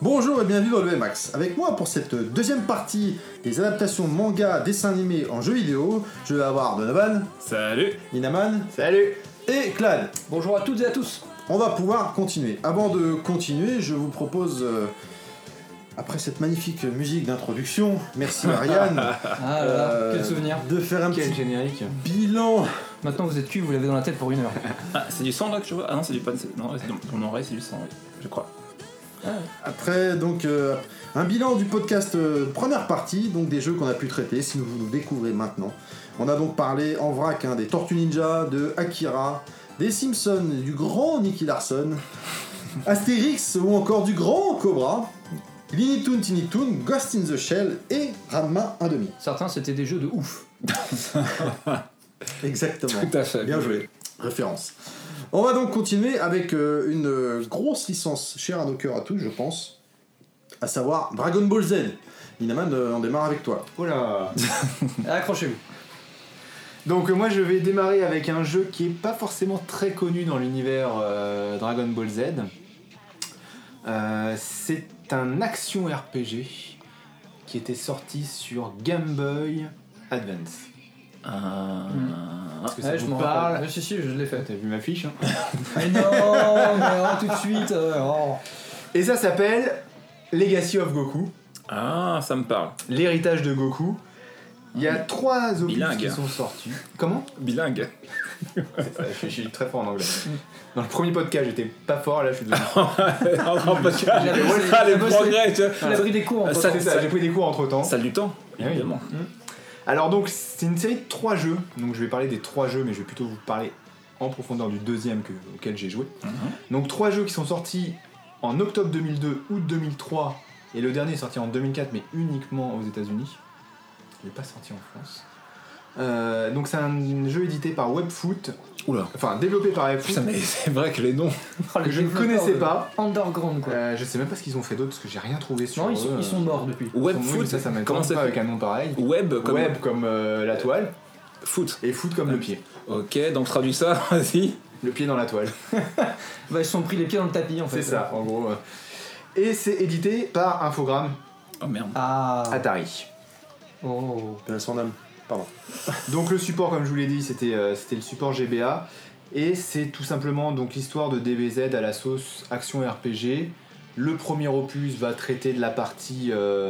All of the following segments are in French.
Bonjour et bienvenue dans le VMAX. Avec moi pour cette deuxième partie des adaptations manga, dessins animés en jeux vidéo, je vais avoir Donovan. Salut. Inaman. Salut. Et Clad. Bonjour à toutes et à tous. On va pouvoir continuer. Avant de continuer, je vous propose, après cette magnifique musique d'introduction, merci Ariane, Ah là là, quel souvenir. de faire un Quel petit générique. bilan. Maintenant vous êtes cul, vous l'avez dans la tête pour 1 heure. Ah, c'est du sang là que je vois. Ah non, c'est du pan. Non, dans mon oreille, c'est du sang, oui, je crois. Après donc un bilan du podcast première partie, donc des jeux qu'on a pu traiter, si vous nous découvrez maintenant. On a donc parlé en vrac des Tortues Ninja, de Akira, des Simpsons, du grand Nicky Larson, Astérix ou encore du grand Cobra, Looney Tunes, Tiny Toon, Ghost in the Shell et Ranma 1/2. Certains c'était des jeux de ouf. Exactement. Tout à fait. Bien joué. Référence. On va donc continuer avec une grosse licence chère à nos cœurs à tous, je pense, à savoir Dragon Ball Z. Inaman, on démarre avec toi. Oh là. Accrochez-vous. Donc moi je vais démarrer avec un jeu qui est pas forcément très connu dans l'univers Dragon Ball Z. C'est un action RPG qui était sorti sur Game Boy Advance. Est-ce que ça je vous m'en parle? rappelle. Si, je l'ai fait. T'as vu ma fiche hein? Mais non, tout de suite. Et ça s'appelle Legacy of Goku, Ah, ça me parle. l'héritage de Goku. Il y a 3 opus Bilingue. qui sont sortis. Comment? Bilingue. Je suis très fort en anglais. Dans le premier podcast j'étais pas fort, là je suis devenu... Les progrès, tu vois. Il a pris des cours en Ça, C'est ça, j'ai pris des cours entre temps. Salle du temps, Ah oui. évidemment. Alors donc c'est une série de 3 jeux, donc je vais parler des 3 jeux mais je vais plutôt vous parler en profondeur du deuxième auquel j'ai joué. Donc 3 jeux qui sont sortis en octobre 2002, août 2003 et le dernier est sorti en 2004 mais uniquement aux États-Unis. Il n'est pas sorti en France. Donc c'est un jeu édité par Webfoot, Oula. enfin développé par Webfoot, Putain, mais c'est vrai que les noms. que je ne connaissais pas. Underground quoi. Je sais même pas ce qu'ils ont fait d'autre parce que j'ai rien trouvé sur Non, eux. ils sont morts depuis. Webfoot, ça comment m'intéresse ça pas fait? avec un nom pareil. Web comme. Web comme la toile Foot. et foot comme le pied. Ok, donc traduis ça, vas-y. Le pied dans la toile. Bah, ils se sont pris les pieds dans le tapis en fait. C'est ça, en gros. Et c'est édité par Infogrames Oh merde. Ah. Atari. Oh. Son âme. Pardon. Donc le support, comme je vous l'ai dit, c'était le support GBA. Et c'est tout simplement donc l'histoire de DBZ à la sauce action RPG. Le premier opus va traiter de la partie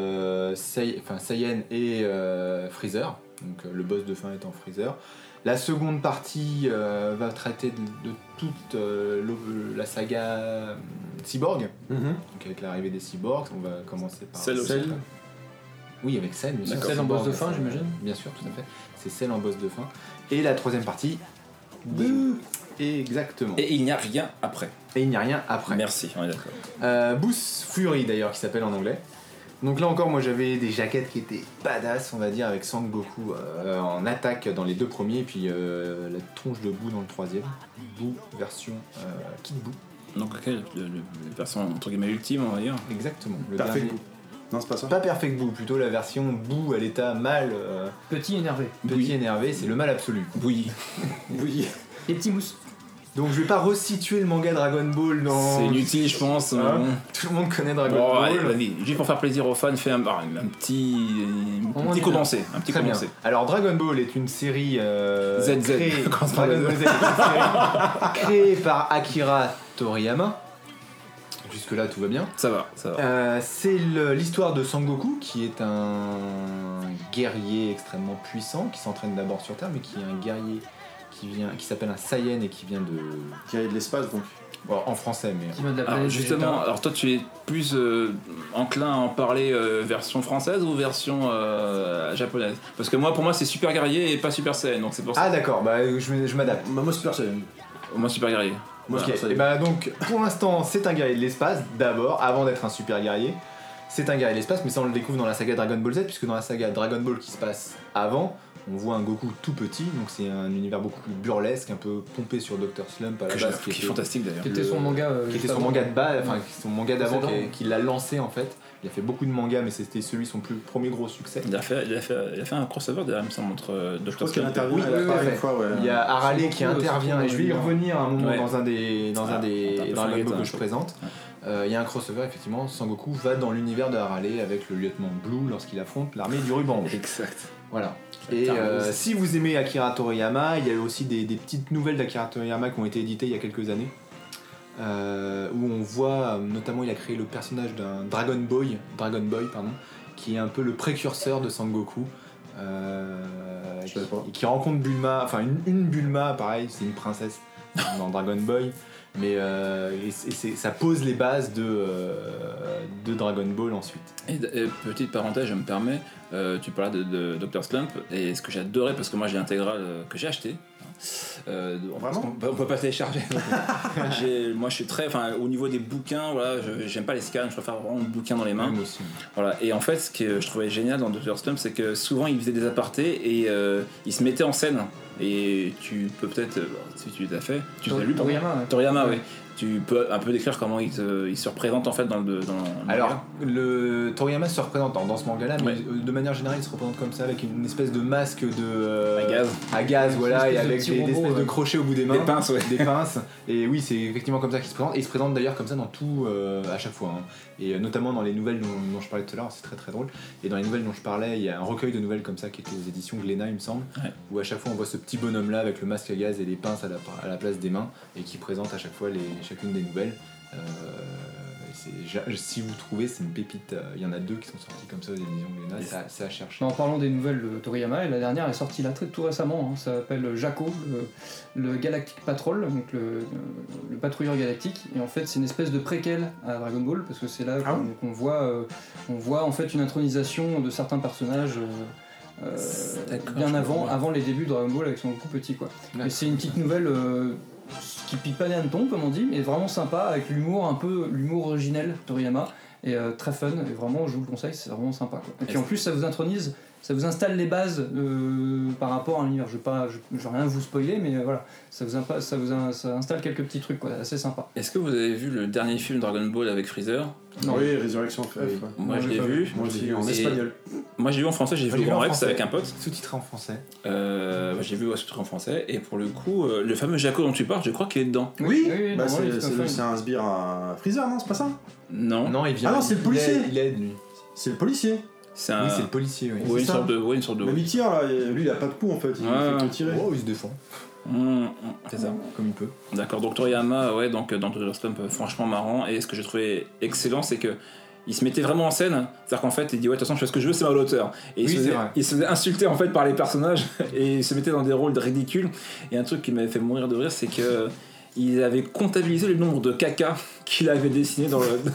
Saiyan et Freezer. Donc le boss de fin étant Freezer. La seconde partie va traiter de toute la saga Cyborg. Donc avec l'arrivée des cyborgs, on va commencer par Cell aussi. Oui, avec Cell, bien sûr. Cell en boss de fin, j'imagine. Bien sûr, tout à fait. C'est Cell en boss de fin. Et la troisième partie, Boo. Exactement. Et il n'y a rien après. Et il n'y a rien après. Merci, on est d'accord. Boost Fury d'ailleurs, qui s'appelle en anglais. Donc là encore, moi j'avais des jaquettes qui étaient badass, on va dire, avec Sangoku en attaque dans les 2 premiers, et puis la tronche de Boo dans le 3e. Boo version Kid Boo. Donc, ok, la version entre guillemets ultime, on va dire. Exactement. Le Perfect dernier- Boo. Non, c'est pas ça. Pas Perfect Boo, plutôt la version Boo à l'état mal, Petit énervé. petit énervé, c'est le mal absolu. Bouilli. Oui. Les petits mousses. Donc je vais pas resituer le manga Dragon Ball dans... C'est inutile, je pense. mais Hein bon. Tout le monde connaît Dragon Bon, Ball. allez, vas-y, juste pour faire plaisir aux fans, fais un petit On y va. condensé. Un petit Très bien. condensé. Alors Dragon Ball est une série ZZ. Commence par Dragon le Ball Z. Z est une série créée par Akira Toriyama. Jusque là tout va bien. Ça va, ça va. C'est l'histoire de Sangoku qui est un guerrier extrêmement puissant qui s'entraîne d'abord sur Terre mais qui est un guerrier qui s'appelle un Saiyan et qui vient de... Qui arrive de l'espace donc. Bon, en français mais... Qui vient de la Alors planète justement, Vegeta. alors toi tu es plus enclin à en parler version française ou version japonaise? Parce que pour moi c'est Super Guerrier et pas Super Saiyan, donc c'est pour ça. Ah d'accord, bah je m'adapte. Moi, Super Saiyan. Moi Super Guerrier. Moi, Ok, Super Saiyan. et bah donc pour l'instant c'est un guerrier de l'espace d'abord, avant d'être un super guerrier. C'est un guerrier de l'espace, mais ça on le découvre dans la saga Dragon Ball Z, puisque dans la saga Dragon Ball qui se passe avant, on voit un Goku tout petit, donc c'est un univers beaucoup plus burlesque, un peu pompé sur Dr. Slump à la base, qui est fantastique d'ailleurs. Qui était son manga. qui était son manga de base, enfin son manga d'avant Précédent. qui l'a lancé en fait. Il a fait beaucoup de mangas, mais c'était son premier gros succès. Il a fait un crossover derrière, il me semble, entre Je Dr. pense qu'elle Slump. intervient Oui, elle oui, apparaît oui, une fois, ouais. Il y a Harale qui Surtout, intervient, et je vais y revenir à un moment Ouais. dans un des un peu Dragon flingué, Ball hein, que je présente. Il y a un crossover, effectivement, Sangoku va dans l'univers de Harale avec le lieutenant Blue lorsqu'il affronte l'armée du ruban rouge. Exact. Voilà. Et si vous aimez Akira Toriyama, il y a aussi des petites nouvelles d'Akira Toriyama qui ont été éditées il y a quelques années. Où on voit, notamment il a créé le personnage d'un Dragon Boy, qui est un peu le précurseur de Sangoku. Je savais pas. Qui rencontre Bulma, enfin une Bulma, pareil, c'est une princesse dans Dragon Boy, mais ça pose les bases de Dragon Ball ensuite. Et petite parenthèse, je me permets, tu parlais de Dr. Slump, et ce que j'adorais, parce que moi j'ai l'intégrale que j'ai acheté. Vraiment on peut pas télécharger. Moi je suis très. Enfin, au niveau des bouquins, voilà, j'aime pas les scans, je préfère vraiment le bouquin dans les mains. Même aussi. Voilà. Et en fait, ce que je trouvais génial dans Dr. Slump, c'est que souvent il faisait des apartés et il se mettait en scène. Et tu peux peut-être, si tu l'as fait, tu l'as lu pardon. Toriyama, oui. Tu peux un peu décrire comment il se représente en fait dans le Alors, le Toriyama se représente dans ce manga-là, mais Ouais. de manière générale, il se représente comme ça, avec une espèce de masque de à gaz. voilà, Une et espèce de avec petit des robot, espèces de ouais. crochets au bout des mains. Des pinces, ouais. Des pinces. Et oui, c'est effectivement comme ça qu'il se présente. Et il se présente d'ailleurs comme ça dans tout, à chaque fois. Hein. Et notamment dans les nouvelles dont je parlais tout à l'heure, c'est très très drôle. Et dans les nouvelles dont je parlais, il y a un recueil de nouvelles comme ça qui était aux éditions Glénat, il me semble, Ouais. où à chaque fois on voit ce petit bonhomme-là avec le masque à gaz et les pinces à la place des mains, et qui présente à chaque fois chacune des nouvelles. Si vous trouvez, c'est une pépite. Il y en a 2 qui sont sortis comme ça aux éditions Glénat, c'est à chercher. En parlant des nouvelles de Toriyama, et la dernière est sortie là tout récemment, hein, ça s'appelle Jaco, le Galactic Patrol, donc le patrouilleur galactique, et en fait c'est une espèce de préquel à Dragon Ball, parce que c'est là Ah qu'on voit en fait une intronisation de certains personnages D'accord, bien je avant les débuts de Dragon Ball avec son Goku petit quoi. Et c'est une petite nouvelle qui pique pas des hannetons comme on dit, mais vraiment sympa, avec l'humour originel Toriyama, et très fun, et vraiment je vous le conseille, c'est vraiment sympa quoi. Et puis en plus ça vous intronise, ça vous installe les bases par rapport à l'univers. Je vais rien vous spoiler, mais voilà, ça installe quelques petits trucs quoi, assez sympa. Est-ce que vous avez vu le dernier film Dragon Ball avec Freezer? Non. Oui, Résurrection F. Oui. ouais. Moi je l'ai j'ai pas vu. Moi je l'ai vu en Et- espagnol. Moi j'ai vu en français, j'ai Moi, vu j'ai au vu en Grand Rex français. avec un pote. Sous-titré en français. J'ai vu sous-titré en français, et pour le coup, le fameux Jaco dont tu parles, je crois qu'il est dedans. Oui, oui, bah, non, oui, tout à fait. c'est un sbire à Freezer, non? C'est pas ça? Non, Non, il vient. Ah non, c'est le policier. Il aide lui. C'est le policier. c'est Oui, un. c'est le policier, oui. Ouais, c'est ça. une sorte de. Même il tire là, et lui il a pas de coup en fait, il Ouais. fait que tirer. Oh, il se défend, C'est ça. comme il peut. D'accord, donc Toriyama, ouais, donc dans Dr. Slump, franchement marrant. Et ce que j'ai trouvé excellent, c'est que il se mettait vraiment en scène. C'est-à-dire qu'en fait, il dit ouais, de toute façon, je fais ce que je veux, c'est ma hauteur. Et Oui, c'est vrai. il se faisait insulter en fait par les personnages et il se mettait dans des rôles ridicules. Et un truc qui m'avait fait mourir de rire, c'est que il avait comptabilisé le nombre de caca qu'il avait dessiné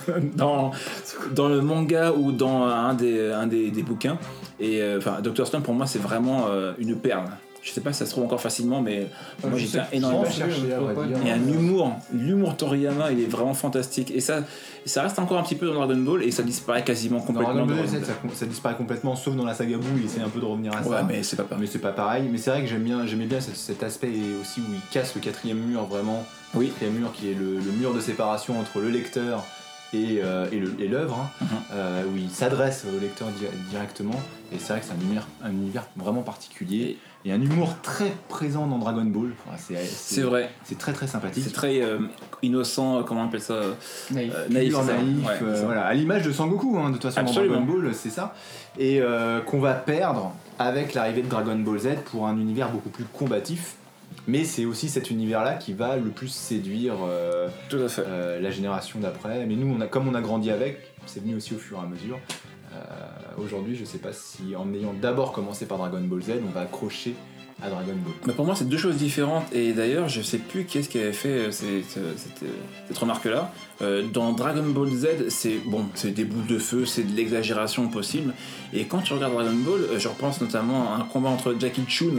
dans le manga ou dans un des bouquins. Et enfin, Dr. Slump pour moi, c'est vraiment une perle. Je sais pas si ça se trouve encore facilement, mais moi Je j'étais sais, énormément. je pense, chercher, à je vrai pourrais dire. pas Il y a un l'humour Toriyama, il est vraiment fantastique. Et ça reste encore un petit peu dans Dragon Ball et ça disparaît quasiment Dans complètement. Dragon Ball dans- Z, ça disparaît complètement, sauf dans la saga Buu, il essaie un peu de revenir à Ouais, ça. mais c'est pas pareil. Mais c'est pas pareil. Mais c'est vrai que j'aimais bien cet aspect aussi où il casse le 4e mur vraiment. Oui. Le 4e mur qui est le mur de séparation entre le lecteur et l'œuvre, hein, où il s'adresse au lecteur directement. Et c'est vrai que c'est un univers vraiment particulier. Et un humour très présent dans Dragon Ball. Enfin, C'est vrai, C'est très très sympathique. c'est très innocent, comment on appelle ça Naïf. Naïf, Pur, c'est ça. naïf, Ouais, c'est ça. voilà, à l'image de Sangoku, hein, de toute façon Absolument. dans Dragon Ball, c'est ça, et qu'on va perdre avec l'arrivée de Dragon Ball Z pour un univers beaucoup plus combatif, mais c'est aussi cet univers-là qui va le plus séduire Tout à fait. la génération d'après, mais nous, comme on a grandi avec, c'est venu aussi au fur et à mesure. Aujourd'hui, je sais pas si en ayant d'abord commencé par Dragon Ball Z, on va accrocher à Dragon Ball. Mais pour moi, c'est deux choses différentes. Et d'ailleurs, je sais plus qui est-ce qui avait fait cette remarque-là. Dans Dragon Ball Z, c'est des boules de feu, c'est de l'exagération possible. Et quand tu regardes Dragon Ball, je repense notamment à un combat entre Jackie Chun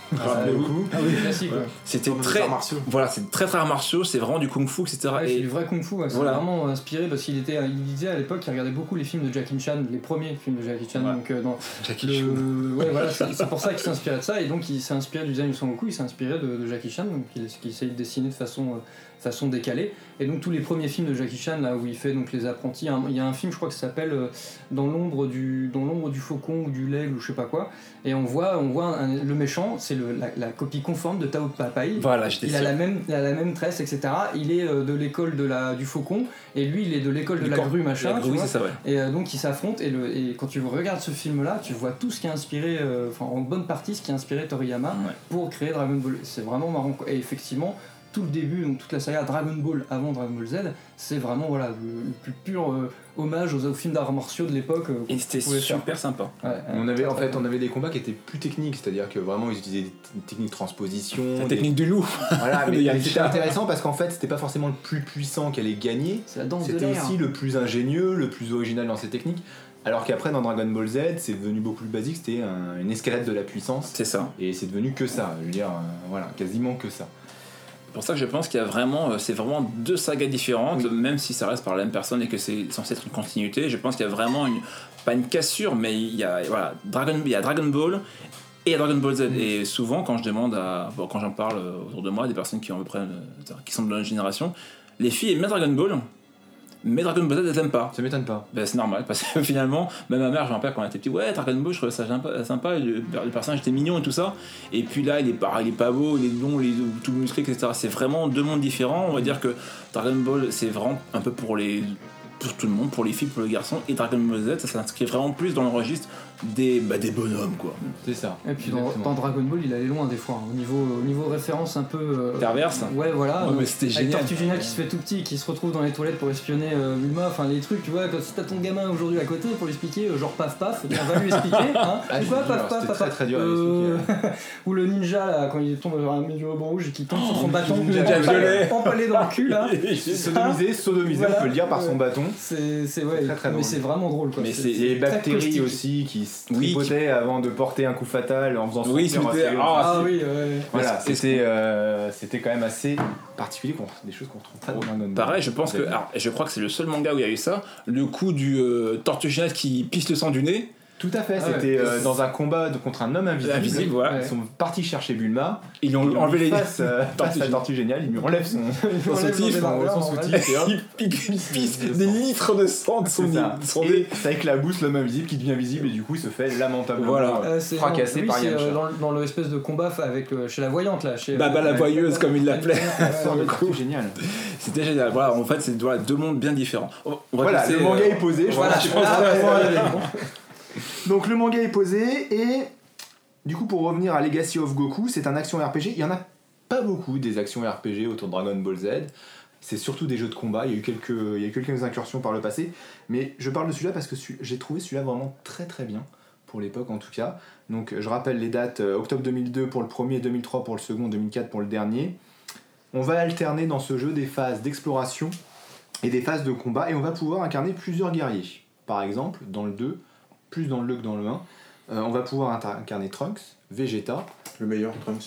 Rappelez-vous. Ah oui, classique. Ouais. C'était Comme les très arts martiaux. voilà, c'est très arts martiaux, c'est vraiment du kung-fu, etc. Ouais, c'est Et du vrai kung-fu, ouais, c'est voilà. vraiment inspiré parce il disait à l'époque qu'il regardait beaucoup les films de Jackie Chan, les premiers films de Jackie Chan, Ouais. donc dans Jackie Chan. ouais, voilà, c'est pour ça qu'il s'est inspiré de ça, et donc il s'est inspiré du design de Son Goku, il s'est inspiré de Jackie Chan, donc il essaye de dessiner de façon décalée, et donc tous les premiers films de Jackie Chan là où il fait donc les apprentis, il y a un film je crois que ça s'appelle dans l'ombre du faucon ou du l'aigle ou je sais pas quoi, et on voit le méchant, c'est la copie conforme de Tao Papai. Voilà, j'étais Il a la même tresse, etc. Il est de l'école du faucon, et lui il est de l'école de la grue, machin. La grue, tu vois. c'est ça, ouais. Et donc ils s'affrontent, et quand tu regardes ce film-là, tu vois tout ce qui a inspiré, en bonne partie, ce qui a inspiré Toriyama Ouais. pour créer Dragon Ball. C'est vraiment marrant, quoi. Et effectivement, tout le début, donc toute la saga Dragon Ball avant Dragon Ball Z, c'est vraiment voilà, le plus pur hommage aux films d'arts martiaux de l'époque. Et c'était super sympa. Ouais, On avait des combats qui étaient plus techniques, c'est-à-dire que vraiment ils utilisaient des techniques de transposition. La technique du loup. Voilà, Il y a mais une c'était charte. intéressant parce qu'en fait c'était pas forcément le plus puissant qui allait gagner, c'est la danse de c'était l'air. aussi le plus ingénieux, le plus original dans ses techniques. Alors qu'après dans Dragon Ball Z c'est devenu beaucoup plus basique, c'était une escalade de la puissance. C'est ça. Et c'est devenu que ça, je veux dire, voilà, quasiment que ça. C'est pour ça que je pense qu'il y a vraiment, c'est vraiment deux sagas différentes, même si ça reste par la même personne et que c'est censé être une continuité. Je pense qu'il y a vraiment pas une cassure, mais il y a Dragon Ball et Dragon Ball Z. Et souvent, quand quand j'en parle autour de moi, des personnes qui ont à peu près, qui sont de notre génération, les filles aiment bien Dragon Ball. Mais Dragon Ball Z, elles aiment pas. Ça m'étonne pas. Ben, c'est normal, parce que finalement, même ma mère, je me rappelle quand on était petit, ouais, Dragon Ball, je trouvais ça sympa, le personnage était mignon et tout ça. Et puis là, il est pas beau, il est long, il est tout musclé, etc. C'est vraiment deux mondes différents. On va dire que Dragon Ball, c'est vraiment un peu pour tout le monde, pour les filles, pour les garçons. Et Dragon Ball Z, ça s'inscrit vraiment plus dans le registre des bonhommes, quoi. C'est ça. Et puis Exactement. dans Dragon Ball, il allait loin des fois, hein. Au niveau référence un peu. Perverse. Ouais, voilà. Ouais, mais c'était Avec génial. Tortue Géniale qui se fait tout petit, qui se retrouve dans les toilettes pour espionner Bulma, enfin les trucs, tu vois, quand si t'as ton gamin aujourd'hui à côté pour lui expliquer, genre paf paf, on va lui expliquer, hein. Ah, C'est quoi je te jure, paf paf c'était paf très, paf très dur à expliquer. Ou le ninja là, quand il tombe sur un milieu ruban rouge et qu'il tombe sur son bâton, ninja violet. empalé dans le cul là. Sodomisé, Voilà. on peut le dire par son bâton. C'est ouais, très, très mais drôle. c'est vraiment drôle quoi. Mais c'est- Et très Bactéries caustique. aussi qui se Oui, tripotait avant de porter un coup fatal en faisant Oui, sortir c'était- un sérum. Ah oui, ouais. Voilà, Mais c'était quand même assez particulier, des choses qu'on retrouve pas dans Dragon Ball. Pareil, je pense que. Alors, je crois que c'est le seul manga où il y a eu ça. Le coup du Tortue Géniale qui pisse le sang du nez. Tout à fait, Ah ouais. c'était dans un combat contre un homme invisible. Invisible, voilà. Ouais. Ils sont partis chercher Bulma. Ils lui ont enlevé les. face à Tortue Tortue Géniale, il lui enlève son soutif, son soutif et hop. Il pisse des litres de sang de son C'est ça. son Et nez. ça éclabousse l'homme invisible qui devient visible et du coup il se fait lamentablement Voilà. C'est fracassé oui, par c'est, Yamcha. dans le espèce de combat avec chez la voyante là, chez Baba la ouais. voyeuse, comme il l'appelait. Sur le coup, génial. C'était génial. Voilà, en fait, c'est deux mondes bien différents. On va Voilà, passer, le manga est posé. Voilà, je pense ah, vraiment ouais, y aller. ouais. Donc le manga est posé et du coup pour revenir à Legacy of Goku, c'est un action RPG. Il y en a pas beaucoup des actions RPG autour de Dragon Ball Z. C'est surtout des jeux de combat. Il y a eu quelques incursions par le passé, mais je parle de celui-là parce que j'ai trouvé celui-là vraiment très très bien pour l'époque en tout cas. Donc je rappelle les dates octobre 2002 pour le premier, 2003 pour le second, 2004 pour le dernier. On va alterner dans ce jeu des phases d'exploration et des phases de combat et on va pouvoir incarner plusieurs guerriers. Par exemple, dans le 2, plus dans le 2 que dans le 1, on va pouvoir incarner Trunks, Vegeta, Le meilleur, Trunks.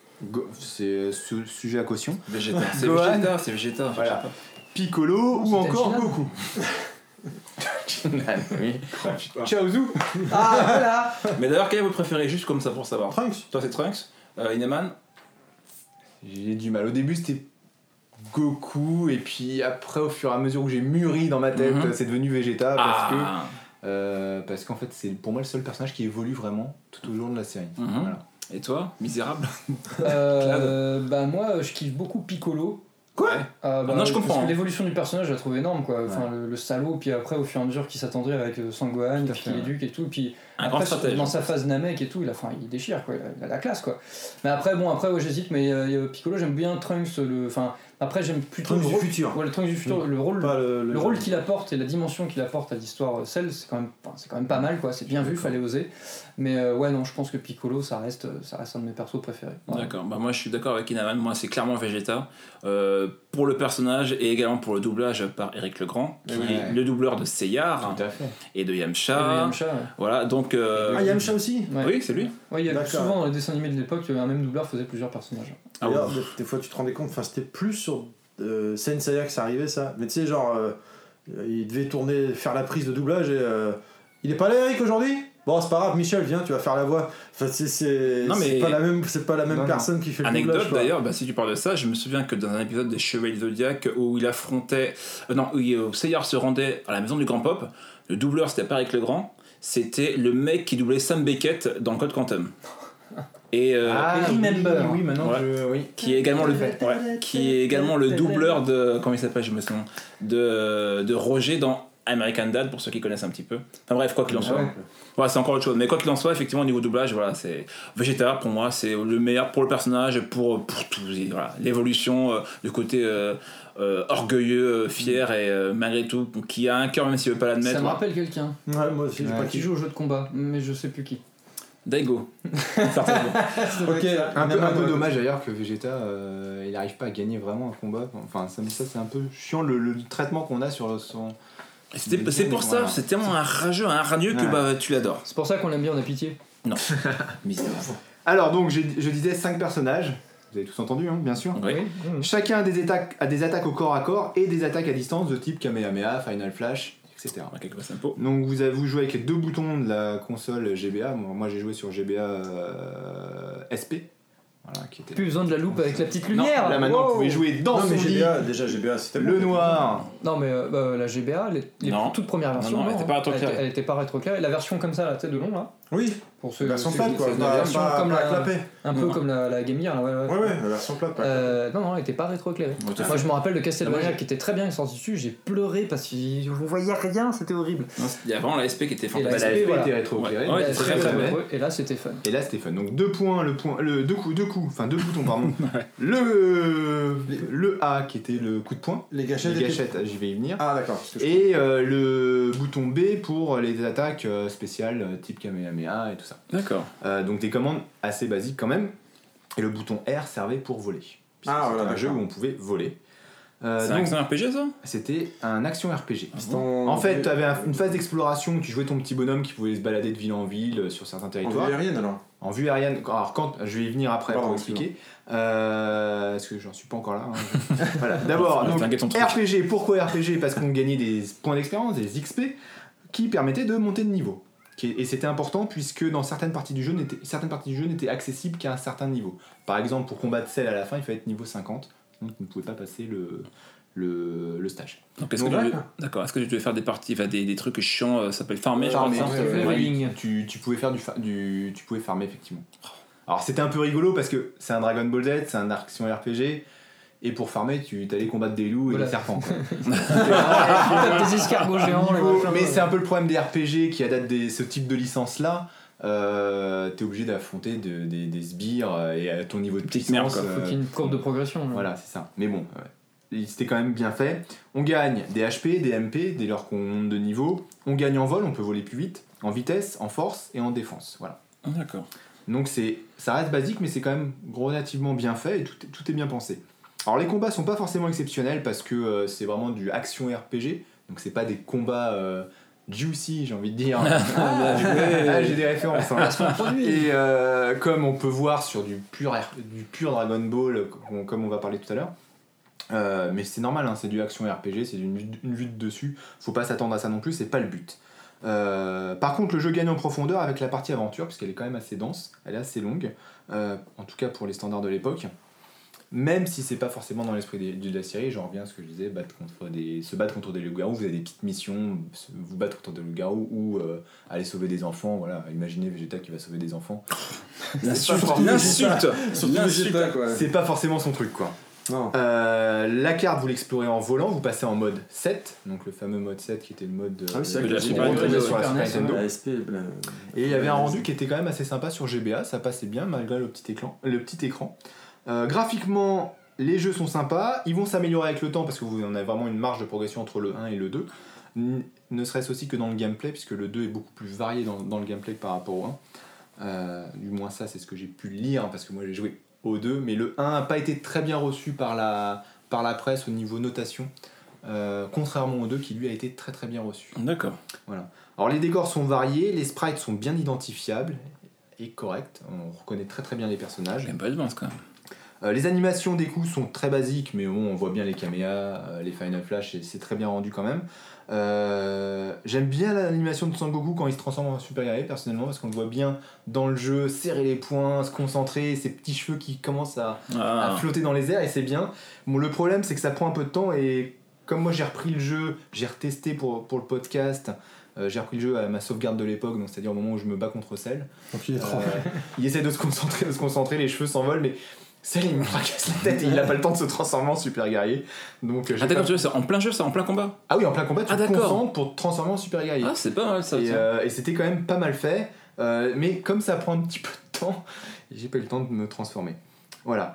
c'est sujet à caution, Vegeta. C'est Gohan. Vegeta, c'est Vegeta. Voilà. Piccolo ou C'était encore Shinhan. Goku. Oui. Chaozu. Ah voilà. Mais d'ailleurs, quel est votre préféré, juste comme ça pour savoir? Trunks. Toi, c'est Trunks. Ineman. J'ai du mal. Au début, c'était Goku, et puis après, au fur et à mesure où j'ai mûri dans ma tête, Mhm. c'est devenu Vegeta parce qu'en fait, c'est pour moi le seul personnage qui évolue vraiment tout au long de la série. Mhm. Voilà. Et toi, misérable? Bah moi je kiffe beaucoup Piccolo. Quoi? Non, je comprends, Parce hein. que l'évolution du personnage, je la trouve énorme quoi. Enfin, Ouais. le salaud, puis après au fur et à mesure qu'il s'attendrait avec Sangohan, Tout à puis fait, qu'il ouais. éduque et tout, puis Un après, grand stratège. dans sa phase Namek et tout, il déchire quoi, il a la classe quoi. Mais après ouais, j'hésite, mais Piccolo j'aime bien Trunks, Après, j'aime plutôt Trunks le du rôle. futur. Ouais, le Trunks du futur, le rôle. Pas Le rôle qu'il apporte et la dimension qu'il apporte à l'histoire Cell, c'est quand même pas mal, quoi. C'est bien vu, fallait oser. Mais ouais, non, je pense que Piccolo, ça reste un de mes persos préférés. Voilà. D'accord, bah moi je suis d'accord avec Inaman, moi c'est clairement Vegeta, pour le personnage et également pour le doublage par Éric Legrand, qui est le doubleur de Seyar Tout à fait. et de Yamcha. Et le Yamcha, ouais. Voilà, donc. Ah, Yamcha aussi. Ouais. Oui, c'est lui. Ouais, il y a D'accord. souvent dans les dessins animés de l'époque, un même doubleur faisait plusieurs personnages. Ah D'ailleurs, ouais. des fois tu te rendais compte, enfin c'était plus sur Saint Seiya que ça arrivait ça. Mais tu sais, genre, il devait faire la prise de doublage et. Il est pas là, Eric, aujourd'hui? Bon, c'est pas grave, Michel, viens, tu vas faire la voix. Enfin, Non, mais- c'est pas la même Non, personne qui fait le Anecdote doublage. quoi. d'ailleurs, bah, si tu parles de ça, je me souviens que dans un épisode des Chevaliers du Zodiac où il affrontait. Où Seyar se rendait à la maison du Grand Pop, le doubleur c'était pas Éric Legrand, c'était le mec qui doublait Sam Beckett dans Code Quantum. Et Remember. Oui, maintenant Ouais. oui. qui est également le doubleur de comment il s'appelle, je me souviens, de Roger dans American Dad, pour ceux qui connaissent un petit peu. Enfin bref, quoi qu'il en soit. ouais. Ouais, c'est encore autre chose. Mais quoi qu'il en soit, effectivement, au niveau doublage, voilà, c'est Vegeta pour moi, c'est le meilleur pour le personnage, pour tout. Et voilà, l'évolution, le côté orgueilleux, fier et malgré tout, qui a un cœur même s'il veut pas l'admettre. Ça me voilà. rappelle quelqu'un Ouais, moi aussi, j'ai pas qui joue au jeu de combat, mais je sais plus qui. Daigo. Certainement. Ok, Un peu dommage d'ailleurs que Vegeta il n'arrive pas à gagner vraiment un combat. Enfin, ça c'est un peu chiant le traitement qu'on a sur son. C'est pour ça, c'est tellement un rageux, un hargneux que Ouais. bah, tu l'adores. C'est pour ça qu'on l'aime bien, on a pitié. Non. Misère. Alors donc je disais 5 personnages. Vous avez tous entendu, hein, bien sûr. Oui. Chacun a des attaques au corps à corps et des attaques à distance de type Kamehameha, Final Flash, etc. Ouais, quelque chose sympa. Donc vous jouez avec les deux boutons de la console GBA. Moi j'ai joué sur GBA SP. Voilà, qui était... Plus besoin de la loupe avec la petite Non, lumière. là maintenant Wow. vous pouvez jouer dans Non, son mais lit. GBA, c'était Le noir. Non, mais la GBA, les Non. toutes premières versions, non, elle était pas rétroéclairée. elle était pas rétroéclairée. La version comme ça, là, tu sais, de long, là, Oui, pour ceux version ceux plate qui- quoi. la version comme la, clapée. un peu Non. comme la Game Gear, là, ouais. Ouais, la version plate. pas clapée. Non, elle était pas rétroéclairée. Ouais, tout à Moi, fait. je me rappelle de Ah, Castlevania moi, qui était très bien, il est sorti dessus, j'ai pleuré parce que vous voyez rien, c'était horrible. Non, il y a vraiment la SP qui était Et la fantastique. SP, La SP voilà. était rétro-éclairée. Ouais, Et c'est très, très bien. Et là, c'était fun. Et là c'était fun. Donc deux boutons pardon. le A qui était le coup de poing. Les gâchettes. Les étaient- gâchettes, j'y vais y venir. Ah, d'accord. parce que je- Et le bouton B pour les attaques spéciales type Kamehameha et tout ça. D'accord. Donc des commandes assez basiques quand même. Et le bouton R servait pour voler. Puisque Ah, voilà, c'était un jeu où d'accord. on pouvait voler. C'est un Donc, action RPG ça? c'était un action RPG. C'est en En fait, tu avais une phase d'exploration où tu jouais ton petit bonhomme qui pouvait se balader de ville en ville sur certains en territoires. vue aérienne alors. En vue aérienne. Alors, je vais y venir après Pardon, pour expliquer. Parce que j'en suis pas encore là. Hein. Voilà. D'abord, donc, T'inquiète ton truc. RPG. Pourquoi RPG? Parce qu'on gagnait des points d'expérience, des XP, qui permettaient de monter de niveau. Et c'était important puisque dans certaines parties du jeu n'étaient accessibles qu'à un certain niveau. Par exemple, pour combattre Cell à la fin, il fallait être niveau 50. Donc, vous ne pouvez pas passer le stage. Donc, est-ce Donc, que voilà. d'accord, est-ce que tu devais faire des parties, enfin, des trucs chiants, ça s'appelle farmer, je Farmer, crois, ça, ça ouais. Leveling. tu pouvais faire tu pouvais farmer effectivement. Alors c'était un peu rigolo parce que c'est un Dragon Ball Z, c'est un action RPG et pour farmer tu allais combattre des loups et Voilà. des serpents. quoi. Peut-être des escargots géants, les machins. Mais c'est un peu le problème des RPG qui adaptent ce type de licence là. T'es obligé d'affronter des sbires et à ton niveau de Petite puissance. merde, quoi. Faut qu'il y ait une courbe de progression. là. Voilà, c'est ça. Mais bon, c'était quand même bien fait. On gagne des HP, des MP dès lors qu'on monte de niveau. On gagne en vol, on peut voler plus vite, en vitesse, en force et en défense. Voilà. Ah, d'accord. Donc ça reste basique, mais c'est quand même relativement bien fait et tout est bien pensé. Alors les combats sont pas forcément exceptionnels parce que c'est vraiment du action RPG, donc c'est pas des combats juicy, j'ai envie de dire. J'ai des références. Hein. Et comme on peut voir sur du pur Dragon Ball, comme on va parler tout à l'heure. Mais c'est normal, hein, c'est du action RPG, c'est une vue de dessus. Faut pas s'attendre à ça non plus, c'est pas le but. Par contre, le jeu gagne en profondeur avec la partie aventure, puisqu'elle est quand même assez dense, elle est assez longue, en tout cas pour les standards de l'époque. Même si c'est pas forcément dans l'esprit de la série, j'en reviens à ce que je disais, se battre contre des loups-garous, vous avez des petites missions, vous battre contre des loups-garous ou aller sauver des enfants, voilà, imaginez Vegeta qui va sauver des enfants. L'insulte. Surtout Vegeta quoi. C'est pas forcément son truc quoi. Non. La carte, vous l'explorez en volant, vous passez en mode 7, donc le fameux mode 7 qui était le mode Ah oui, c'est vrai de que la j'ai Super dit, Nintendo, sur la Super Super Nintendo. la SP. Et il y avait un rendu qui était quand même assez sympa sur GBA, ça passait bien malgré le petit écran. Graphiquement, les jeux sont sympas, ils vont s'améliorer avec le temps parce que vous en avez vraiment une marge de progression entre le 1 et le 2. Ne serait-ce aussi que dans le gameplay, puisque le 2 est beaucoup plus varié dans le gameplay par rapport au 1. Du moins ça c'est ce que j'ai pu lire, parce que moi j'ai joué au 2, mais le 1 n'a pas été très bien reçu par la presse au niveau notation, contrairement au 2 qui lui a été très très bien reçu. D'accord. Voilà. Alors les décors sont variés, les sprites sont bien identifiables et corrects, on reconnaît très très bien les personnages. Game Boy Advance quand même. Les animations des coups sont très basiques, mais bon, on voit bien les caméas, les Final Flash, et c'est très bien rendu quand même. J'aime bien l'animation de Sangoku quand il se transforme en super guerrier, personnellement, parce qu'on le voit bien dans le jeu serrer les poings, se concentrer, ses petits cheveux qui commencent à flotter dans les airs, et c'est bien. Bon, le problème, c'est que ça prend un peu de temps, et comme moi j'ai repris le jeu, j'ai retesté pour le podcast. J'ai repris le jeu à ma sauvegarde de l'époque, donc c'est-à-dire au moment où je me bats contre Cell. Donc il est trop. Il essaie de se concentrer, les cheveux s'envolent, mais Cell il me fracasse la tête et il a pas le temps de se transformer en super guerrier. Donc, d'accord, tu vois, c'est en plein jeu, c'est en plein combat. Ah oui, en plein combat, tu te concentres pour te transformer en super guerrier. Ah, c'est pas mal ça. Et c'était quand même pas mal fait, mais comme ça prend un petit peu de temps, j'ai pas eu le temps de me transformer. Voilà.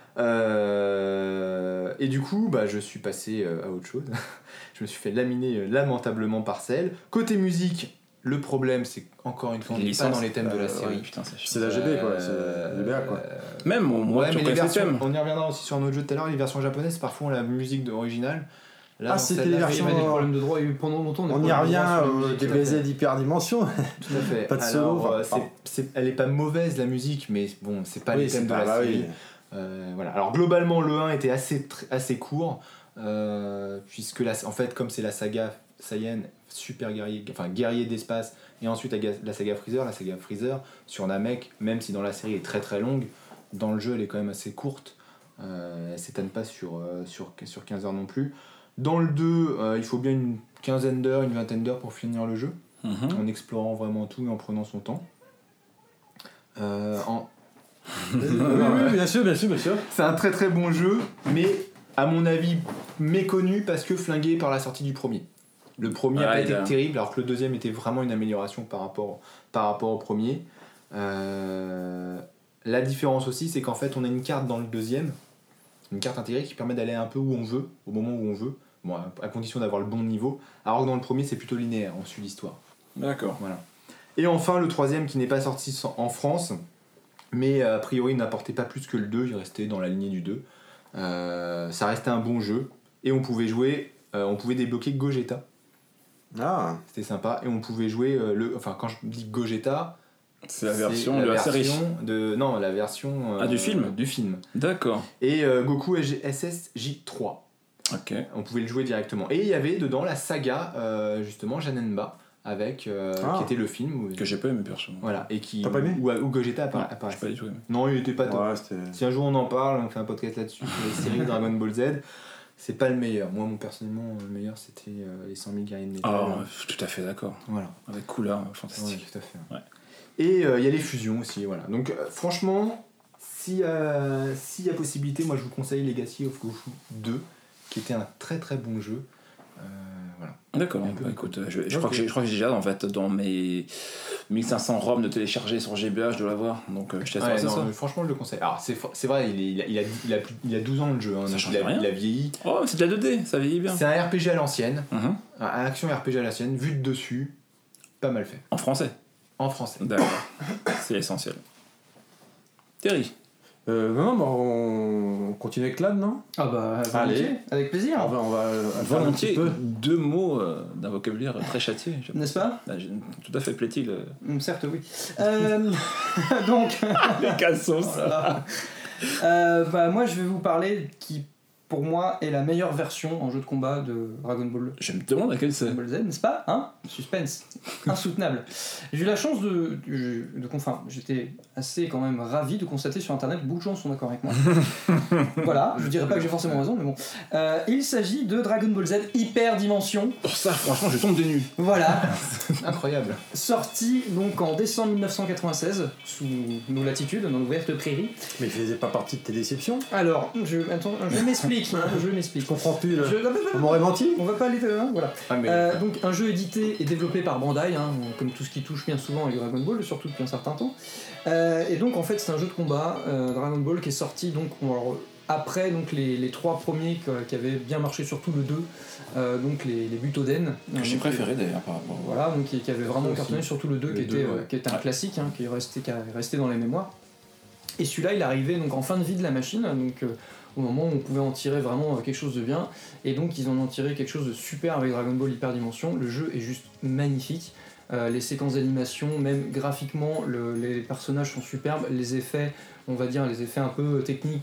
Et du coup, je suis passé à autre chose. Je me suis fait laminer lamentablement par Cell. Côté musique, le problème, c'est qu'encore une fois, on n'est pas dans les thèmes de la série. Ouais, putain, c'est la GB quoi, c'est la GBA quoi. Même moi, mais les versions, on y reviendra aussi sur un autre jeu tout à l'heure, les versions japonaises, parfois la musique originale. Là, c'était les versions. Il y avait des problèmes de droit, il y a eu pendant longtemps. On y revient des BZ d'hyperdimension. Tout à fait. Pas de solo. Elle est pas mauvaise la musique, mais bon, c'est pas les thèmes de la série. Oui. Voilà. Alors globalement, le 1 était assez court, puisque en fait, comme c'est la saga Saiyan, super guerrier, enfin guerrier d'espace, et ensuite la saga Freezer sur Namek, même si dans la série elle est très très longue, dans le jeu elle est quand même assez courte, elle s'étale pas sur 15 heures non plus. Dans le 2, il faut bien une quinzaine d'heures, une vingtaine d'heures pour finir le jeu, en explorant vraiment tout et en prenant son temps. Oui, bien sûr. C'est un très très bon jeu, mais à mon avis méconnu parce que flingué par la sortie du premier. Le premier n'a pas été terrible, alors que le deuxième était vraiment une amélioration par rapport au premier. La différence aussi, c'est qu'en fait, on a une carte dans le deuxième, une carte intégrée qui permet d'aller un peu où on veut, au moment où on veut, bon, à condition d'avoir le bon niveau, alors que dans le premier, c'est plutôt linéaire, on suit l'histoire. D'accord. Voilà. Et enfin, le troisième qui n'est pas sorti en France, mais a priori il n'apportait pas plus que le 2, il restait dans la lignée du 2. Ça restait un bon jeu, et on pouvait débloquer Gogeta. Ah. C'était sympa, et on pouvait jouer quand je dis Gogeta, c'est la version de la série. Non, la version du film. Du film. D'accord. Et Goku SSJ3. Ok. On pouvait le jouer directement. Et il y avait dedans la saga justement Janemba avec qui était le film que j'ai pas aimé personnellement. Voilà, et qui t'as pas aimé où Gogeta apparaît. J'ai pas du tout aimé. Non, il était pas top. Ouais, si un jour on en parle, on fait un podcast là-dessus sur les séries Dragon Ball Z. C'est pas le meilleur. Moi, personnellement, le meilleur c'était les 100 000 guerriers de métal. Ah, tout à fait d'accord. Voilà. Avec couleur, fantastique. Ouais, tout à fait. Ouais. Et il y a les fusions aussi, voilà. Donc franchement, s'il y a possibilité, moi je vous conseille Legacy of Goku 2, qui était un très très bon jeu. Voilà. D'accord, écoute, je crois que j'ai déjà en fait dans mes 1500 ROM de télécharger sur GBA, je dois l'avoir, donc je t'ai ça. Franchement je le conseille. Alors c'est vrai, il a 12 ans le jeu, hein, ça donc change rien. Il a vieilli. Oh, c'est de la 2D, ça vieillit bien. C'est un RPG à l'ancienne, un action RPG à l'ancienne, vu de dessus, pas mal fait. En français. En français. D'accord, c'est essentiel. Terry. Non, on continue avec Clad, non? Ah bah, allez, avec plaisir. On va volontiers. Deux mots d'un vocabulaire très châtié. N'est-ce pas? Tout à fait plaît-il. Certes, oui. Donc. Les cassos. Moi, je vais vous parler qui, pour moi, est la meilleure version en jeu de combat de Dragon Ball. Je me demande à quel c'est. Dragon Ball Z, n'est-ce pas? Hein? Suspense. Insoutenable. J'ai eu la chance j'étais assez quand même ravi de constater sur internet que beaucoup de gens sont d'accord avec moi. Voilà, je dirais pas que j'ai forcément raison, mais bon. Il s'agit de Dragon Ball Z Hyper Dimension. Pour ça, franchement, je tombe des nues. Voilà. Incroyable. Sorti donc en décembre 1996, sous nos latitudes, dans l'ouverte prairie. Mais il faisait pas partie de tes déceptions? Alors, je m'explique. Je comprends plus. On m'aurait menti? On va pas aller. Voilà. Ah, donc, un jeu édité et développé par Bandai, comme tout ce qui touche bien souvent avec Dragon Ball, surtout depuis un certain temps. Et donc, en fait, c'est un jeu de combat, Dragon Ball, qui est sorti donc. Alors, après donc les 3 premiers qui avaient bien marché, surtout le 2, donc les Butoden. Que j'ai préféré d'ailleurs par rapport. Voilà, donc qui avait vraiment aussi. cartonné, surtout le 2 qui était un classique, qui est resté dans les mémoires. Et celui-là, il arrivait donc en fin de vie de la machine, donc au moment où on pouvait en tirer vraiment quelque chose de bien. Et donc ils en ont tiré quelque chose de super avec Dragon Ball Hyper Dimension. Le jeu est juste magnifique. Les séquences d'animation, même graphiquement, les personnages sont superbes. Les effets, on va dire, les effets un peu techniques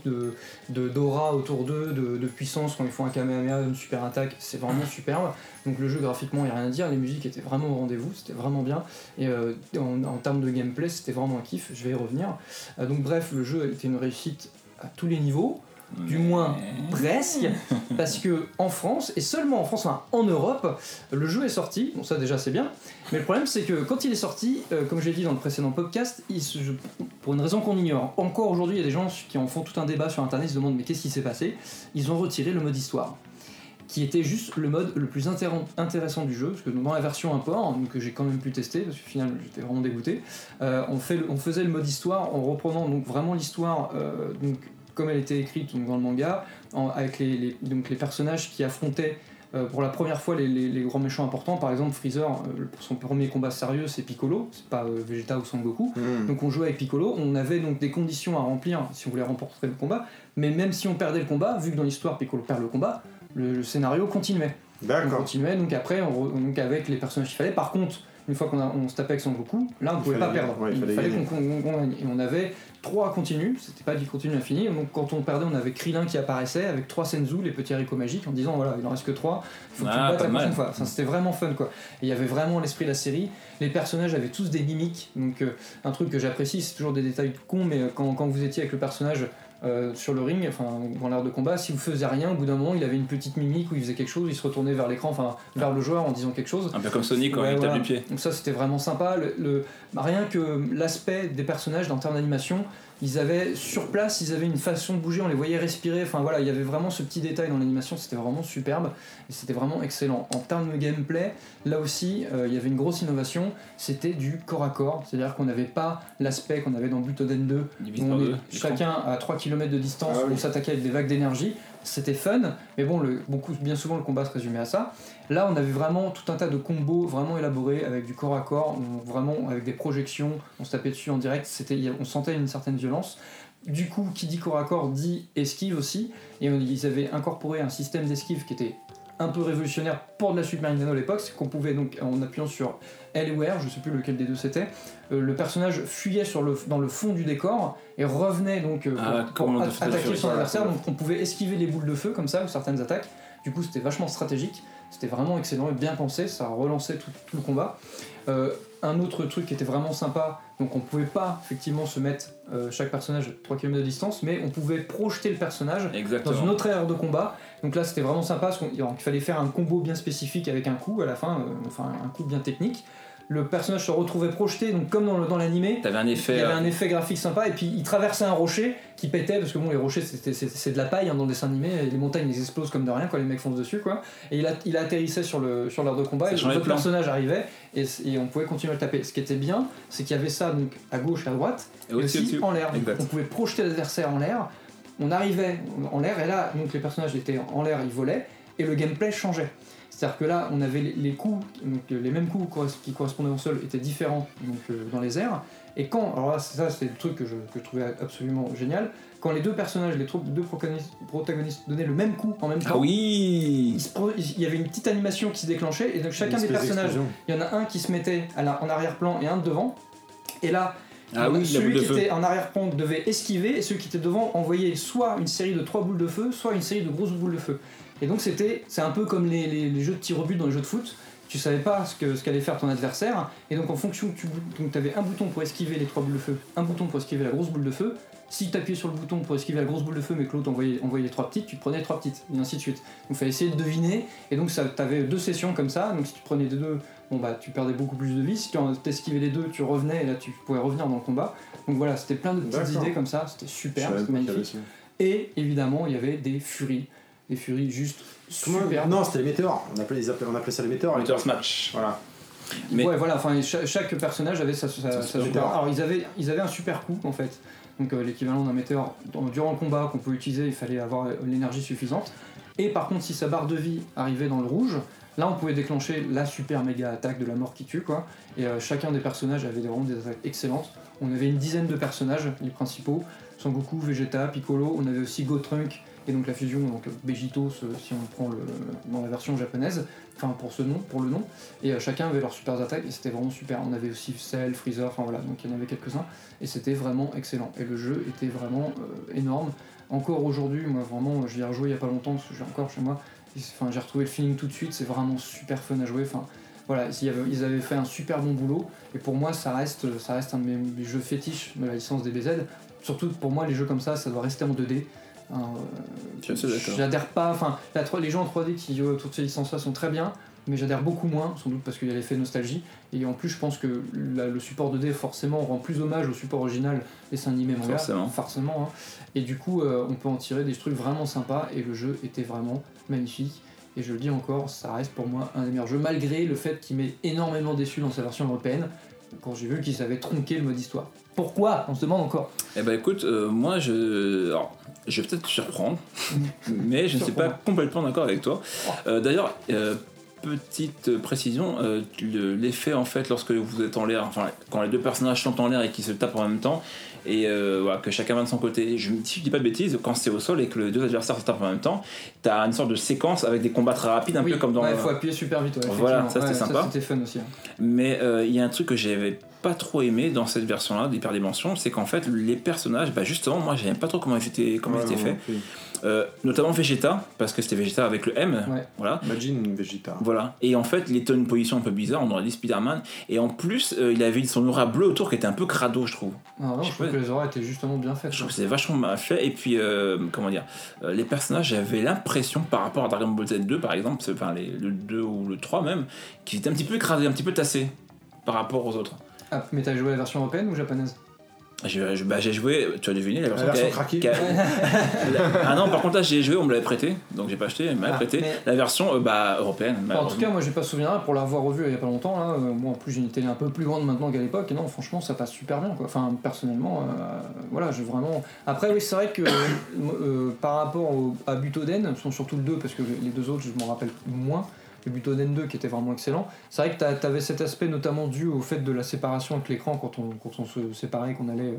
d'aura autour d'eux, de puissance quand ils font un Kamehameha, une super attaque, c'est vraiment superbe. Donc le jeu graphiquement, il n'y a rien à dire. Les musiques étaient vraiment au rendez-vous, c'était vraiment bien. Et en termes de gameplay, c'était vraiment un kiff. Je vais y revenir. Donc bref, le jeu était une réussite à tous les niveaux. Du moins presque, parce que en France, et seulement en France, enfin en Europe, le jeu est sorti, bon ça déjà c'est bien, mais le problème c'est que quand il est sorti, comme je l'ai dit dans le précédent podcast, pour une raison qu'on ignore, encore aujourd'hui il y a des gens qui en font tout un débat sur internet, ils se demandent mais qu'est-ce qui s'est passé, ils ont retiré le mode histoire, qui était juste le mode le plus intéressant du jeu, parce que dans la version import, que j'ai quand même pu tester, parce que au final j'étais vraiment dégoûté, on faisait le mode histoire en reprenant donc vraiment l'histoire, donc comme elle était écrite donc, dans le manga, avec les personnages qui affrontaient pour la première fois les grands méchants importants. Par exemple, Freezer, son premier combat sérieux, c'est Piccolo, c'est pas Vegeta ou Son Goku. Donc on jouait avec Piccolo, on avait donc des conditions à remplir si on voulait remporter le combat, mais même si on perdait le combat, vu que dans l'histoire Piccolo perd le combat, le scénario continuait. D'accord. On continuait, donc après, donc avec les personnages qu'il fallait. Par contre, une fois qu'on se tapait avec Son Goku, là on pouvait pas perdre. Ouais, il fallait qu'on gagne. Et on avait 3 continues, c'était pas du continu infini, donc quand on perdait, on avait Krillin qui apparaissait avec 3 Senzu, les petits haricots magiques, en disant voilà, il en reste que 3, il faut que tu le battes la prochaine fois. Enfin, c'était vraiment fun quoi. Et il y avait vraiment l'esprit de la série, les personnages avaient tous des mimiques, donc un truc que j'apprécie, c'est toujours des détails cons, mais quand vous étiez avec le personnage sur le ring, enfin dans l'art de combat, si vous faisiez rien, au bout d'un moment il avait une petite mimique où il faisait quelque chose, il se retournait vers l'écran, enfin vers le joueur en disant quelque chose. Un peu comme Sonic quand il tape du pied. Donc ça c'était vraiment sympa. Rien que l'aspect des personnages en termes d'animation, ils avaient sur place, ils avaient une façon de bouger, on les voyait respirer, enfin voilà, il y avait vraiment ce petit détail dans l'animation, c'était vraiment superbe et c'était vraiment excellent. En termes de gameplay, là aussi il y avait une grosse innovation, c'était du corps à corps, c'est-à-dire qu'on n'avait pas l'aspect qu'on avait dans Butoden 2, où on est chacun à 3 km de distance, où on s'attaquait avec des vagues d'énergie. C'était fun, mais bon, bien souvent le combat se résumait à ça. Là, on avait vraiment tout un tas de combos vraiment élaborés avec du corps à corps, vraiment avec des projections, on se tapait dessus en direct, on sentait une certaine violence. Du coup, qui dit corps à corps dit esquive aussi, et ils avaient incorporé un système d'esquive qui était un peu révolutionnaire pour de la Super Nintendo à l'époque, c'est qu'on pouvait donc, en appuyant sur L ou R, je sais plus lequel des deux c'était, le personnage fuyait dans le fond du décor et revenait donc pour attaquer son adversaire, donc on pouvait esquiver les boules de feu comme ça ou certaines attaques. Du coup c'était vachement stratégique, c'était vraiment excellent et bien pensé, ça relançait tout le combat. Un autre truc qui était vraiment sympa, donc on pouvait pas effectivement se mettre chaque personnage 3 km de distance, mais on pouvait projeter le personnage dans une autre aire de combat. Donc là c'était vraiment sympa parce qu'il fallait faire un combo bien spécifique avec un coup à la fin, enfin un coup bien technique. Le personnage se retrouvait projeté, donc comme dans l'animé, il y avait un effet graphique sympa, et puis il traversait un rocher qui pétait, parce que bon, les rochers c'est de la paille dans le dessin animé, et les montagnes ils explosent comme de rien quand les mecs foncent dessus quoi. Et il atterrissait sur l'aire de combat, et l'autre personnage arrivait, et on pouvait continuer à le taper. Ce qui était bien, c'est qu'il y avait ça donc à gauche et à droite, et aussi en l'air. On pouvait projeter l'adversaire en l'air, on arrivait en l'air, et là donc les personnages étaient en l'air, ils volaient, et le gameplay changeait. C'est-à-dire que là, on avait les coups, donc les mêmes coups qui correspondaient au sol étaient différents donc, dans les airs. Et alors là, ça c'est le truc que je trouvais absolument génial, quand les deux personnages, les deux protagonistes donnaient le même coup en même temps, il y avait une petite animation qui se déclenchait, et donc chacun des personnages, il y en a un qui se mettait en arrière-plan et un devant, et là, celui qui était en arrière-plan devait esquiver, et celui qui était devant envoyait soit une série de 3 boules de feu, soit une série de grosses boules de feu. Et donc c'est un peu comme les jeux de tir au but dans les jeux de foot, tu savais pas ce qu'allait faire ton adversaire, et donc en fonction tu avais un bouton pour esquiver les 3 boules de feu, un bouton pour esquiver la grosse boule de feu. Si tu appuyais sur le bouton pour esquiver la grosse boule de feu mais que l'autre envoyait les 3 petites, tu te prenais les 3 petites, et ainsi de suite. Donc il fallait essayer de deviner, et donc t'avais 2 sessions comme ça, donc si tu prenais les 2, bon bah tu perdais beaucoup plus de vie, si tu esquivais les 2, tu revenais, et là tu pouvais revenir dans le combat. Donc voilà, c'était plein de petites idées comme ça, c'était super, c'était magnifique. Et évidemment, il y avait des furies. Les furies juste super. Non, c'était les météores. On appelait ça les météores. Météores Smash. Voilà. Ouais, voilà. Enfin, chaque personnage avait sa météore. Alors ils avaient un super coup en fait. donc l'équivalent d'un météore durant le combat qu'on peut utiliser, il fallait avoir l'énergie suffisante. Et par contre, si sa barre de vie arrivait dans le rouge, là on pouvait déclencher la super méga attaque de la mort qui tue, quoi. Et chacun des personnages avait vraiment des attaques excellentes. On avait une dizaine de personnages, les principaux, Sangoku, Vegeta, Piccolo, on avait aussi Gotrunk, et donc la fusion, donc Begitos, si on prend dans la version japonaise, enfin pour le nom, et chacun avait leurs super attaques, et c'était vraiment super. On avait aussi Cell, Freezer, enfin voilà, donc il y en avait quelques-uns, et c'était vraiment excellent. Et le jeu était vraiment énorme. Encore aujourd'hui, moi vraiment, j'y ai rejoué il y a pas longtemps, parce que j'ai encore chez moi, enfin, j'ai retrouvé le feeling tout de suite, c'est vraiment super fun à jouer, enfin voilà, ils avaient fait un super bon boulot, et pour moi ça reste un de mes jeux fétiches de la licence DBZ. Surtout pour moi, les jeux comme ça doit rester en 2D. J'adhère pas, enfin les jeux en 3D qui jouent toutes ces licences-là sont très bien, mais j'adhère beaucoup moins, sans doute parce qu'il y a l'effet nostalgie, et en plus je pense que le support 2D forcément rend plus hommage au support original dessin animé manga, forcément, hein. Et du coup on peut en tirer des trucs vraiment sympas, et le jeu était vraiment magnifique. Et je le dis encore, ça reste pour moi un des meilleurs jeux, malgré le fait qu'il m'ait énormément déçu dans sa version européenne, quand j'ai vu qu'ils avaient tronqué le mode histoire. Pourquoi ? On se demande encore. Eh ben écoute, moi je vais peut-être te surprendre, mais je ne suis pas complètement d'accord avec toi. D'ailleurs, petite précision, l'effet en fait lorsque vous êtes en l'air, enfin quand les deux personnages sont en l'air et qu'ils se tapent en même temps, et voilà, que chacun va de son côté, si je dis pas de bêtises, quand c'est au sol et que les deux adversaires se tapent en même temps, t'as une sorte de séquence avec des combats très rapides, un peu comme dans... Ouais, faut appuyer super vite, ouais, voilà, ça c'était sympa. Ça, c'était fun aussi. Hein. Mais il y a un truc que j'avais pas trop aimé dans cette version-là d'Hyperdimension, c'est qu'en fait les personnages, justement moi j'aimais pas trop comment ils étaient faits. Notamment Vegeta, parce que c'était Vegeta avec le M, voilà. Imagine Vegeta. Voilà. Et en fait, il était une position un peu bizarre, on aurait dit Spider-Man. Et en plus, il avait son aura bleu autour qui était un peu crado, je trouve. Non, je trouve que les auras étaient justement bien faites. Je trouve que c'était vachement bien fait. Et puis, comment dire, les personnages, j'avais l'impression par rapport à Dragon Ball Z 2, par exemple, enfin le 2 ou le 3 même, qu'ils étaient un petit peu écrasés, un petit peu tassés par rapport aux autres. Ah, mais t'as joué la version européenne ou japonaise ? J'ai joué, tu as deviné, la version craquée. Ah non, par contre là j'ai joué, on me l'avait prêté, donc j'ai pas acheté, on me l'avait prêté. Mais... la version européenne. En tout cas, moi j'ai pas souvenir, pour l'avoir revu il y a pas longtemps, là, moi en plus j'ai une télé un peu plus grande maintenant qu'à l'époque, et non, franchement ça passe super bien, quoi. Enfin, personnellement, voilà, j'ai vraiment. Après, oui, c'est vrai que par rapport à Butoden, surtout le 2, parce que les deux autres je m'en rappelle moins. Le Butoden 2 qui était vraiment excellent. C'est vrai que t'avais cet aspect notamment dû au fait de la séparation avec l'écran quand on se séparait, qu'on allait...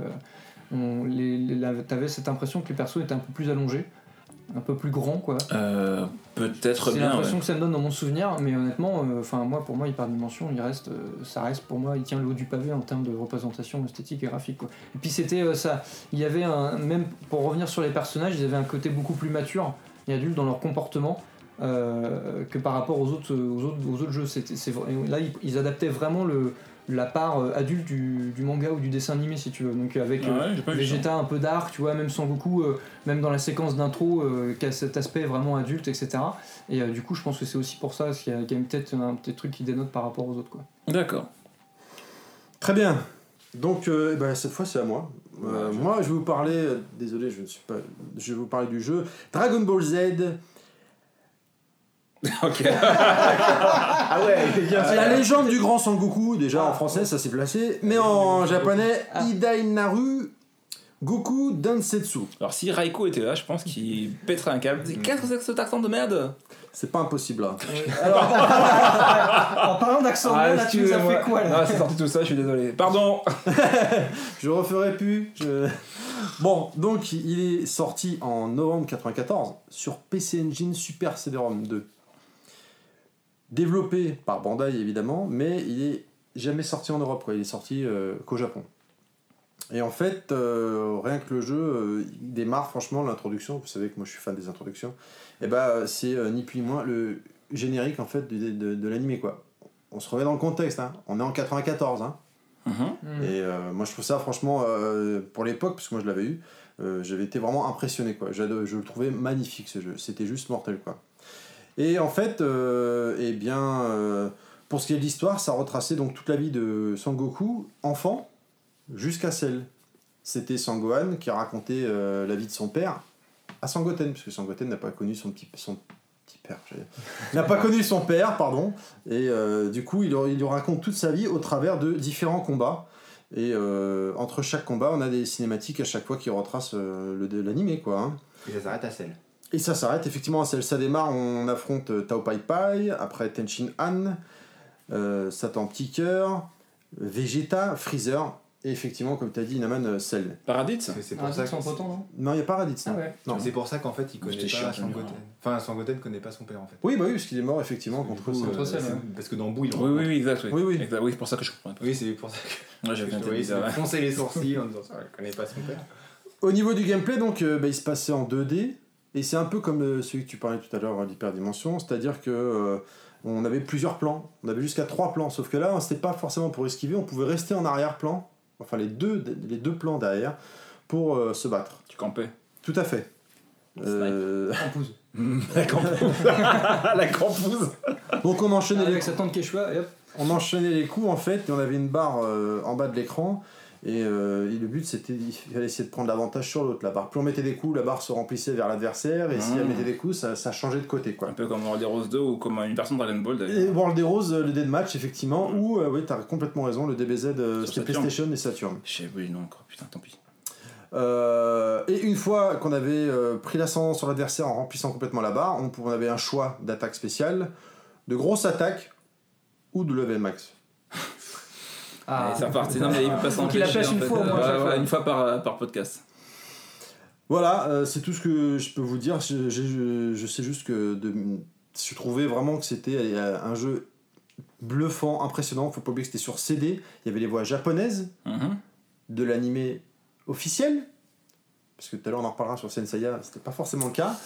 t'avais cette impression que les persos étaient un peu plus allongés, un peu plus grands, quoi. Peut-être c'est bien. C'est l'impression ouais. que ça me donne dans mon souvenir, mais honnêtement, pour moi, Hyperdimension, ça reste pour moi, il tient le haut du pavé en termes de représentation esthétique et graphique, quoi. Et puis c'était ça, il y avait même pour revenir sur les personnages, ils avaient un côté beaucoup plus mature et adulte dans leur comportement. Que par rapport aux autres jeux. Là, ils adaptaient vraiment la part adulte du manga ou du dessin animé, si tu veux. Donc avec Vegeta un peu dark, tu vois, même Sangoku, même dans la séquence d'intro, qui a cet aspect vraiment adulte, etc. Et du coup, je pense que c'est aussi pour ça qu'il y a peut-être un petit truc qui dénote par rapport aux autres, quoi. D'accord. Très bien. Donc, cette fois, c'est à moi. Moi, je vais vous parler... désolé, je vais vous parler du jeu Dragon Ball Z... Ok. Ah ouais, c'est la légende du grand Sangoku, déjà en français ça s'est placé, mais en japonais, Idainaru Goku Densetsu. Alors si Raiko était là, je pense qu'il pèterait un câble. Qu'est-ce que c'est que cet accent de merde ? C'est pas impossible là. Alors, en parlant d'accent de merde, là, tu nous as fait quoi là ? Ah, c'est sorti tout ça, je suis désolé. Pardon. Je referai plus. Bon, donc il est sorti en novembre 94 sur PC Engine Super CD-ROM 2. Développé par Bandai évidemment, mais il est jamais sorti en Europe, quoi. Il est sorti qu'au Japon. Et en fait, rien que le jeu, il démarre franchement l'introduction. Vous savez que moi je suis fan des introductions. Et c'est ni plus ni moins le générique en fait de l'animé, quoi. On se remet dans le contexte, hein. On est en 94, hein. Et moi je trouve ça franchement pour l'époque, parce que moi je l'avais eu, j'avais été vraiment impressionné, quoi. Je le trouvais magnifique ce jeu. C'était juste mortel, quoi. Et en fait, pour ce qui est de l'histoire, ça retraçait donc toute la vie de Sangoku, enfant, jusqu'à Cell. C'était Sangohan qui racontait la vie de son père à Sangoten, puisque Sangoten n'a pas connu son petit père. N'a pas connu son père, pardon. Et du coup, il lui raconte toute sa vie au travers de différents combats. Et entre chaque combat, on a des cinématiques à chaque fois qui retracent l'animé, quoi. Hein. Et ça s'arrête à Cell. Et ça s'arrête effectivement à Cell. Ça démarre, on affronte Tao Pai Pai, après Tenshin Han, Satan Petit Cœur, Vegeta, Freezer, et effectivement, comme tu as dit, Inaman, Cell. Paradis. C'est pour ça son que potent, non? Non, il n'y a pas Raditz. Ah Non. ouais. Non. c'est pour ça qu'en fait il connaît C'était pas chiant, Sangoten. Enfin Sangoten connaît pas son père en fait. Oui, bah oui, parce qu'il est mort effectivement contre Du coup, contre Cell, c'est- ouais. Parce que dans Bou il Oui, exact. Oui. Exact, oui, c'est pour ça que je comprends pas. Oui, c'est pour ça que Ouais, j'avais bien je entendu ça. Ouais. froncer les sourcils en disant ça, il connaît pas son père. Au niveau du gameplay, donc, il se passait en 2D, et c'est un peu comme celui que tu parlais tout à l'heure, l'hyperdimension, c'est-à-dire que on avait plusieurs plans, on avait jusqu'à 3 plans, sauf que là, c'était pas forcément pour esquiver, on pouvait rester en arrière-plan, enfin les deux plans derrière, pour se battre. Tu campais. Tout à fait. Campouse. La campouse. La campouse. Donc on enchaînait, Avec sa tante Quechua, et hop. on enchaînait les coups en fait, et on avait une barre en bas de l'écran. Et le but c'était il fallait essayer de prendre l'avantage sur l'autre, la barre. Plus on mettait des coups, la barre se remplissait vers l'adversaire, et si elle mettait des coups, ça changeait de côté, quoi. Un peu comme World Heroes 2 ou comme une version de Dragon Ball Et d'ailleurs. World Heroes, le Deathmatch, effectivement, ou oui, t'as complètement raison, le DBZ, c'était Saturn. PlayStation et Saturn. Je sais plus, non, encore, putain, tant pis. Et une fois qu'on avait pris l'ascendant sur l'adversaire en remplissant complètement la barre, on avait un choix d'attaque spéciale, de grosse attaque ou de level max. Ah. Et c'est reparti. Non, mais il peut pas Faut qu'il la pêche une fois, au moins, chaque fois. une fois par podcast. Voilà, c'est tout ce que je peux vous dire. Je sais juste que je trouvais vraiment que c'était un jeu bluffant, impressionnant. Faut pas oublier que c'était sur CD. Il y avait les voix japonaises de l'animé officiel. Parce que tout à l'heure on en reparlera sur Senseiya, c'était pas forcément le cas.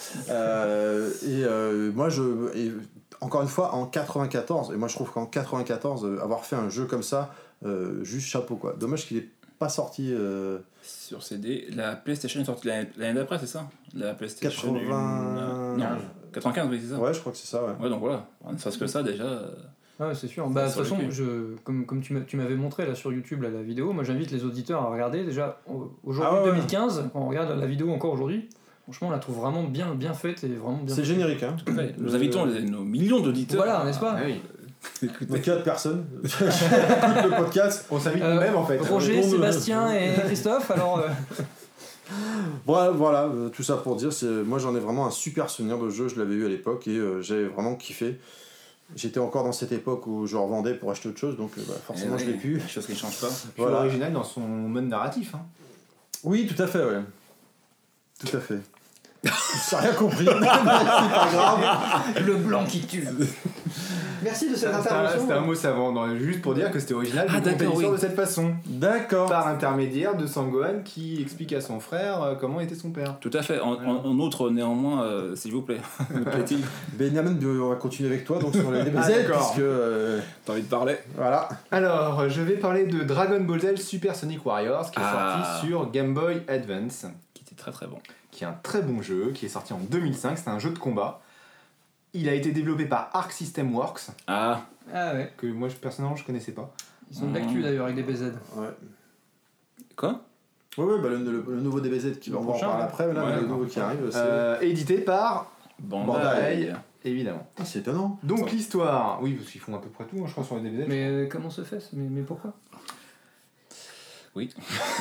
Moi, encore une fois, en 94, et moi je trouve qu'en 94, avoir fait un jeu comme ça, juste chapeau, quoi. Dommage qu'il ait pas sorti. Sur CD, la PlayStation est sortie l'année d'après, c'est ça? La PlayStation 80... Non, 95, oui, c'est ça. Ouais, je crois que c'est ça, ouais. Ouais, donc voilà, ne serait-ce que ça déjà. Ouais, c'est sûr. Bah, de toute Ça aurait façon, comme tu m'avais montré là sur YouTube là, la vidéo, moi j'invite les auditeurs à regarder. Déjà, aujourd'hui, Ah ouais. 2015, quand on regarde la vidéo encore aujourd'hui, franchement, on la trouve vraiment bien faite et vraiment bien. C'est générique, hein. Nous invitons nos millions d'auditeurs. Voilà, n'est-ce pas? Ah oui. Donc 4 personnes écoute le podcast. On s'invite nous-mêmes en fait. Roger, Répondre- Sébastien et Christophe, alors. Voilà, tout ça pour dire, moi j'en ai vraiment un super souvenir de jeu, je l'avais eu à l'époque et j'avais vraiment kiffé. J'étais encore dans cette époque où je revendais pour acheter autre chose, donc forcément je l'ai pu. Chose qui ne change pas. Puis Voilà. original dans son mode narratif. Hein. Oui, tout à fait, ouais. Tout à fait. J'ai rien compris. C'est pas grave. Le blanc qui tue. Merci de cette C'était intervention. un mot savant, juste pour dire que c'était original de d'accord, compter l'histoire oui. de cette façon. D'accord. Par intermédiaire de Sangohan qui explique à son frère comment était son père. Tout à fait. En outre, néanmoins, s'il vous plaît. Vous plaît-il? Benjamin, on va continuer avec toi donc sur les DBZ, Ah, d'accord. puisque T'as envie de parler? voilà. Alors, je vais parler de Dragon Ball Z Super Sonic Warriors qui est Ah. sorti sur Game Boy Advance, Qui était très très bon. qui est un très bon jeu, qui est sorti en 2005, c'est un jeu de combat. Il a été développé par Arc System Works, Ah, Ah ouais. que moi personnellement je connaissais pas. Ils sont de l'actu d'ailleurs avec des BZ. Ouais. quoi? Ouais, le nouveau DBZ qui va en prochain, parler ouais. après, là, Ouais, le d'accord. nouveau qui arrive, c'est. Édité par Bandai. évidemment. Ah, c'est étonnant. Donc l'histoire, oui, parce qu'ils font à peu près tout, hein, je crois, sur les DBZ. Mais comment se fait mais pourquoi? Oui.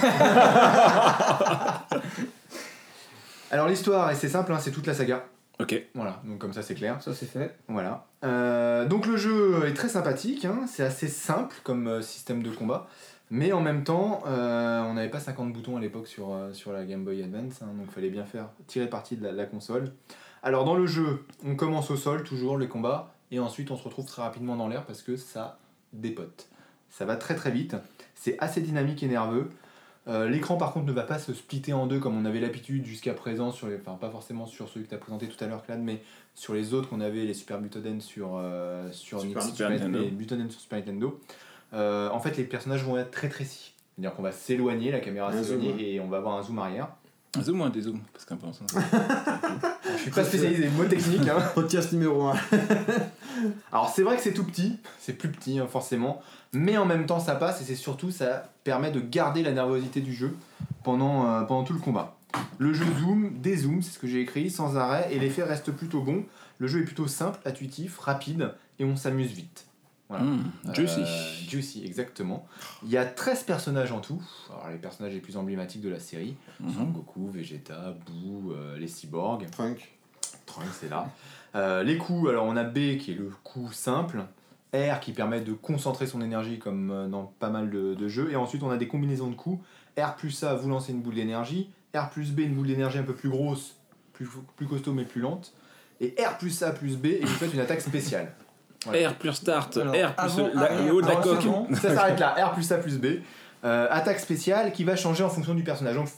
Alors l'histoire, et c'est simple, hein, c'est toute la saga. Ok. Voilà, donc comme ça c'est clair. Ça c'est fait. Voilà. Donc le jeu est très sympathique, hein, c'est assez simple comme système de combat, mais en même temps, on n'avait pas 50 boutons à l'époque sur la Game Boy Advance, hein, donc il fallait bien tirer parti de la console. Alors dans le jeu, on commence au sol, toujours les combats, et ensuite on se retrouve très rapidement dans l'air parce que ça dépote. Ça va très très vite, c'est assez dynamique et nerveux. L'écran par contre ne va pas se splitter en deux comme on avait l'habitude jusqu'à présent, enfin pas forcément sur celui que tu as présenté tout à l'heure Clad, mais sur les autres qu'on avait, les Super Butoden sur Super Nintendo. les Butoden sur Super Nintendo. En fait les personnages vont être très précis, c'est-à-dire qu'on va s'éloigner, la caméra Un s'éloigner zoom, ouais. et on va avoir un zoom arrière. Un zoom ou un dézoom? Parce qu'un peu ensemble. Je suis pas spécialisé mots techniques, hein. Podcast numéro 1. Alors c'est vrai que c'est tout petit, c'est plus petit hein, forcément, mais en même temps ça passe et c'est surtout ça permet de garder la nervosité du jeu pendant tout le combat. Le jeu zoom, dézoom, c'est ce que j'ai écrit, sans arrêt, et l'effet reste plutôt bon. Le jeu est plutôt simple, intuitif, rapide, et on s'amuse vite. Voilà. Juicy. Juicy, exactement. Il y a 13 personnages en tout. Alors, les personnages les plus emblématiques de la série sont Goku, Vegeta, Boo, les cyborgs. Trunks, c'est là. Les coups, alors on a B qui est le coup simple, R qui permet de concentrer son énergie comme dans pas mal de jeux, et ensuite on a des combinaisons de coups. R plus A, vous lancez une boule d'énergie. R plus B, une boule d'énergie un peu plus grosse, plus costaud mais plus lente. Et R plus A plus B, et vous faites une attaque spéciale. Voilà. R plus start, Alors, R plus le haut de la coque. Ça s'arrête là, R plus A plus B. Attaque spéciale qui va changer en fonction du personnage. Donc,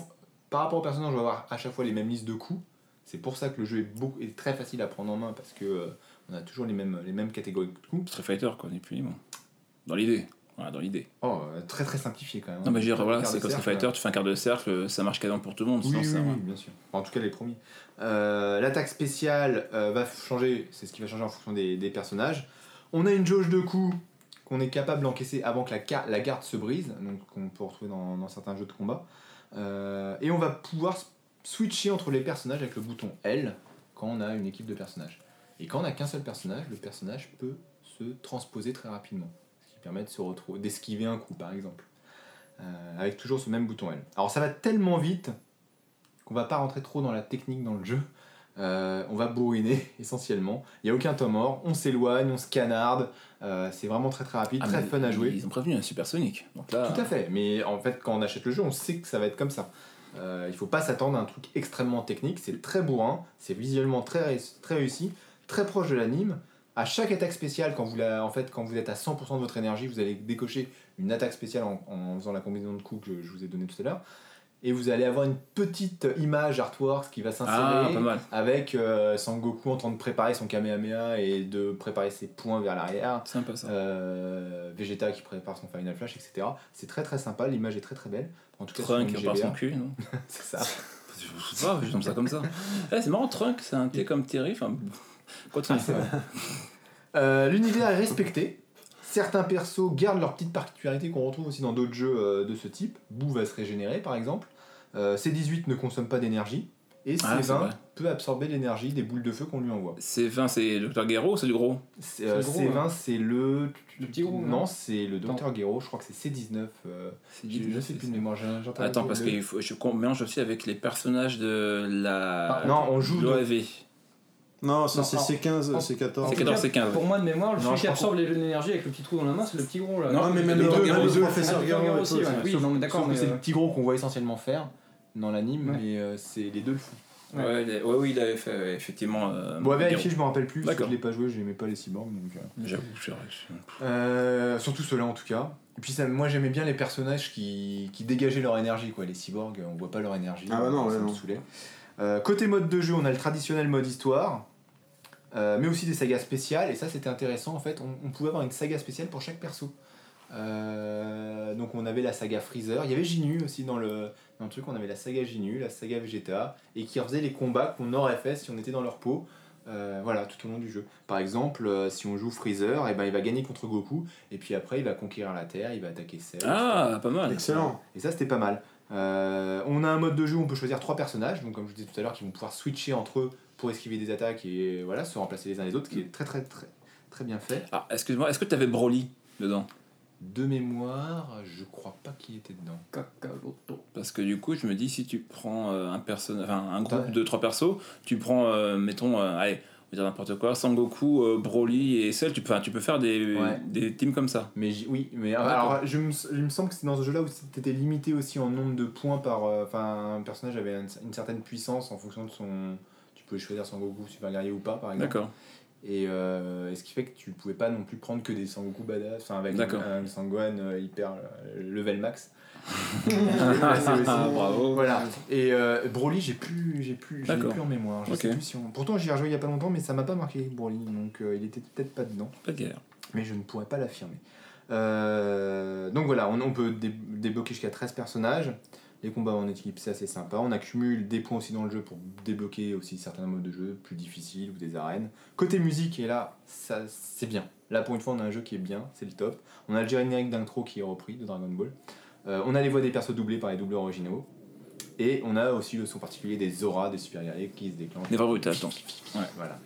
par rapport au personnage, on va avoir à chaque fois les mêmes listes de coups. C'est pour ça que le jeu est très facile à prendre en main, parce que on a toujours les mêmes catégories de coups. Street Fighter, quoi, ni plus ni moins. Dans l'idée. Voilà, dans l'idée. Oh, très très simplifié quand même. Non, mais je veux dire, voilà, c'est comme Street Fighter, tu fais un quart de cercle, ça marche quasiment pour tout le monde. Oui, bien sûr. En tout cas, les premiers. L'attaque spéciale va changer, c'est ce qui va changer en fonction des personnages. On a une jauge de coups qu'on est capable d'encaisser avant que la garde se brise, donc qu'on peut retrouver dans certains jeux de combat. Et on va pouvoir switcher entre les personnages avec le bouton L quand on a une équipe de personnages. Et quand on n'a qu'un seul personnage, le personnage peut se transposer très rapidement. Permet de se retrouver, d'esquiver un coup par exemple, avec toujours ce même bouton L. Alors ça va tellement vite qu'on va pas rentrer trop dans la technique dans le jeu, on va bourriner essentiellement, il n'y a aucun temps mort, on s'éloigne, on se canarde, c'est vraiment très très rapide, très fun à jouer. Ils ont prévenu un Super Sonic. Donc là... Tout à fait, mais en fait quand on achète le jeu on sait que ça va être comme ça. Il faut pas s'attendre à un truc extrêmement technique, c'est très bourrin, c'est visuellement très réussi, très proche de l'anime. À chaque attaque spéciale, quand vous êtes à 100% de votre énergie, vous allez décocher une attaque spéciale en faisant la combinaison de coups que je vous ai donné tout à l'heure. Et vous allez avoir une petite image artwork qui va s'insérer avec Sangoku en train de préparer son Kamehameha et de préparer ses points vers l'arrière. Sympa ça. Vegeta qui prépare son Final Flash, etc. C'est très très sympa, l'image est très très belle. En tout cas, Trunk qui prépare son cul, non? C'est ça. Je sais pas, je tombe ça comme ça. C'est marrant, Trunk, c'est un thé comme Terry. Enfin, quoi de son l'univers est respecté. Certains persos gardent leurs petites particularités qu'on retrouve aussi dans d'autres jeux de ce type. Boo va se régénérer par exemple. C18 ne consomme pas d'énergie. Et C20 peut absorber l'énergie des boules de feu qu'on lui envoie. C20 c'est le Dr Gero ou c'est le gros? C20 c'est le petit gros. Non, c'est le Dr Gero, je crois que c'est C19. Je sais plus de mémoire. Attends, parce que je mélange aussi avec les personnages de la. Non, on joue l'OAV. Non, ça c'est C15, C14. C'est 14, C15. Pour moi de mémoire, celui qui absorbe l'énergie avec le petit trou dans la main, c'est le petit gros là. Non, mais même les deux professeurs Gero aussi. Oui, non, mais d'accord. C'est le petit gros qu'on voit essentiellement faire dans l'anime, mais c'est les deux le font. Oui, il avait fait effectivement. Bon, à vérifier, je me rappelle plus, parce que D'accord. je l'ai pas joué, j'aimais pas les cyborgs. Donc, J'avoue, c'est vrai. surtout ceux-là en tout cas. Et puis moi j'aimais bien les personnages qui dégageaient leur énergie, quoi. Les cyborgs, on voit pas leur énergie. Ah bah non, ça me saoulait. Côté mode de jeu, on a le traditionnel mode histoire, mais aussi des sagas spéciales, et ça c'était intéressant en fait, on pouvait avoir une saga spéciale pour chaque perso. Donc on avait la saga Freezer, il y avait Ginu aussi dans le truc, on avait la saga Ginu, la saga Vegeta, et qui refaisait les combats qu'on aurait fait si on était dans leur peau, voilà, tout au long du jeu. Par exemple, si on joue Freezer, et ben, il va gagner contre Goku, et puis après il va conquérir la Terre, il va attaquer Cell. Ah, pas mal. Excellent. Et ça c'était pas mal. On a un mode de jeu où on peut choisir 3 personnages, donc comme je vous disais tout à l'heure, qui vont pouvoir switcher entre eux pour esquiver des attaques et voilà, se remplacer les uns les autres, qui est très très très très bien fait. Ah, excuse-moi, est-ce que tu avais Broly dedans? De mémoire, je crois pas qu'il était dedans. Kakaroto. Parce que du coup, je me dis, si tu prends un groupe de 3 persos, tu prends, mettons, allez, on va dire n'importe quoi, Sangoku, Broly et Cell, tu peux faire des teams comme ça. Mais alors, il me semble que c'est dans ce jeu-là où t'étais limité aussi en nombre de points par. Un personnage avait une certaine puissance en fonction de son. Tu pouvais choisir Sangoku super guerrier ou pas, par exemple. D'accord. Et ce qui fait que tu pouvais pas non plus prendre que des Sangoku badass, avec un Sangohan hyper level max. Bravo. Voilà. Et Broly, j'ai plus en mémoire. Je sais plus si Pourtant, j'y ai rejoué il y a pas longtemps, mais ça m'a pas marqué Broly, donc il était peut-être pas dedans. Pas de guerre. Mais je ne pourrais pas l'affirmer. Donc voilà, on peut débloquer jusqu'à 13 personnages. Les combats en équipe, c'est assez sympa. On accumule des points aussi dans le jeu pour débloquer aussi certains modes de jeu plus difficiles ou des arènes. Côté musique, et là, ça, c'est bien. Là, pour une fois, on a un jeu qui est bien, c'est le top. On a le générique d'intro qui est repris de Dragon Ball. On a les voix des persos doublés par les doubleurs originaux. Et on a aussi le son particulier des auras des super guerriers qui se déclenchent. Des vrais brutales, donc. Ouais, voilà.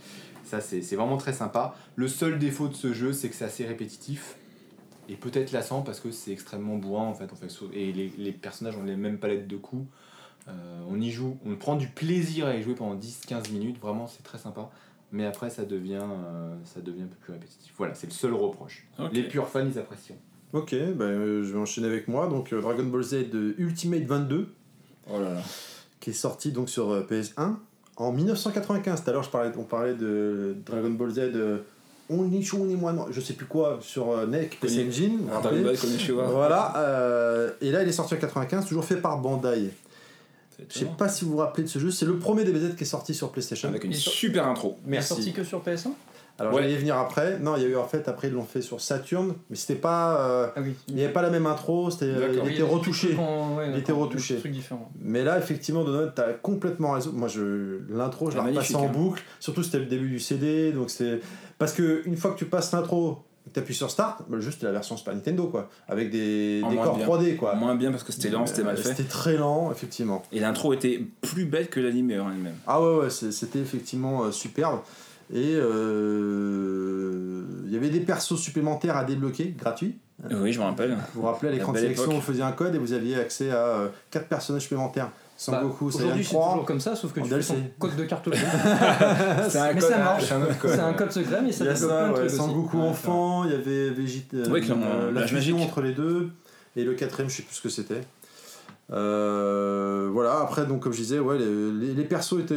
Ça, c'est vraiment très sympa. Le seul défaut de ce jeu, c'est que c'est assez répétitif. Et peut-être lassant parce que c'est extrêmement bourrin en fait. Et les personnages ont les mêmes palettes de coups. On y joue, on prend du plaisir à y jouer pendant 10-15 minutes. Vraiment, c'est très sympa. Mais après, ça devient un peu plus répétitif. Voilà, c'est le seul reproche. Ok. Les purs fans, ils apprécient. Ok, je vais enchaîner avec moi. Donc Dragon Ball Z Ultimate 22, Oh là là. qui est sorti donc sur PS1 en 1995. Tout à l'heure, on parlait de Dragon Ball Z Only moi, je sais plus quoi, sur NEC, PC Engine. vous vous Dragon rappelez Ball Konnichiwa. Voilà, et là il est sorti en 95, toujours fait par Bandai. Je sais pas si vous vous rappelez de ce jeu, c'est le premier DBZ qui est sorti sur PlayStation. Avec une Il est super intro. Il est Merci. sorti que sur PS1 Alors Ouais. j'allais y venir après. Non, il y a eu en fait, après ils l'ont fait sur Saturn, mais c'était pas. Ah oui. Il n'y avait pas la même intro, il D'accord. était retouché. Il était retouché. Des trucs différents. Mais là, effectivement, Donovan, t'as complètement raison. Moi, l'intro, je la repassais Magnifique, en hein. boucle. Surtout, c'était le début du CD. Donc c'est parce que une fois que tu passes l'intro, que t'appuies sur Start, bah, juste la version Super Nintendo, quoi. Avec des En décors moins 3D, quoi. Moins bien parce que c'était lent, c'était mal fait. C'était très lent, effectivement. Et l'intro était plus belle que l'animé en elle-même. Ah ouais, c'était effectivement superbe. Et il y avait des persos supplémentaires à débloquer, gratuits. Oui, je me rappelle. Vous vous rappelez, à l'écran de La belle sélection, époque. vous faisiez un code et vous aviez accès à 4 personnages supplémentaires. Sangoku, Saiyan Aujourd'hui, c'est 3. toujours comme ça, sauf que en tu fais ton DLC. code de carte bleue. C'est un Mais code. ça marche. C'est un autre code. C'est un code secret, mais ça Il y a débloque ça, plein de ouais, trucs aussi. Sangoku Ouais, enfant, il y avait Vegeta, Oui, clairement, la l'âge fusion magique. entre les deux, et le quatrième, je sais plus ce que c'était. Voilà, après, donc, comme je disais, ouais, les persos étaient.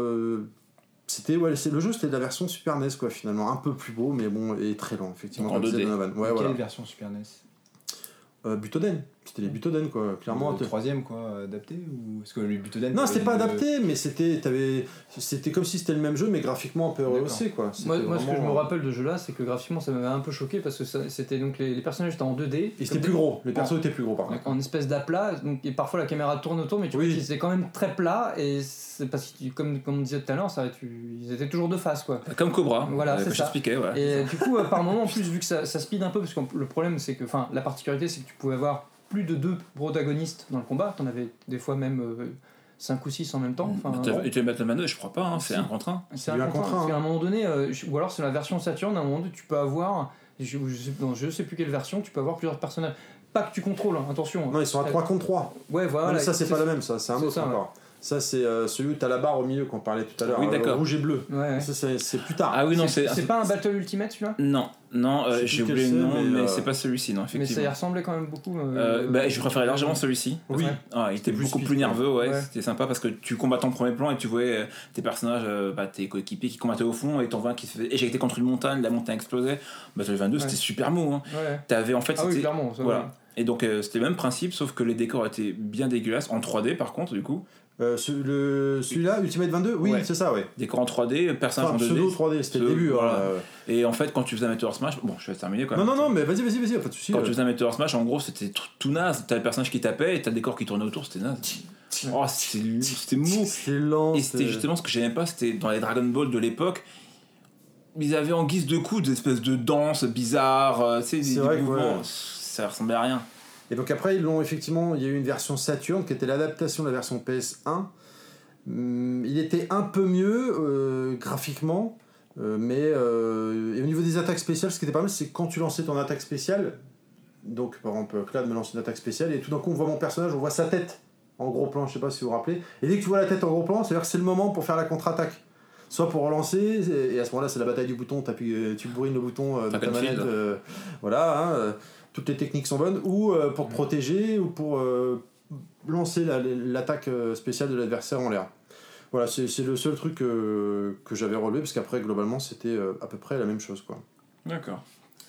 Le jeu, c'était de la version Super NES, quoi, finalement. Un peu plus beau, mais bon, et très lent, effectivement. Donc en comme disait 2D. Donovan. Ouais, Quelle voilà. version Super NES Butoden. C'était les Butoden, quoi, clairement. Le troisième, quoi, adapté ou... Parce que le Butoden... Non, c'était pas t'avais adapté, mais c'était comme si c'était le même jeu, mais graphiquement un peu D'accord. rehaussé, quoi. Moi, C'était ce que je me vraiment- rappelle de ce jeu-là, c'est que graphiquement ça m'avait un peu choqué parce que c'était donc les personnages étaient en 2D. Et c'était plus gros, les persos étaient plus gros, par contre. En espèce d'aplat, donc et parfois la caméra tourne autour, mais tu vois Oui. qu'ils étaient quand même très plats et c'est parce que comme on disait tout à l'heure, ils étaient toujours de face quoi. Comme Cobra. Voilà, c'est que ça. j'expliquais, ouais. Et du coup, par moment, en plus, vu que ça speed un peu, parce que le problème, c'est que, enfin, la particularité, c'est que tu pouvais avoir plus de 2 protagonistes dans le combat. T'en avais des fois même 5 ou 6 en même temps. Enfin, Et tu vas mettre je crois pas, hein, c'est Si. un contre un. c'est Il y a un eu un contrat. contrat, Parce hein. qu'à un moment donné, ou alors c'est la version Saturn, à un moment donné, tu peux avoir, je sais plus quelle version, tu peux avoir plusieurs personnages. Pas que tu contrôles, hein, attention. Non, ils sont à 3 contre 3. Ouais, voilà. Non, mais ça, c'est pas la même, ça, c'est un c'est autre ça, ouais. encore. Ça, c'est celui où t'as la barre au milieu qu'on parlait tout à l'heure. Oui, d'accord. Rouge et bleu. Ouais. Ça, c'est plus tard. Ah oui, non, c'est. C'est pas un Battle Ultimate celui-là, Non, Je sais j'ai plus oublié quel le nom, c'est, mais mais, c'est pas celui-ci, non, mais ça y effectivement. ressemblait quand même beaucoup. Je préférais largement celui-ci. Oui. Ah, il était plus beaucoup speed, plus nerveux, ouais, Ouais. c'était sympa parce que tu combattes en premier plan et tu voyais tes personnages, tes coéquipiers qui combattaient au fond et t'en vois un qui se fait éjecter contre une montagne, la montagne explosait. Battle 22, c'était Ouais. super mou. Hein. Ouais. T'avais en fait, Ah oui, c'était- clairement. Ça, voilà. Et donc c'était le même principe, sauf que les décors étaient bien dégueulasses, en 3D par contre, du coup. Celui-là, Ultimate 22, oui, Ouais. c'est ça, ouais. Décors en 3D, personnages Enfin, en 2D. pseudo 3D, c'était le Pseudo, début. voilà. hein. Et en fait, quand tu faisais un Meteor Smash, bon, je vais terminer quand même. Non, mais vas-y, pas de soucis. Quand tu faisais un Meteor Smash, en gros, c'était tout naze. T'as le personnage qui tapait et t'as le décor qui tournait autour, c'était naze. Oh, c'était mou. C'est lent. Et c'était justement ce que j'aimais pas, c'était dans les Dragon Ball de l'époque, ils avaient en guise de coups des espèces de danses bizarres, tu sais, C'est des vrai que, mouvements, ouais. ça ressemblait à rien. Et donc après, il y a eu une version Saturn qui était l'adaptation de la version PS1. Il était un peu mieux graphiquement, mais et au niveau des attaques spéciales, ce qui était pas mal, c'est que quand tu lançais ton attaque spéciale, donc par exemple Clad me lance une attaque spéciale, et tout d'un coup on voit mon personnage, on voit sa tête en gros plan, je sais pas si vous vous rappelez, et dès que tu vois la tête en gros plan, c'est-à-dire que c'est le moment pour faire la contre-attaque. Soit pour relancer, et à ce moment-là c'est la bataille du bouton, tu bourrines le bouton de ta Falcon manette, Field. voilà, hein, toutes les techniques sont bonnes, ou pour te protéger, ou pour lancer l'attaque spéciale de l'adversaire en l'air. Voilà, c'est le seul truc que j'avais relevé, parce qu'après globalement c'était à peu près la même chose, quoi. D'accord.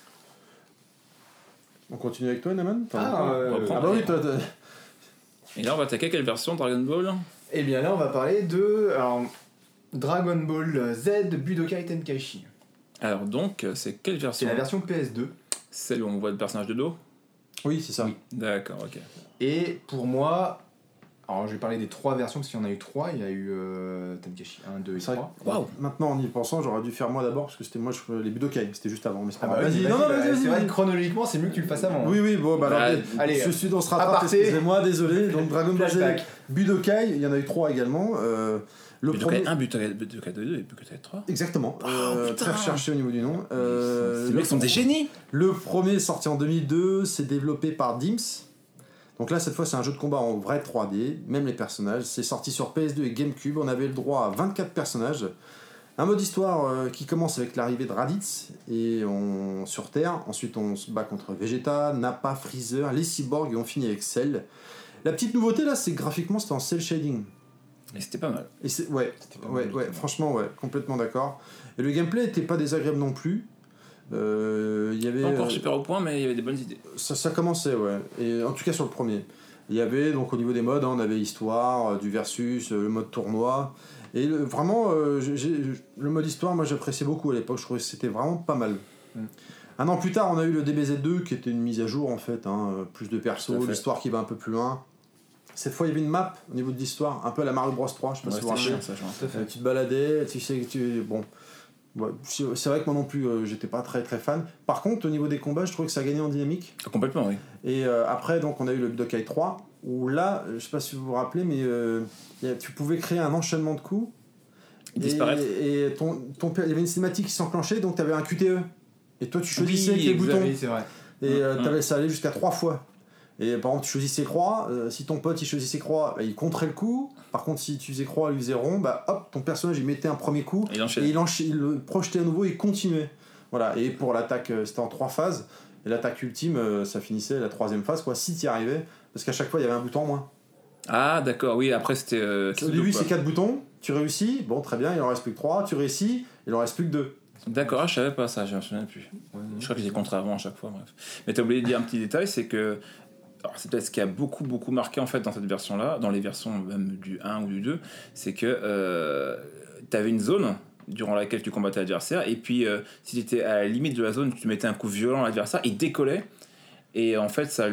On continue avec toi, Naman reprends. bah oui, toi, Et là, on va attaquer quelle version de Dragon Ball? Et bien là, on va parler de Dragon Ball Z Budokai Tenkaichi. Alors donc, c'est quelle C'est version? la version PS2. Celle où on voit le personnage de dos? oui, c'est ça. Oui. D'accord, ok. Et pour moi, alors je vais parler des 3 versions parce qu'il y en a eu 3. Il y a eu Tenkaichi 1, 2 et C'est vrai 3. Waouh! Maintenant, en y pensant, j'aurais dû faire moi d'abord, parce que c'était moi, les Budokai, c'était juste avant, mais c'est pas Ah bah grave. vas-y, non, vas-y, vas-y, c'est vrai vas-si. que chronologiquement, c'est mieux que tu le fasses avant. Oui, bon, bah alors, allez, je suis dans ce rattrape, aparté. excusez-moi, désolé. Donc Dragon Ball Z Flashback. Budokai, il y en a eu 3 également. Le Budokai premier... 1, Budokai 2 et Budokai 3. Exactement, putain. très recherché au niveau du nom. Les mecs sont des génies. Le premier est sorti en 2002, c'est développé par Dims. Donc là, cette fois, c'est un jeu de combat en vrai 3D, même les personnages. C'est sorti sur PS2 et GameCube. On avait le droit à 24 personnages. Un mode histoire qui commence avec l'arrivée de Raditz sur Terre. Ensuite, on se bat contre Vegeta, Nappa, Freezer, les cyborgs et on finit avec Cell. La petite nouveauté là, c'est que graphiquement, c'était en cel shading. Et c'était pas mal. Et franchement, complètement d'accord. Et le gameplay était pas désagréable non plus. Il y avait Pas encore super au point, mais il y avait des bonnes idées. Ça commençait, ouais. Et en tout cas sur le premier. Il y avait donc au niveau des modes, on avait histoire, du versus, le mode tournoi. Et vraiment, le mode histoire, moi j'appréciais beaucoup à l'époque. Je trouvais que c'était vraiment pas mal. Un an plus tard, on a eu le DBZ2 qui était une mise à jour en fait, plus de persos, l'histoire qui va un peu plus loin. Cette fois, il y avait une map au niveau de l'histoire, un peu à la Mario Bros 3, je sais pas si vous vous rappelez. Tu te baladais, tu sais que bon. Ouais, c'est vrai que moi non plus, j'étais pas très très fan. Par contre, au niveau des combats, je trouvais que ça gagnait en dynamique. Complètement, oui. Et après, donc, on a eu le Budokai 3, où là, je sais pas si vous vous rappelez, mais tu pouvais créer un enchaînement de coups. Disparaître. Et il y avait une cinématique qui s'enclenchait, donc tu avais un QTE. Et toi, tu choisissais avec les boutons. Oui, c'est vrai. Et ça allait jusqu'à 3 fois. Et par exemple, tu choisissais croix, si ton pote il choisissait croix, bah, il contrait le coup. Par contre, si tu faisais croix, il faisait rond, bah hop, ton personnage il mettait un premier coup, et il le projetait à nouveau et continuait. Voilà, et pour l'attaque, c'était en 3 phases. Et l'attaque ultime, ça finissait la 3ème phase, quoi, si tu y arrivais. Parce qu'à chaque fois, il y avait un bouton en moins. Ah, d'accord, oui, après c'était. Au début, c'est 4 boutons, tu réussis, bon, très bien, il en reste plus que 3, tu réussis, il en reste plus que 2. D'accord, je savais pas ça, je me souviens plus. Je crois que j'ai contrairement à chaque fois, bref. Mais t'as oublié de dire un petit détail, c'est que. Alors c'est peut-être ce qui a beaucoup marqué en fait dans cette version-là, dans les versions même du 1 ou du 2, c'est que t'avais une zone durant laquelle tu combattais l'adversaire, et puis si tu étais à la limite de la zone, tu mettais un coup violent à l'adversaire, il décollait, et en fait t'as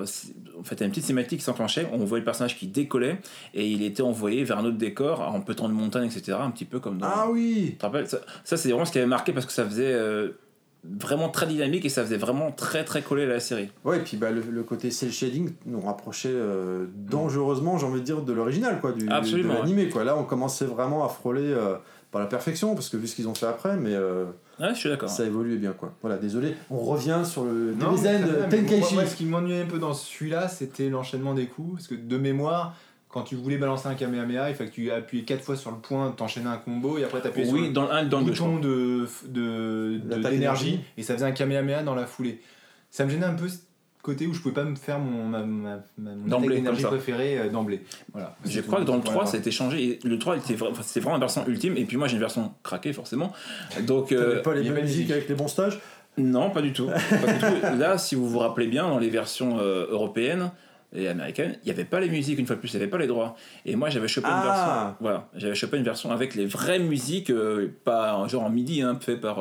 une petite cinématique qui s'enclenchait, on voyait le personnage qui décollait, et il était envoyé vers un autre décor, en pétant de montagne, etc., un petit peu comme dans... Ah oui. Tu te rappelles ça, c'est vraiment ce qui avait marqué, parce que ça faisait... vraiment très dynamique et ça faisait vraiment très très collé à la série. Ouais, et puis bah, le côté cel shading nous rapprochait dangereusement, j'ai envie de dire, de l'original, quoi, de l'animé, quoi. Là, on commençait vraiment à frôler pas la perfection, parce que vu ce qu'ils ont fait après, mais ouais, je suis d'accord. Ça évoluait bien, quoi. Voilà, désolé, on revient sur le DBZ Tenkaichi. Moi, ce qui m'ennuyait un peu dans celui-là, c'était l'enchaînement des coups, parce que de mémoire, quand tu voulais balancer un Kamehameha, il fallait que tu appuies 4 fois sur le point, t'enchaînais un combo et après t'appuyais sur le bouton d'énergie et ça faisait un Kamehameha dans la foulée. Ça me gênait un peu ce côté où je pouvais pas me faire mon attaque d'énergie préférée d'emblée. Voilà. Je crois que dans le 3 ça a été changé. Le 3 c'était vraiment la version ultime et puis moi j'ai une version craquée forcément. Donc t'avais pas les bonnes musiques avec les bons stages ? Non, pas du tout. Là, si vous vous rappelez bien, dans les versions européennes et américaine, il n'y avait pas les musiques, une fois de plus, il n'y avait pas les droits. Et moi, j'avais chopé une version. Voilà, j'avais chopé une version avec les vraies musiques, pas genre en MIDI, fait par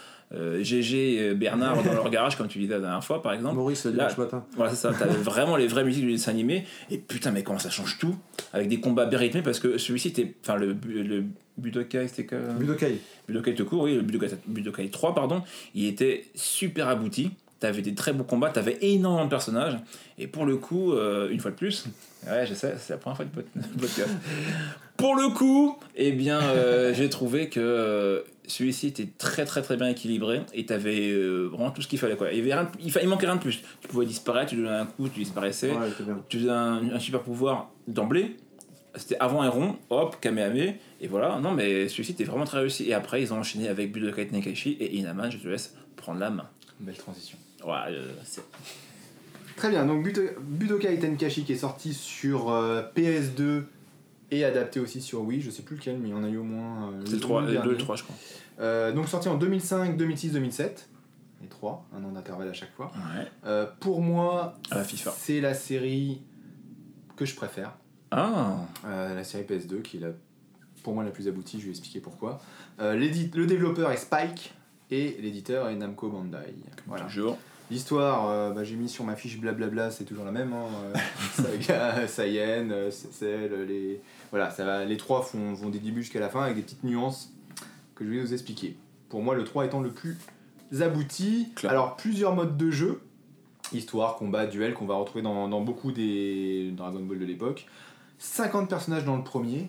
GG Bernard dans leur garage, comme tu disais la dernière fois, par exemple. Maurice, le dimanche matin. Voilà, c'est ça, t'avais vraiment les vraies musiques du dessin animé. Et putain, mais comment ça change tout, avec des combats bien rythmés, parce que celui-ci était. Enfin, le Budokai, c'était que. Budokai tout court, oui, le Budokai 3, pardon, il était super abouti. T'avais des très beaux combats, t'avais énormément de personnages, et pour le coup, une fois de plus, ouais, je sais, c'est la première fois de podcast. Pour le coup, eh bien, j'ai trouvé que celui-ci était très très très bien équilibré, et t'avais vraiment tout ce qu'il fallait, quoi. Il manquait rien de plus. Tu pouvais disparaître, tu donnais un coup, tu disparaissais, tu faisais un super pouvoir d'emblée. C'était avant un rond, hop, Kamehameha, et voilà. Non, mais celui-ci était vraiment très réussi. Et après, ils ont enchaîné avec Budokai Tenkaichi et Inaman. Je te laisse prendre la main. Belle transition. Ouais, c'est... Très bien, donc Budokai Tenkaichi qui est sorti sur PS2 et adapté aussi sur Wii, je sais plus lequel, mais il y en a eu au moins. C'est le 3, le 3, je crois. Donc sorti en 2005, 2006, 2007. Les 3, un an d'intervalle à chaque fois. Ouais. Pour moi, à la FIFA. C'est la série que je préfère. Ah. La série PS2 qui est pour moi la plus aboutie, je vais expliquer pourquoi. Le développeur est Spike et l'éditeur est Namco Bandai. Voilà. Toujours. L'histoire, j'ai mis sur ma fiche blablabla, c'est toujours la même. Saga, Saiyan, Cell, voilà, ça va, les 3 vont des débuts jusqu'à la fin avec des petites nuances que je vais vous expliquer. Pour moi, le 3 étant le plus abouti. Claire. Alors, plusieurs modes de jeu, histoire, combat, duel, qu'on va retrouver dans beaucoup des Dragon Ball de l'époque. 50 personnages dans le premier,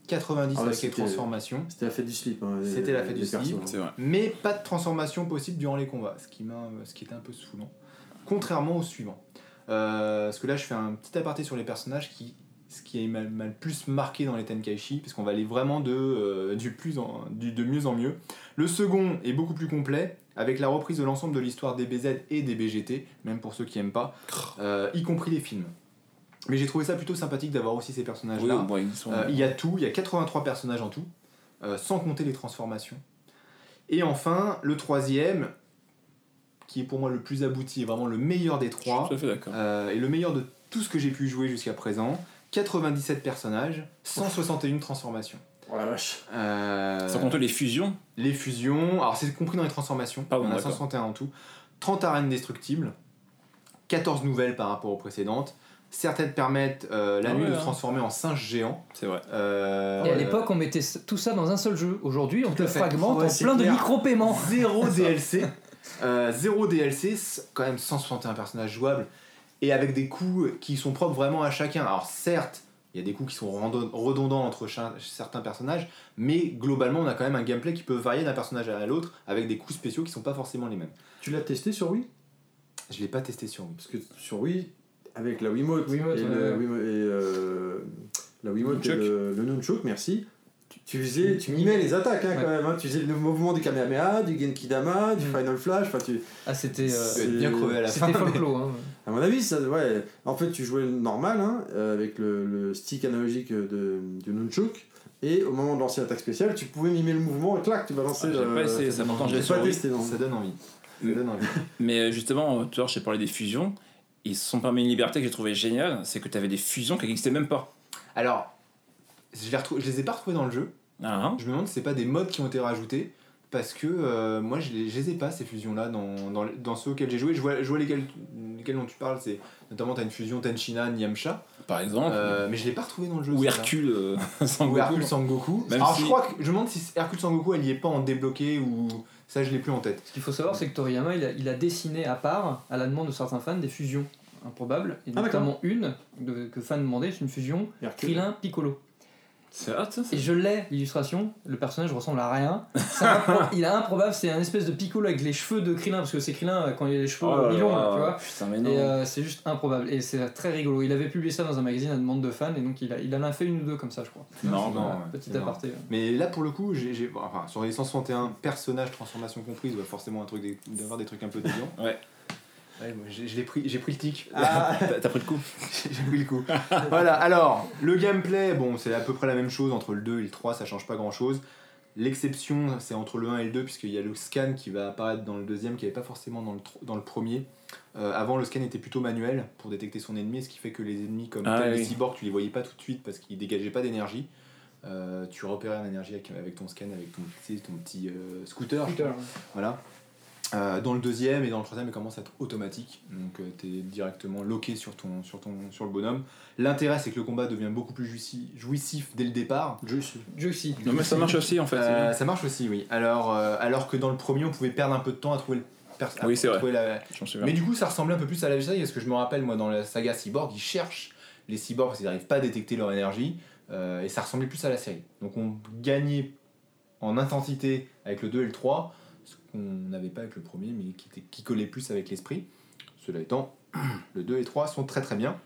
90 Ah ouais, avec les c'était- transformations. C'était la fête du slip. Hein, C'était la fête les du persos, slip. hein. C'est vrai. Mais pas de transformation possible durant les combats, ce qui était un peu saoulant. Contrairement au suivant. Parce que là, je fais un petit aparté sur les personnages ce qui m'a le plus marqué dans les Tenkaichi, parce qu'on va aller vraiment de mieux en mieux. Le second est beaucoup plus complet, avec la reprise de l'ensemble de l'histoire des BZ et des BGT, même pour ceux qui aiment pas, y compris les films. Mais j'ai trouvé ça plutôt sympathique d'avoir aussi ces Oui, personnages-là. bon, ils sont... Il y a tout, il y a 83 personnages en tout, sans compter les transformations. Et enfin, le troisième, qui est pour moi le plus abouti, et vraiment le meilleur des Je suis trois, tout à fait d'accord. et le meilleur de tout ce que j'ai pu jouer jusqu'à présent, 97 personnages, 161 transformations. Oh la vache. Sans compter les fusions. Les fusions, alors c'est compris dans les transformations, Pardon, il y en a d'accord. 161 en tout, 30 arènes destructibles, 14 nouvelles par rapport aux précédentes. Certaines permettent la nuit de se transformer en singe géant. C'est vrai. Et à l'époque, on mettait tout ça dans un seul jeu. Aujourd'hui, on te à fait. fragmente Ouais, en c'est plein clair. de micro-paiements. Zéro DLC. Zéro DLC, quand même 161 personnages jouables et avec des coups qui sont propres vraiment à chacun. Alors certes, il y a des coups qui sont redondants entre certains personnages, mais globalement on a quand même un gameplay qui peut varier d'un personnage à l'autre avec des coups spéciaux qui sont pas forcément les mêmes. Tu l'as testé sur Wii? Je l'ai pas testé sur Wii. Parce que sur Wii, avec la Wiimote, Wiimote, et, ouais. la Wiimote et Nunchuk. le Nunchuk, merci. Tu mimais les attaques hein, Ouais. quand même. Hein. Tu faisais le mouvement du Kamehameha, du Genkidama, du Final Flash. Enfin, Ah, c'était. Tu vas être bien crevé à la fin. C'était folklore. Hein. À mon avis, ça, ouais. En fait, tu jouais normal hein, avec le stick analogique du Nunchuk. Et au moment de lancer l'attaque spéciale, tu pouvais mimer le mouvement et clac, tu balançais. J'ai pas essayé ça, pourtant j'ai J'ai pas sur Wii. testé non. Ça donne envie. Ça donne envie. Mais justement, tout à l'heure, j'ai parlé des fusions. Ils se sont permis une liberté que j'ai trouvé géniale, c'est que tu avais des fusions qui n'existaient même pas. Alors, je les ai pas retrouvés dans le jeu. Ah, hein. Je me demande si c'est pas des mods qui ont été rajoutés. Parce que moi je les ai pas ces fusions là dans ceux auxquels j'ai joué. Je vois lesquels dont tu parles, c'est notamment t'as une fusion Tenchinan Yamcha, Par exemple. mais je l'ai pas retrouvé dans le jeu. Ou celle-là. Hercule sans Ou Goku. Hercule Sangoku. Même Alors si- je crois que je me demande si Hercule Sangoku elle y est pas en débloqué ou ça je l'ai plus en tête. Ce qu'il faut savoir, c'est que Toriyama, il a dessiné à part, à la demande de certains fans, des fusions improbables. Et Ah, notamment une que fans demandaient, c'est une fusion Hercule. Krillin-Piccolo. C'est hot, ça. Et je l'ai, l'illustration, le personnage ressemble à rien. Il est improbable, c'est un espèce de Piccolo avec les cheveux de Krillin, parce que c'est Krillin quand il a les cheveux Oh là mi-longs, là, tu vois. Putain, mais non. Et c'est juste improbable. Et c'est très rigolo. Il avait publié ça dans un magazine à demande de fans, et donc il en a fait une ou deux comme ça, je crois. Non, non, non. ouais, Petit c'est aparté. Mais là pour le coup, enfin, sur les 161 personnages transformation comprise, il y a forcément un truc d'avoir des trucs un peu déviants. Ouais. Ouais, moi, j'ai pris le tic. T'as pris le coup. J'ai pris le coup. Voilà, alors, le gameplay, bon, c'est à peu près la même chose entre le 2 et le 3, ça change pas grand chose. L'exception, c'est entre le 1 et le 2, puisqu'il y a le scan qui va apparaître dans le deuxième, qui n'avait pas forcément dans le premier. Avant, le scan était plutôt manuel pour détecter son ennemi, ce qui fait que les ennemis comme les oui. cyborgs, tu les voyais pas tout de suite parce qu'ils dégageaient pas d'énergie. Tu repérais l'énergie avec ton scan, avec ton petit scooter. je crois. Voilà. Dans le deuxième et dans le troisième, il commence à être automatique, donc tu es directement loqué sur le bonhomme. L'intérêt, c'est que le combat devient beaucoup plus jouissif dès le départ. Juicy. Non, mais ça marche aussi en fait. c'est bien. Ça marche aussi, oui. Alors que dans le premier, on pouvait perdre un peu de temps à trouver Oui, c'est vrai. trouver J'en souviens. Mais du coup, ça ressemblait un peu plus à la série, parce que je me rappelle, moi, dans la saga Cyborg, ils cherchent les cyborgs parce qu'ils n'arrivent pas à détecter leur énergie, et ça ressemblait plus à la série. Donc on gagnait en intensité avec le 2 et le 3, ce qu'on n'avait pas avec le premier, mais qui collait plus avec l'esprit. Cela étant, le 2 et le 3 sont très très bien.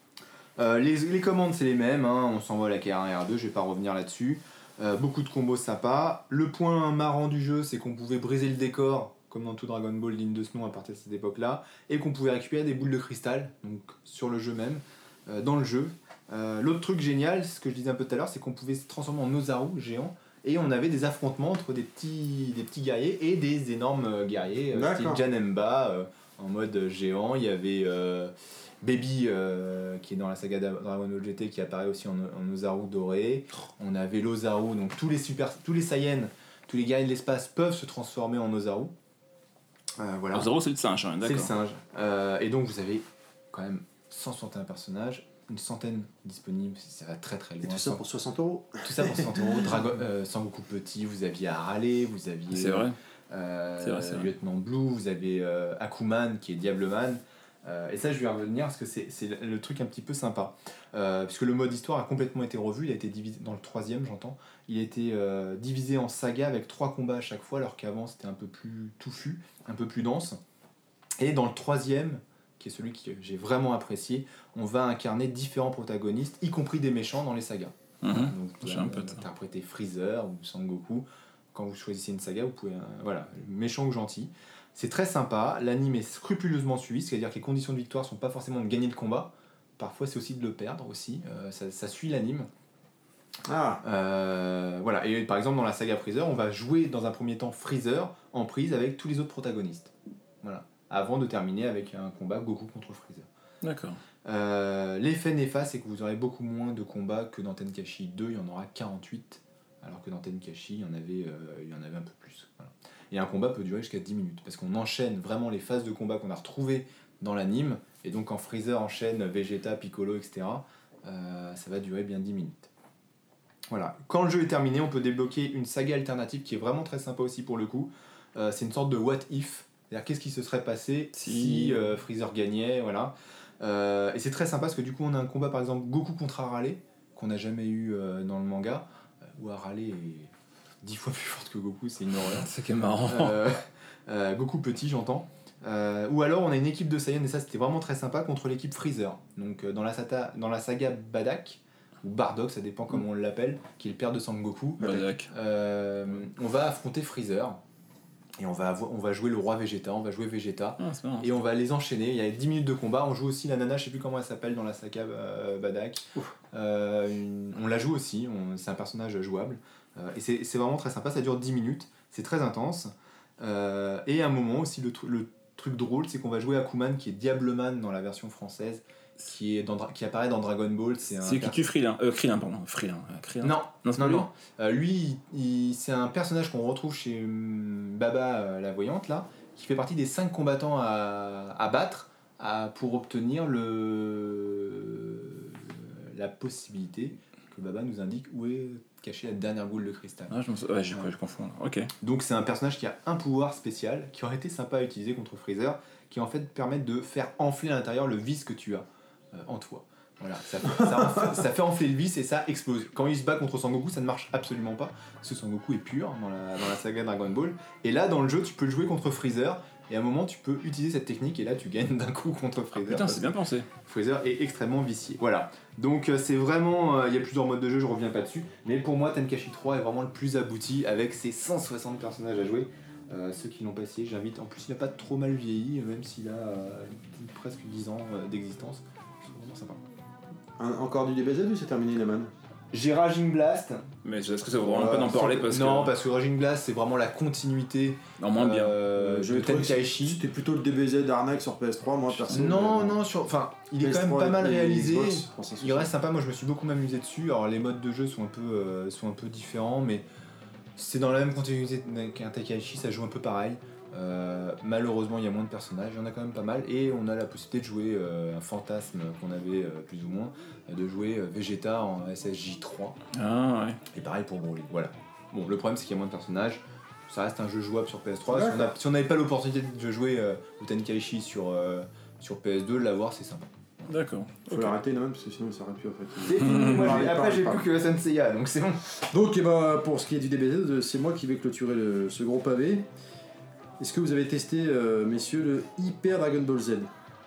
Les commandes, c'est les mêmes, hein, on s'envole avec R1 et R2, je vais pas revenir là-dessus. Beaucoup de combos sympas. Le point marrant du jeu, c'est qu'on pouvait briser le décor, comme dans tout Dragon Ball digne de ce nom à partir de cette époque-là, et qu'on pouvait récupérer des boules de cristal, donc sur le jeu même, dans le jeu. L'autre truc génial, ce que je disais un peu tout à l'heure, c'est qu'on pouvait se transformer en Ozaru géant, et on avait des affrontements entre des petits guerriers et des énormes guerriers, style Janemba, en mode géant. Il y avait Baby, qui est dans la saga Dragon Ball GT, qui apparaît aussi en Ozaru doré. On avait l'Ozaru, donc tous les Saiyans, tous les guerriers de l'espace peuvent se transformer en Ozaru. Voilà. Ozaru, c'est le singe, hein, C'est le d'accord. singe. Et donc vous avez quand même 161 personnages, une centaine disponibles, ça va très très loin. Et tout ça pour 60 €. Tout ça pour 60 €. Sangoku Petit, vous aviez Harale, vous aviez C'est vrai. euh, C'est vrai, c'est vrai. Lieutenant Blue, vous avez Akuman qui est Diableman. Et ça, je vais y revenir parce que c'est le truc un petit peu sympa. Puisque le mode histoire a complètement été revu, il a été divisé dans le 3e, j'entends. Il a été divisé en saga avec 3 combats à chaque fois, alors qu'avant c'était un peu plus touffu, un peu plus dense. Et dans le 3e, qui est celui que j'ai vraiment apprécié, on va incarner différents protagonistes, y compris des méchants dans les sagas. Donc vous pouvez interpréter Freezer ou Sangoku. Quand vous choisissez une saga, vous pouvez méchant ou gentil. C'est très sympa, l'anime est scrupuleusement suivi, c'est-à-dire que les conditions de victoire sont pas forcément de gagner le combat, parfois c'est aussi de le perdre aussi, ça suit l'anime. Voilà, et par exemple dans la saga Freezer, on va jouer dans un premier temps Freezer en prise avec tous les autres protagonistes. Voilà, avant de terminer avec un combat Goku contre Freezer. D'accord. L'effet néfaste, c'est que vous aurez beaucoup moins de combats que dans Tenkaichi 2, il y en aura 48, alors que dans Tenkaichi, il y en avait un peu plus. Voilà. Et un combat peut durer jusqu'à 10 minutes, parce qu'on enchaîne vraiment les phases de combat qu'on a retrouvées dans l'anime, et donc quand Freezer enchaîne Vegeta, Piccolo, etc., ça va durer bien 10 minutes. Voilà. Quand le jeu est terminé, on peut débloquer une saga alternative qui est vraiment très sympa aussi pour le coup. C'est une sorte de what if, c'est-à-dire qu'est-ce qui se serait passé si Freezer gagnait, voilà. Et c'est très sympa parce que du coup on a un combat par exemple Goku contre Arale, qu'on n'a jamais eu dans le manga, où Arale est 10 fois plus forte que Goku, c'est une horreur. C'est qui est marrant. Goku petit, j'entends. Ou alors on a une équipe de Saiyan, et ça c'était vraiment très sympa, contre l'équipe Freezer. Donc dans la saga Bardock, ou Bardock, ça dépend comment on l'appelle, qui est le père de Sangoku. On va affronter Freezer. Et on va jouer le roi Vegeta, et on va les enchaîner. Il y a 10 minutes de combat, on joue aussi la nana, je sais plus comment elle s'appelle dans la saga Bardock. On la joue aussi, c'est un personnage jouable. Et c'est vraiment très sympa, ça dure 10 minutes, c'est très intense. Et à un moment aussi, le truc drôle, c'est qu'on va jouer Akuman, qui est Diableman dans la version française, qui apparaît dans Dragon Ball. C'est qui tue Krillin, pardon. Krillin. Non. Lui, c'est un personnage qu'on retrouve chez Baba, la voyante, là, qui fait partie des 5 combattants à battre pour obtenir la possibilité que Baba nous indique où est cachée la dernière boule de cristal. Je confonds. Ok. Donc c'est un personnage qui a un pouvoir spécial qui aurait été sympa à utiliser contre Freezer, qui en fait permet de faire enfler à l'intérieur le vice que tu as en toi. Voilà, ça fait enfler le vice et ça explose. Quand il se bat contre Sangoku, ça ne marche absolument pas, parce que Sangoku est pur dans la saga Dragon Ball. Et là, dans le jeu, tu peux le jouer contre Freezer, et à un moment, tu peux utiliser cette technique, et là, tu gagnes d'un coup contre Freezer. Putain, c'est bien pensé. Freezer est extrêmement vicié. Voilà. Donc, c'est vraiment... Il y a plusieurs modes de jeu, je reviens pas dessus. Mais pour moi, Tenkaichi 3 est vraiment le plus abouti, avec ses 160 personnages à jouer. Ceux qui l'ont pas essayé, j'invite. En plus, il n'a pas trop mal vieilli, même s'il a presque 10 ans d'existence. C'est vraiment sympa. Encore du DBZ ou c'est terminé, Inaman? J'ai Raging Blast. Mais est-ce que ça vaut vraiment pas d'en parler parce parce que Raging Blast c'est vraiment la continuité. Non, moins bien. Je Tenkaichi. C'était plutôt le DBZ d'arnaque sur PS3, moi perso. Non, il est quand même pas mal réalisé. Xbox, il reste sympa. Moi, je me suis beaucoup amusé dessus. Alors, les modes de jeu sont un peu différents, mais c'est dans la même continuité qu'un Tenkaichi. Ça joue un peu pareil. Malheureusement, il y a moins de personnages, il y en a quand même pas mal, et on a la possibilité de jouer un fantasme qu'on avait plus ou moins, de jouer Vegeta en SSJ3. Ah ouais. Et pareil pour Broly. Voilà. Bon, le problème c'est qu'il y a moins de personnages. Ça reste un jeu jouable sur PS3. Si on n'avait pas l'opportunité de jouer au Tenkaichi sur PS2, l'avoir c'est sympa. D'accord. Faut l'arrêter même parce que sinon il s'arrête plus après. C'est fini, après j'ai plus que Senseiya, donc c'est bon. Donc pour ce qui est du DBZ, c'est moi qui vais clôturer ce gros pavé. Est-ce que vous avez testé, messieurs, le Hyper Dragon Ball Z?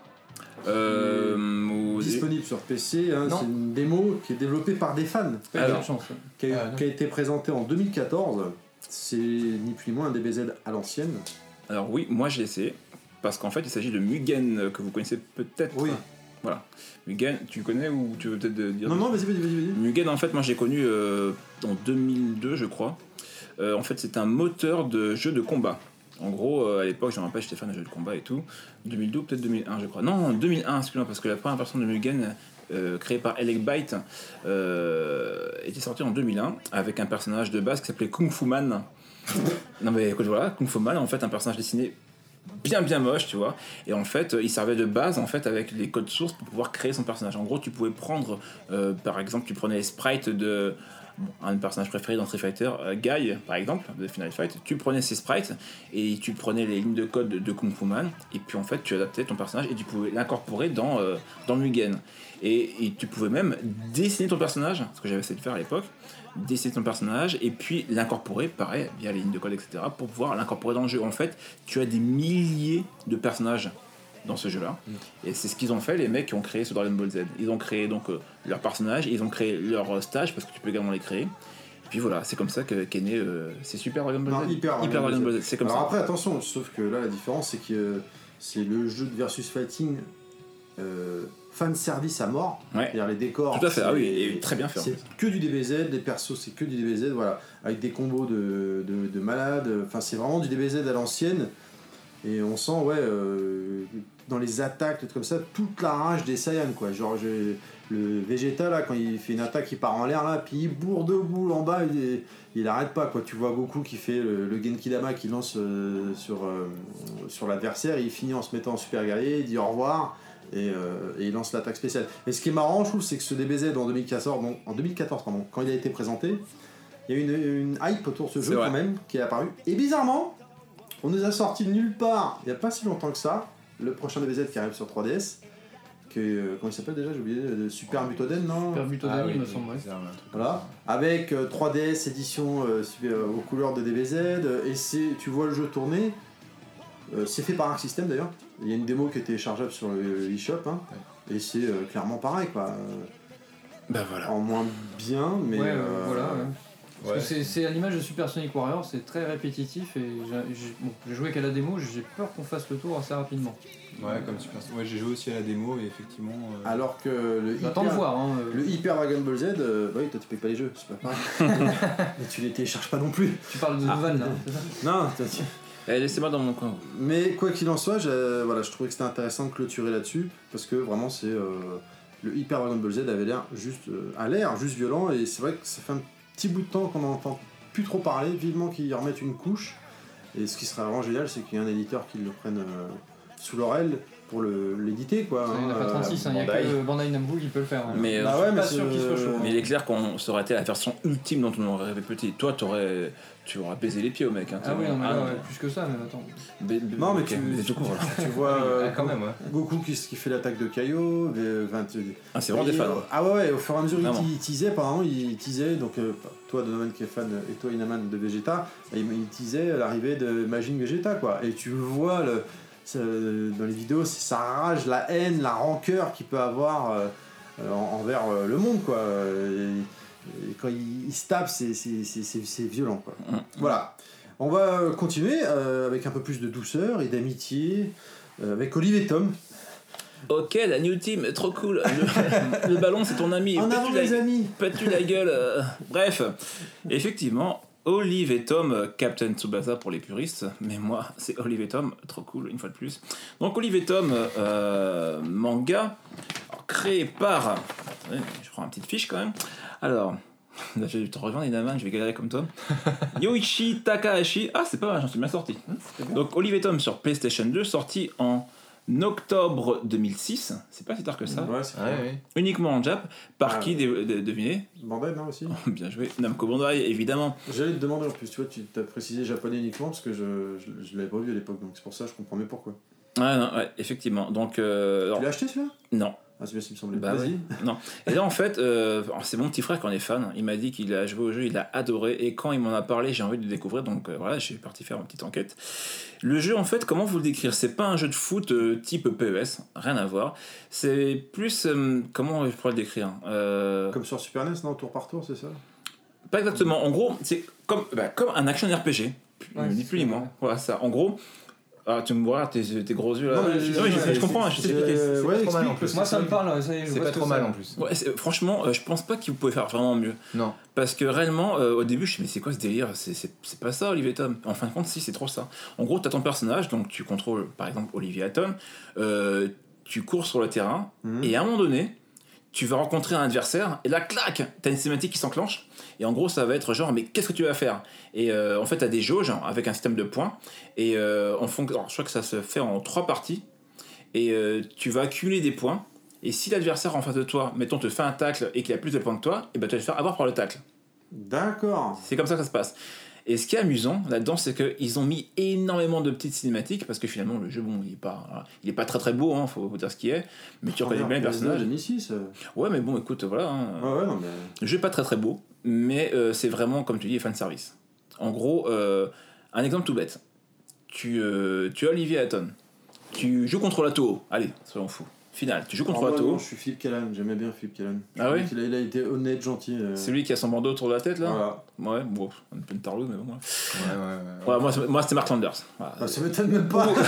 Disponible sur PC, c'est une démo qui est développée par des fans. Qui a été présentée en 2014. C'est ni plus ni moins un DBZ à l'ancienne. Alors oui, moi j'ai essayé, parce qu'en fait il s'agit de Mugen, que vous connaissez peut-être. Oui. Voilà. Mugen, tu connais ou tu veux peut-être dire? Non, vas-y. Mugen, en fait, moi j'ai connu en 2002, je crois. En fait, c'est un moteur de jeu de combat. En gros, à l'époque, je me rappelle, j'étais fan de jeux de combat et tout. 2002 ou peut-être 2001, je crois. Non, 2001, excuse-moi, parce que la première version de Mugen, créée par Elec-Byte, était sortie en 2001, avec un personnage de base qui s'appelait Kung Fu Man. Non mais écoute, voilà, Kung Fu Man, en fait, un personnage dessiné bien moche, tu vois. Et en fait, il servait de base, en fait, avec les codes sources pour pouvoir créer son personnage. En gros, tu pouvais prendre, par exemple, tu prenais les sprites un personnage préféré dans Street Fighter, Guy par exemple, de Final Fight, tu prenais ses sprites et tu prenais les lignes de code de Kung Fu Man, et puis en fait tu adaptais ton personnage et tu pouvais l'incorporer dans Mugen. Et tu pouvais même dessiner ton personnage, ce que j'avais essayé de faire à l'époque, dessiner ton personnage et puis l'incorporer, pareil, via les lignes de code, etc., pour pouvoir l'incorporer dans le jeu. En fait, tu as des milliers de personnages dans ce jeu-là. Et c'est ce qu'ils ont fait, les mecs qui ont créé ce Dragon Ball Z. Ils ont créé donc leurs personnages, ils ont créé leurs stages, parce que tu peux également les créer. Et puis voilà, c'est comme ça qu'est né c'est Super Dragon Ball Z. Non, Hyper Dragon Ball Z, c'est comme Alors ça. après, attention, sauf que là, la différence, c'est que c'est le jeu de versus fighting fan service à mort. Ouais. C'est-à-dire les décors. Tout à fait, ah oui, et très bien fait. En C'est fait. que du DBZ, les persos, c'est que du DBZ, voilà, avec des combos de malades. Enfin, c'est vraiment du DBZ à l'ancienne. Et on sent, dans les attaques, tout comme ça, toute la rage des Saiyans, quoi. Genre, le Vegeta, là, quand il fait une attaque, il part en l'air, là, puis il bourre de boules en bas, il arrête pas, quoi. Tu vois Goku qui fait le Genkidama qui lance sur l'adversaire, il finit en se mettant en super guerrier, il dit au revoir, et il lance l'attaque spéciale. Et ce qui est marrant, je trouve, c'est que ce DBZ en 2014, quand il a été présenté, il y a une hype autour de ce jeu, quand même, qui est apparue. Et bizarrement, on nous a sorti de nulle part, il n'y a pas si longtemps que ça, le prochain DBZ qui arrive sur 3DS, comment il s'appelle déjà, j'ai oublié, Super Butoden, non Super Butoden, il me semble, ouais. Voilà, avec 3DS édition aux couleurs de DBZ, et tu vois le jeu tourner, c'est fait par Arc System d'ailleurs, il y a une démo qui est téléchargeable sur le eShop, hein, et c'est clairement pareil, quoi. Ben voilà. En moins bien, mais... voilà, ouais. Parce que c'est à l'image de Super Sonic Warrior, c'est très répétitif et j'ai joué qu'à la démo, j'ai peur qu'on fasse le tour assez rapidement. Ouais, comme Super Sonic. Ouais, j'ai joué aussi à la démo et effectivement. Alors que le J'attends de voir. Hein, le Hyper Dragon Ball Z, oui, toi tu payes pas les jeux, c'est pas pareil. Mais tu les télécharges pas non plus. Tu parles de Novan là, c'est ça? Non, Laissez-moi dans mon coin. mais quoi qu'il en soit, je trouvais que c'était intéressant de clôturer là-dessus parce que vraiment c'est le Hyper Dragon Ball Z avait l'air juste violent, et c'est vrai que ça fait un petit bout de temps qu'on n'entend plus trop parler, vivement qu'ils remettent une couche, et ce qui serait vraiment génial, c'est qu'il y ait un éditeur qui le prenne sous leur aile pour l'éditer, quoi. Il n'y en a pas 36, il n'y a que Bandai Namco qui peut le faire. Hein. Mais, je suis pas sûr qu'il soit chaud. Mais il est clair qu'on ça aurait été la version ultime dont on aurait rêvé petit. Toi, tu aurais baisé les pieds au mec. Hein, ah oui, non, mais là, plus que ça, mais attends. Non, mais okay, tu vois quand même, ouais. Goku qui fait l'attaque de Kaio. C'est vraiment des fans. Ah ouais, au fur et à mesure, il teasait, apparemment, donc toi, Donovan qui est fan, et toi, Inaman de Vegeta, il teasait l'arrivée de Majin Vegeta, quoi. Et tu vois dans les vidéos, ça rage, la haine, la rancœur qu'il peut avoir envers le monde, quoi. Et quand il se tape, c'est violent, quoi. Voilà. On va continuer avec un peu plus de douceur et d'amitié avec Olive et Tom. Ok, la new team, trop cool. Le ballon, c'est ton ami. En avant, les amis. Pète-tu la gueule. Bref, effectivement, Olive et Tom, Captain Tsubasa pour les puristes, mais moi, c'est Olive et Tom, trop cool, une fois de plus. Donc, Olive et Tom, manga, créé par... Je prends une petite fiche quand même. Alors... Là, je vais te rejoindre, Inaman, je vais galérer comme toi. Yoichi Takahashi. Ah, c'est pas mal, j'en suis bien sorti. Donc, Olive et Tom sur PlayStation 2, sorti en octobre 2006. C'est pas si tard que ça. Ouais, c'est uniquement en Jap. Par qui, devinez? Bandai, non, aussi. Bien joué. Namco Bandai, évidemment. J'allais te demander en plus, tu vois, tu t'as précisé japonais uniquement parce que je l'avais pas vu à l'époque, donc c'est pour ça que je comprends mieux pourquoi. Ouais, effectivement. Donc, tu l'as acheté celui-là? Non. Ah, c'est bien ce qui me semblait. Bah, vas-y. Ouais. Non. Et là, en fait, c'est mon petit frère qui en est fan. Il m'a dit qu'il a joué au jeu, il a adoré. Et quand il m'en a parlé, j'ai envie de le découvrir. Donc voilà, je suis parti faire une petite enquête. Le jeu, en fait, comment vous le décrire? C'est pas un jeu de foot type PES, rien à voir. C'est plus. Comment je pourrais le décrire Comme sur Super NES, non? Tour par tour, c'est ça? Pas exactement. En gros, c'est comme un action RPG. Ni plus ni moins. Voilà, ça. En gros. Ah, tu me vois, tes gros yeux là. Non, je comprends, je sais expliquer. C'est pas trop mal en plus. Moi ça me parle, ça y est, je c'est vois pas ce trop que mal c'est. en plus. Ouais, franchement, je pense pas que vous pouvez faire vraiment mieux. Non. Parce que réellement, au début, je me suis dit, mais c'est quoi ce délire? C'est pas ça, Olivier Tom. En fin de compte, si, c'est trop ça. En gros, t'as ton personnage, donc tu contrôles par exemple Olivier Tom, tu cours sur le terrain, et à un moment donné, tu vas rencontrer un adversaire, et là, clac, t'as une cinématique qui s'enclenche, et en gros, ça va être genre, mais qu'est-ce que tu vas faire? Et en fait, t'as des jauges avec un système de points, et en fonction, alors, je crois que ça se fait en 3 parties, et tu vas accumuler des points, et si l'adversaire en face de toi, mettons, te fait un tacle et qu'il a plus de points que toi, et ben tu vas te faire avoir par le tacle. D'accord. C'est comme ça que ça se passe. Et ce qui est amusant là-dedans, c'est qu'ils ont mis énormément de petites cinématiques, parce que finalement, le jeu, bon, il est pas très très beau, hein, faut dire ce qu'il est, mais tu reconnais bien les personnages. 2006. Ouais, mais bon, écoute, voilà. Hein, Ouais, non, mais. le jeu est pas très très beau, mais c'est vraiment, comme tu dis, fanservice. En gros, un exemple tout bête. Tu as Olivier Hatton. Tu joues contre la Toho. Allez, soyons fous. Final, tu joues contre la Toho. Je suis Philippe Callan, j'aimais bien Philippe Callan. Ah oui Il a été honnête, gentil. C'est lui qui a son bandeau autour de la tête là. Voilà. Ouais, bon, un peu une tarlouse, mais bon. Ouais. Moi c'était Mark Landers. Voilà. Ah, ça m'étonne même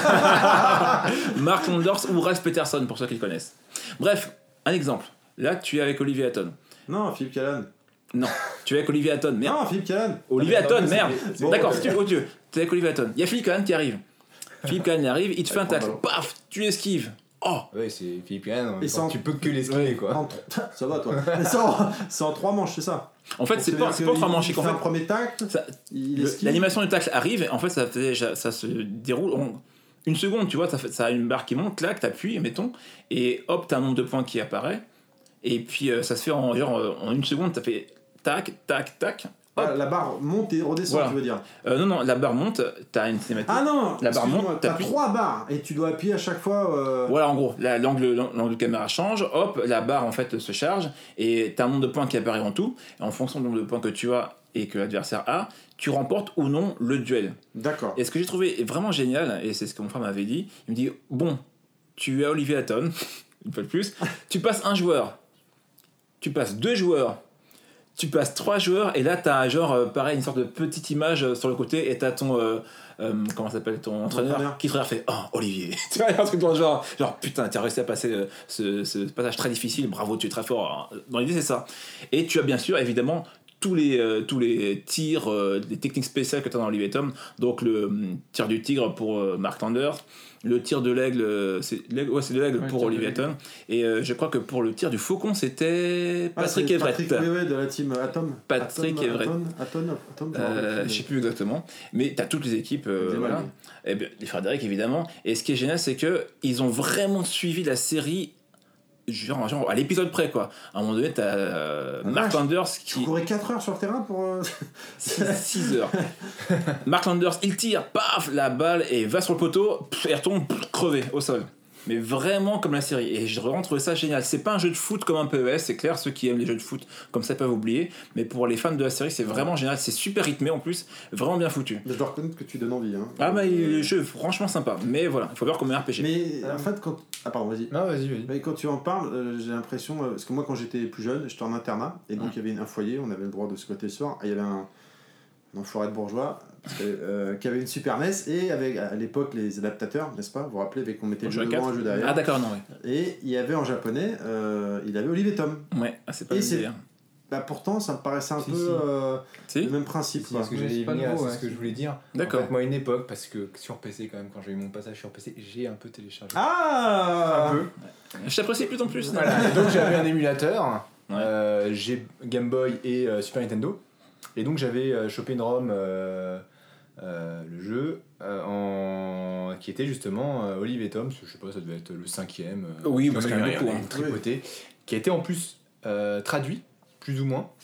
pas. Mark Landers ou Ralph Peterson pour ceux qui le connaissent. Bref, un exemple. Là, tu es avec Olivier Hatton. Non, Philippe Callan. Non, tu es avec Olivier Hatton. Merde. Non, Philippe Callan. Olivier Hatton, merde. Bon, D'accord, ok. si tu veux, oh Dieu, tu es avec Olivier Hatton. Il y a Philippe Callan qui arrive. Philippe Callan arrive, il te fait un prend le tacle. ballon. Paf, tu esquives. Oh, Ouais, c'est Philippe Yann, Et sans- tu peux que l'esquiver quoi. Ça va, toi. C'est en 3 manches, c'est ça. en fait, c'est pas trois manches. Il En fait un fait, premier tacle. ça- Il esquive. l'animation du tacle arrive, et en fait, ça se déroule en une seconde, tu vois, ça a une barre qui monte, clac, t'appuies, mettons, et hop, t'as un nombre de points qui apparaît, et puis ça se fait en une seconde, ça fait tac, tac, tac. Hop. Ah, la barre monte et redescend, Voilà. tu veux dire. Non, la barre monte, t'as une cinématique. Ah non, La barre excuse-moi, monte, t'as t'appuies. 3 barres et tu dois appuyer à chaque fois. Voilà, en gros, l'angle de caméra change, hop, la barre en fait se charge, et t'as un nombre de points qui apparaît en tout, et en fonction du nombre de points que tu as et que l'adversaire a, tu remportes ou non le duel. D'accord. Et ce que j'ai trouvé vraiment génial, et c'est ce que mon frère m'avait dit, il me dit, bon, tu as Olivier Hatton, une fois de plus, tu passes un joueur, tu passes 2 joueurs, tu passes 3 joueurs, et là t'as pareil, une sorte de petite image sur le côté, et t'as ton comment ça s'appelle, ton entraîneur qui te regarde, fait, oh Olivier. Tu vois, il y a un truc dans le genre putain, t'as réussi à passer ce passage très difficile, bravo, tu es très fort. Dans l'idée c'est ça. Et tu as bien sûr évidemment tous les tirs, les techniques spéciales que tu as dans Olivier Hatton, donc le tir du tigre pour Mark Landers, le tir de l'aigle, c'est de l'aigle Ouais, pour tir de Olivier l'aigle. Hatton, et je crois que pour le tir du faucon c'était Patrick c'est Everett. Patrick, oui, de la team Atom. Patrick Everett. Atom, Je sais plus exactement, mais t'as toutes les équipes, voilà. mal. Et bien, les Frédéric évidemment. Et ce qui est génial, c'est que ils ont vraiment suivi la série. Genre à l'épisode près quoi. À un moment donné t'as Mark vache. Landers Tu qui courais 4 heures sur le terrain pour. 6 heures. Mark Landers il tire, paf, la balle et va sur le poteau, et retombe crevé au sol. Mais vraiment comme la série. Et j'ai vraiment trouvé ça génial. C'est pas un jeu de foot comme un PES, c'est clair, ceux qui aiment les jeux de foot comme ça peuvent oublier. Mais pour les fans de la série, c'est vraiment génial. C'est super rythmé en plus, vraiment bien foutu. Je dois reconnaître que tu donnes envie. Hein. Ah bah le jeu est franchement sympa. Mais voilà, il faut voir comment RPG. Mais en fait, quand. Ah, pardon, vas-y. Non, vas-y. Mais quand tu en parles, j'ai l'impression. Parce que moi, quand j'étais plus jeune, j'étais en internat. Et donc, il y avait un foyer, on avait le droit de squatter le soir. Et il y avait un enfoiré de bourgeois qui avait une Super NES. Et avec, à l'époque, les adaptateurs, n'est-ce pas? Vous vous rappelez, avec on mettait le jeu devant, un jeu derrière. Ah d'accord, non, ouais. Et il y avait en japonais, il avait Olivier Tom. Ouais, c'est pas Et le c'est- délire. Bah, pourtant, ça me paraissait un Si, peu si. Si le même principe. C'est Quoi. ce que Ouais, j'allais c'est y pas venir, nouveau, c'est ouais. ce que je voulais dire. D'accord. En fait, moi, à une époque, parce que sur PC, quand même, quand j'ai eu mon passage sur PC, j'ai un peu téléchargé. Ah Un peu. Je t'apprécie plus en plus. Voilà. Et donc, j'avais un émulateur. Ouais. J'ai Game Boy et Super Nintendo. Et donc, j'avais chopé une ROM, le jeu, qui était justement Olivier Tom. Je sais pas, ça devait être le 5ème. Oui, parce qu'il y en a beaucoup, beaucoup, hein. tripoté. Qui a été en plus traduit, plus ou moins.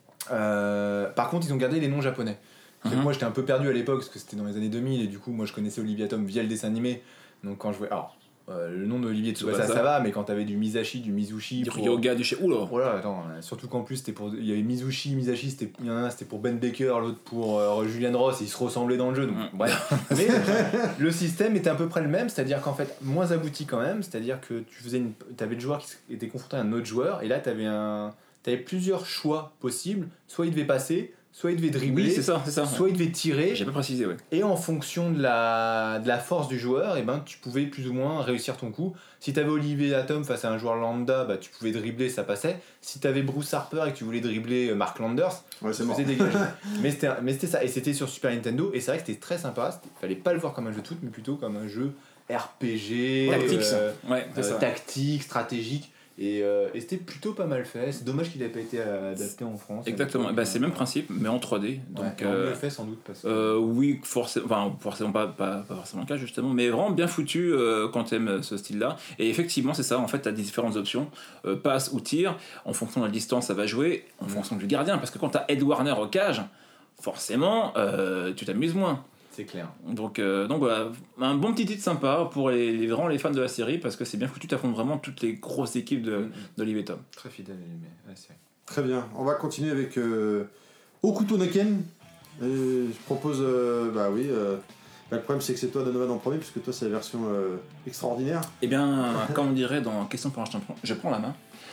Par contre, ils ont gardé les noms japonais. Mhm. Moi, j'étais un peu perdu à l'époque parce que c'était dans les années 2000 et du coup, moi, je connaissais Olivier Tom via le dessin animé. Donc, quand je voyais. Alors, le nom d'Olivier Tsubasa, Tsubasa. ça va, mais quand t'avais du Misashi, du Mizushi. Du pour- yoga, du chez. Oula. Voilà, attends, surtout qu'en plus, c'était pour. Il y avait Mizushi, Misashi, il y en a un, c'était pour Ben Baker, l'autre pour Julian Ross, et ils se ressemblaient dans le jeu. Donc, Mhm. bref. Mais le système était à peu près le même, c'est-à-dire qu'en fait, moins abouti quand même, c'est-à-dire que t'avais le joueur qui était confronté à un autre joueur, et là, t'avais plusieurs choix possibles. Soit il devait passer, soit il devait dribbler, Oui, c'est ça. soit il devait tirer, J'ai pas précisé, ouais. et en fonction de la force du joueur, et ben, tu pouvais plus ou moins réussir ton coup. Si t'avais Olivier Atom face à un joueur lambda, bah, tu pouvais dribbler, ça passait. Si t'avais Bruce Harper et que tu voulais dribbler Mark Landers, Ouais, c'est tu mort. faisais dégager. mais c'était ça, et c'était sur Super Nintendo, et c'est vrai que c'était très sympa. Fallait pas le voir comme un jeu de foot, mais plutôt comme un jeu RPG, Tactique, Ouais, c'est ça. tactique, stratégique. Et c'était plutôt pas mal fait. C'est dommage qu'il n'ait pas été adapté en France. Exactement, bah, c'est le même principe, mais en 3D. Donc, mieux fait sans doute. Parce que... oui, forcément pas forcément le cas justement, mais vraiment bien foutu quand tu aimes ce style-là. Et effectivement, c'est ça, en fait, tu as différentes options, passe ou tir. En fonction de la distance, ça va jouer, en fonction du gardien, parce que quand tu as Ed Warner au cage, forcément, tu t'amuses moins. C'est clair. Donc voilà, un bon petit titre sympa pour vraiment les fans de la série, parce que c'est bien foutu, tu affrontes vraiment toutes les grosses équipes d'Olive et Tom. Très fidèle à la série. Très bien, on va continuer avec Hokuto no Ken. Je propose, le problème c'est que c'est toi Donovan en premier, puisque toi c'est la version extraordinaire. Eh bien, comme on dirait dans Question pour un champion, je prends la main.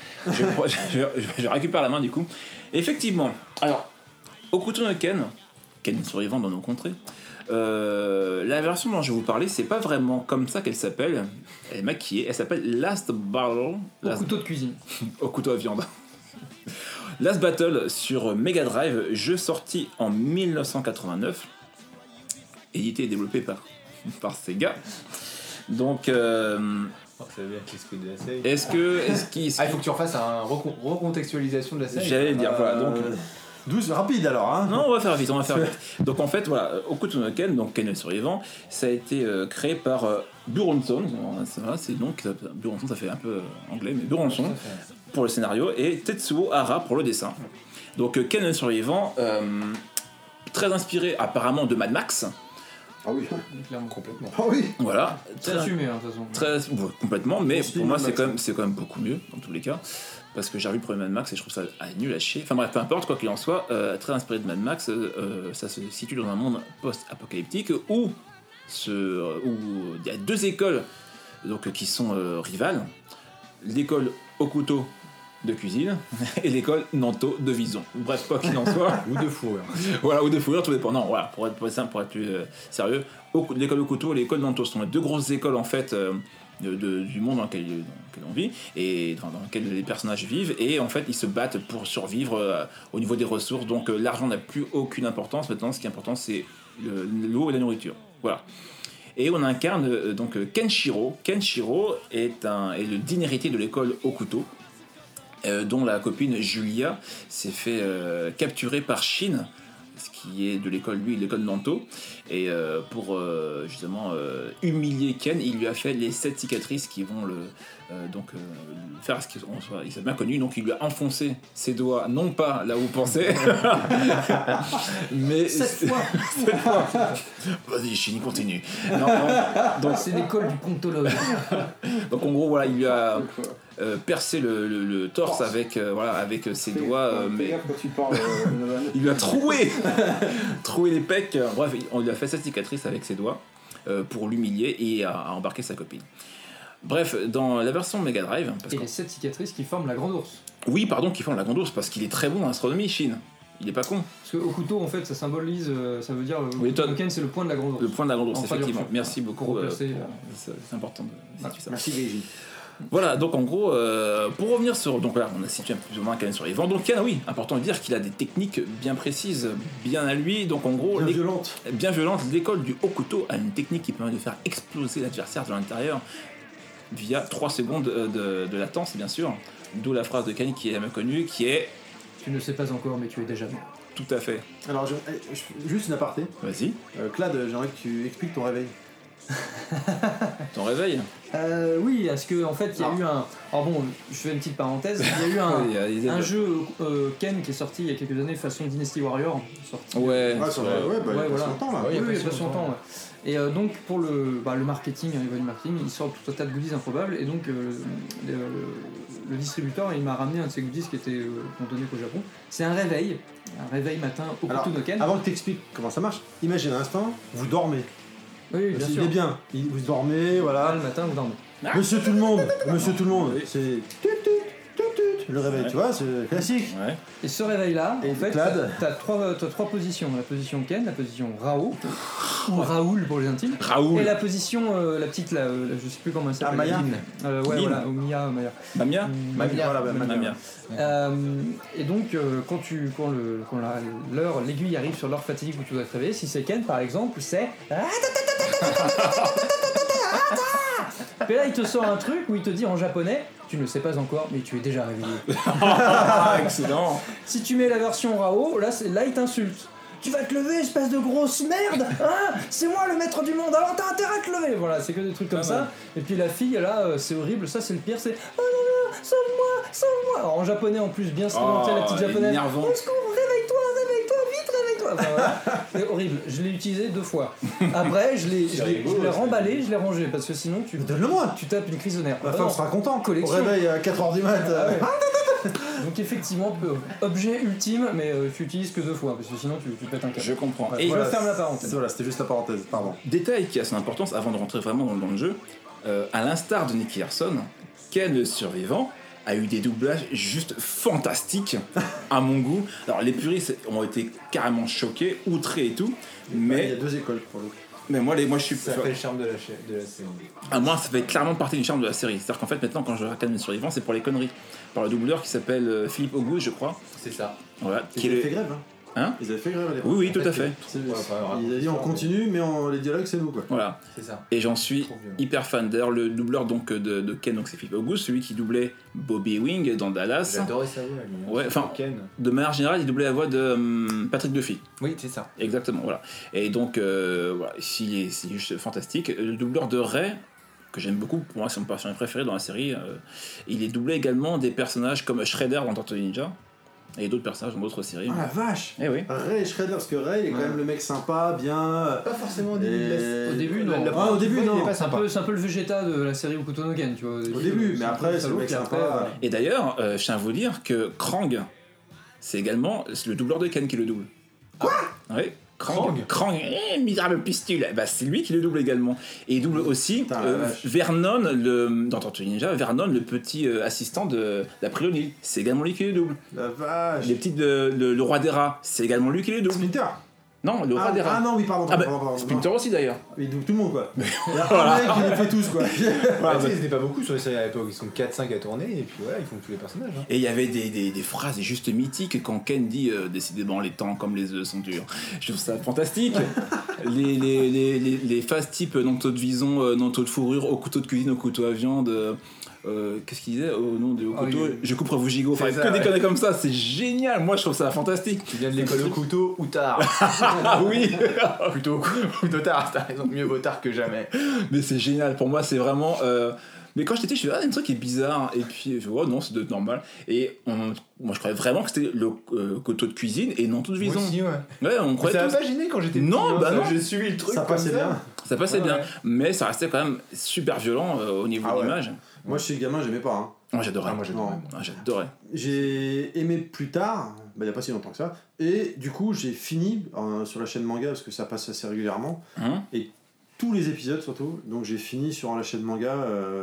Je récupère la main du coup. Et effectivement, alors, Hokuto no Ken est survivant dans nos contrées. La version dont je vais vous parler, c'est pas vraiment comme ça qu'elle s'appelle. Elle est maquillée, elle s'appelle Last Battle. Au couteau de cuisine. Au couteau à viande. Last Battle sur Mega Drive, jeu sorti en 1989, édité et développé par Sega. Donc, ça veut dire qu'il se coûte de la série. il faut que tu refasses une recontextualisation de la série. J'allais dire, voilà. Donc, douce, rapide alors, hein. Non, on va faire vite. Donc en fait, voilà, Hokuto no Ken, donc Ken le survivant, ça a été créé par Buronson, c'est donc Buronson, ça fait un peu anglais, mais Buronson pour le scénario et Tetsuo Hara pour le dessin. Donc Ken le survivant, très inspiré apparemment de Mad Max. Ah oui, clairement, complètement. Ah oui. Voilà. Très assumé, de toute façon. Complètement, mais pour moi c'est quand même beaucoup mieux dans tous les cas. Parce que j'ai revu le premier Mad Max et je trouve ça nul à chier. Enfin bref, peu importe, quoi qu'il en soit, très inspiré de Mad Max, ça se situe dans un monde post-apocalyptique où il y a deux écoles donc, qui sont rivales. L'école Hokuto de cuisine et l'école Nanto de vison. Bref, quoi qu'il en soit. Ou de fourrure. Voilà, ou de fourrure, tout dépend. Non, voilà, pour être simple, pour être plus sérieux, l'école Hokuto et l'école Nanto sont les deux grosses écoles en fait du monde dans lequel on vit et dans lequel les personnages vivent, et en fait ils se battent pour survivre au niveau des ressources. Donc l'argent n'a plus aucune importance maintenant. Ce qui est important, c'est l'eau et la nourriture. Voilà. Et on incarne donc Kenshiro. Kenshiro est le digne héritier de l'école Hokuto, dont la copine Julia s'est fait capturer par Shin, ce qui est de l'école Nanto, et pour justement humilier Ken, il lui a fait les 7 cicatrices qui vont faire ce qu'ils sont bien connus. Donc il lui a enfoncé ses doigts, non pas là où vous pensez, mais 7 fois. Vas-y, Shin, continue. Donc c'est l'école du promptologue. Donc en gros, voilà, il lui a percé le torse avec ses doigts, mais il lui a troué les pecs. Bref, on lui a fait cette cicatrice avec ses doigts pour l'humilier et à embarquer sa copine. Bref, dans la version Mega Drive, les 7 cicatrices qui forment la grande ours. Oui, pardon, qui forment la grande ours, parce qu'il est très bon en astronomie, Shin. Il est pas con. Parce que Hokuto, en fait, ça symbolise, ça veut dire Ken, c'est le point de la grande ours. Le point de la grande ours, enfin, effectivement. Merci beaucoup. C'est important de situer ça. Merci Grégy. Voilà, donc en gros, pour revenir sur... Donc là, on a situé un peu plus ou moins Ken survivant. Donc Ken, oui, important de dire qu'il a des techniques bien précises, bien à lui. Donc en gros... Bien violentes. L'école du Hokuto a une technique qui permet de faire exploser l'adversaire de l'intérieur via 3 secondes de latence, bien sûr. D'où la phrase de Ken qui est même connue, qui est... Tu ne sais pas encore, mais tu es déjà mort. Tout à fait. Alors, juste une aparté. Vas-y. Clad, j'aimerais que tu expliques ton réveil. Ton réveil? Oui, parce que en fait, il y a eu un... Alors bon, je fais une petite parenthèse. Il y a eu un jeu Ken qui est sorti il y a quelques années façon Dynasty Warrior. Ouais, il y a pas longtemps là. Oui, il y a pas longtemps. Ouais. Et donc pour le marketing, au niveau du marketing, il sort tout un tas de goodies improbables, et donc le distributeur, il m'a ramené un de ces goodies qui était donné au Japon. C'est un réveil matin au Hokuto no Ken. Avant que tu expliques comment ça marche, imagine un instant, vous dormez. Oui, bien sûr. Il est bien, vous dormez, voilà. Le matin, vous dormez. Monsieur tout le monde, c'est le réveil, tu vois, c'est classique. Ouais. Et ce réveil-là, et en fait, t'as trois positions. La position Ken, la position Rao, ou Raoul pour les intimes. Raoul. Et la position, la petite, là, je sais plus comment elle s'appelle. Maya. Ouais, voilà, Mia, Maya. Mamia. Mamia. Et donc, quand l'aiguille arrive sur l'heure fatidique où tu dois te réveiller, si c'est Ken par exemple, c'est. Puis là, il te sort un truc où il te dit en japonais, tu ne le sais pas encore, mais tu es déjà réveillé. Ah, excellent. Si tu mets la version Rao, là il t'insulte. Tu vas te lever, espèce de grosse merde, hein. C'est moi le maître du monde, alors t'as intérêt à te lever. Voilà, c'est que des trucs comme ça. Et puis la fille, là, c'est horrible, ça c'est le pire, c'est oh non, non, sauve-moi. Alors en japonais en plus, bien sédenté, la petite japonaise. énervant. Au secours, réveille-toi, vite, réveille-toi. Enfin, voilà. C'est horrible, je l'ai utilisé 2 fois. Après, je l'ai remballé, je l'ai rangé, parce que sinon Donne-le-moi. tu tapes une crise de nerfs. Ma femme sera contente. Collection. Au réveil à 4h du mat. Ah ouais. Donc effectivement, objet ultime, mais tu utilises que 2 fois, parce que sinon tu pètes un câble. Je comprends. Ouais, Et je ferme la parenthèse. Voilà, c'était juste la parenthèse, pardon. détail qui a son importance avant de rentrer vraiment dans le jeu, à l'instar de Nicky Larson, Ken le survivant a eu des doublages juste fantastiques à mon goût. Alors les puristes ont été carrément choqués, outrés et tout, Il y mais a 2 écoles pour le coup. moi je suis Ça fait le charme de la série. à moi ça fait clairement partie du charme de la série. C'est-à-dire qu'en fait maintenant quand je regarde le survivant, c'est pour les conneries. Par le doubleur qui s'appelle Philippe Auguste, je crois. C'est ça. Voilà, Ils avaient fait grève, hein. Hein Ils avaient fait grève à l'époque. Oui, tout à fait. Il a dit on continue, mais les dialogues c'est nous quoi. Voilà. C'est ça. Et j'en suis Trop violent. hyper fan. D'ailleurs, le doubleur donc de Ken, donc c'est Philippe Auguste, celui qui doublait Bobby Wing dans Dallas. J'adorais sa voix, lui. Ouais, enfin, Ken. de manière générale, il doublait la voix de Patrick Duffy. Oui, c'est ça. Exactement, voilà. Et donc, voilà, ici, c'est juste fantastique. Le doubleur de Ray, que j'aime beaucoup, pour moi, c'est mon personnage préféré dans la série, il est doublé également des personnages comme Shredder dans Tortue Ninja, et d'autres personnages dans d'autres séries. Oh la vache. Eh oui. Ray Shredder, parce que Ray il est quand même le mec sympa, bien. Pas forcément au Et- début. Au début, non. Au début, non. Il est pas C'est un, sympa. c'est un peu le Vegeta de la série Hokuto no Ken, tu vois. Au début, mais après, c'est le mec puis après, sympa. Et d'ailleurs, je tiens à vous dire que Krang, c'est également le doubleur de Ken qui le double. Quoi? Oui. Krang, misérable pistule, bah, c'est lui qui le double également. Et il double aussi Putain, la vache. Vernon, dans Tortue Ninja, Vernon, le petit assistant d'April O'Neil, c'est également lui qui le double. La vache. Les petites le roi des rats, c'est également lui qui le double. Splinter. Non, le roi des rats. Ah non, oui, pardon. Ah bah, pardon. Splinter aussi d'ailleurs. Il double tout le monde quoi. Il y a un mec qui les fait tous quoi. Bah, tu sais, ils étaient pas beaucoup sur les séries à l'époque. Ils sont 4-5 à tourner et puis voilà, ils font tous les personnages. Hein. Et il y avait des phrases juste mythiques quand Ken dit décidément les temps comme les œufs sont durs. Je trouve ça fantastique. les phases type non-taux de vison, non-taux de fourrure, au couteau de cuisine, au couteau à viande. Qu'est-ce qu'il disait au nom de au Ah oui, couteau oui. Je couperai vos gigots. Enfin, C'est que ça, des ouais. conneries comme ça, c'est génial. Moi, je trouve ça fantastique. Tu viens de l'école au couteau ou tard. Ah oui, Plutôt tard, t'as raison. Mieux vaut tard que jamais. mais c'est génial. Pour moi, c'est vraiment. Mais quand j'étais petit, je me suis dit, ah, il y a un truc qui est bizarre. Et puis, je me dis, oh non, c'est de normal. Et moi, je croyais vraiment que c'était le couteau de cuisine et non tout de vison. Moi aussi, ouais. Ouais, on Ça croyait m'a tous. pas gêné quand j'étais Non, petit. bah ça, non. J'ai suivi le truc. Ça comme passait bien. Ça passait Ouais, bien, ouais. mais ça restait quand même super violent au niveau Ah de ouais. l'image. Moi je suis gamin, j'aimais pas. Hein. Moi j'adorais. Ah, moi j'adorais. Non. Ah, j'adorais. J'ai aimé plus tard, il n'y a pas si longtemps que ça, et du coup j'ai fini sur la chaîne manga parce que ça passe assez régulièrement, Hein tous les épisodes surtout, donc j'ai fini sur la chaîne manga,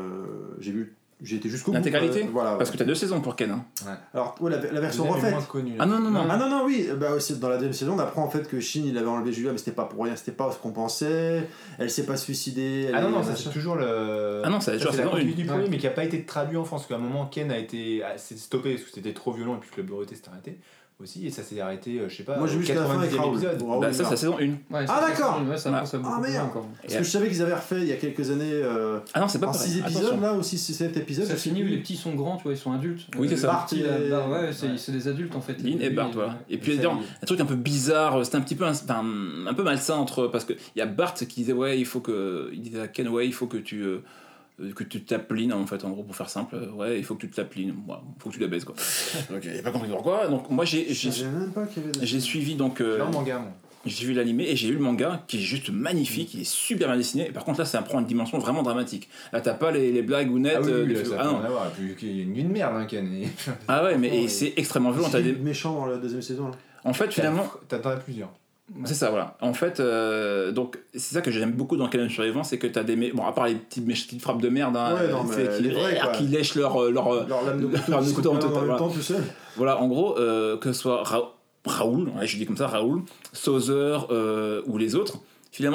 j'ai été jusqu'au bout. L'intégralité Voilà. Parce que t'as 2 saisons pour Ken. Hein. Alors, ouais, la version Deuxième est refaite. moins connu, là. Ah non, non, non. Ah non, non, oui, bah, aussi, dans la deuxième saison, on apprend en fait que Shin il avait enlevé Julia, mais c'était pas pour rien, c'était pas ce qu'on pensait, elle s'est pas suicidée. Ah non, non, ça machin. c'est toujours le. Ah non, ça, genre, c'est c'est la dans continuité une. du premier, mais qui a pas été traduit en France. Parce qu'à un moment, Ken s'est stoppé parce que c'était trop violent et puis Club Dorothée s'est arrêté aussi. Et ça s'est arrêté, je sais pas, Moi j'ai vu au jusqu'à la fin avec 90e Raoul. épisode. Raoul, Bah, il ça, c'est meurt. la saison 1. Ouais, Ah, ça, d'accord. Ouais, ça pousse beaucoup Ah, plus merde. encore. Parce que je savais qu'ils avaient refait il y a quelques années Ah non, c'est pas en pareil. 6 épisodes Attention. là, ou 7 épisodes. Ça je sais finit où plus. les petits sont grands, tu vois, ils sont adultes. Oui, c'est ça. Bart, Bart, ouais, c'est des adultes en fait. Lynn et Bart, voilà. Et puis, ça, d'ailleurs, un truc un peu bizarre, c'était un petit peu un peu malsain entre. Parce qu'il y a Bart qui disait, ouais, il faut que. Il disait à Ken, ouais, il faut que tu tapes Lynn, en fait, en gros, pour faire simple. Ouais, il faut que tu te tapes Lynn. Ouais, il faut que tu la baises, quoi. Donc, il a pas compris pourquoi. Donc, moi, Je savais même pas qu'il y avait des- j'ai suivi, donc. J'ai un manga, moi. J'ai vu l'animé et j'ai lu le manga qui est juste magnifique, il est super bien dessiné. Et par contre, là, ça prend une dimension vraiment dramatique. Là, t'as pas les blagues ou net. Ah oui, oui, du- là, ça ah n'a non. rien à voir. Et puis, il y a une merde, hein, Ken. Et- Ah ouais, mais et Ouais. c'est extrêmement violent. T'as C'est des... méchant dans la deuxième saison là. En fait, finalement, T'en as plusieurs. c'est ça, voilà. En fait, donc, c'est ça que j'aime beaucoup dans Ken le Survivant, c'est que t'as des. Bon, à part les petites frappes de merde, hein, Ouais, non, tu mais sais, qui, les vrais, quoi. qui lèchent leur Leur lame de couteau, leur qui se couteau en coupe total, en même voilà. temps tout seul. Voilà, en gros, que ce soit Raoul, ouais, je dis comme ça, Raoul, Sauzer ou les autres, finalement,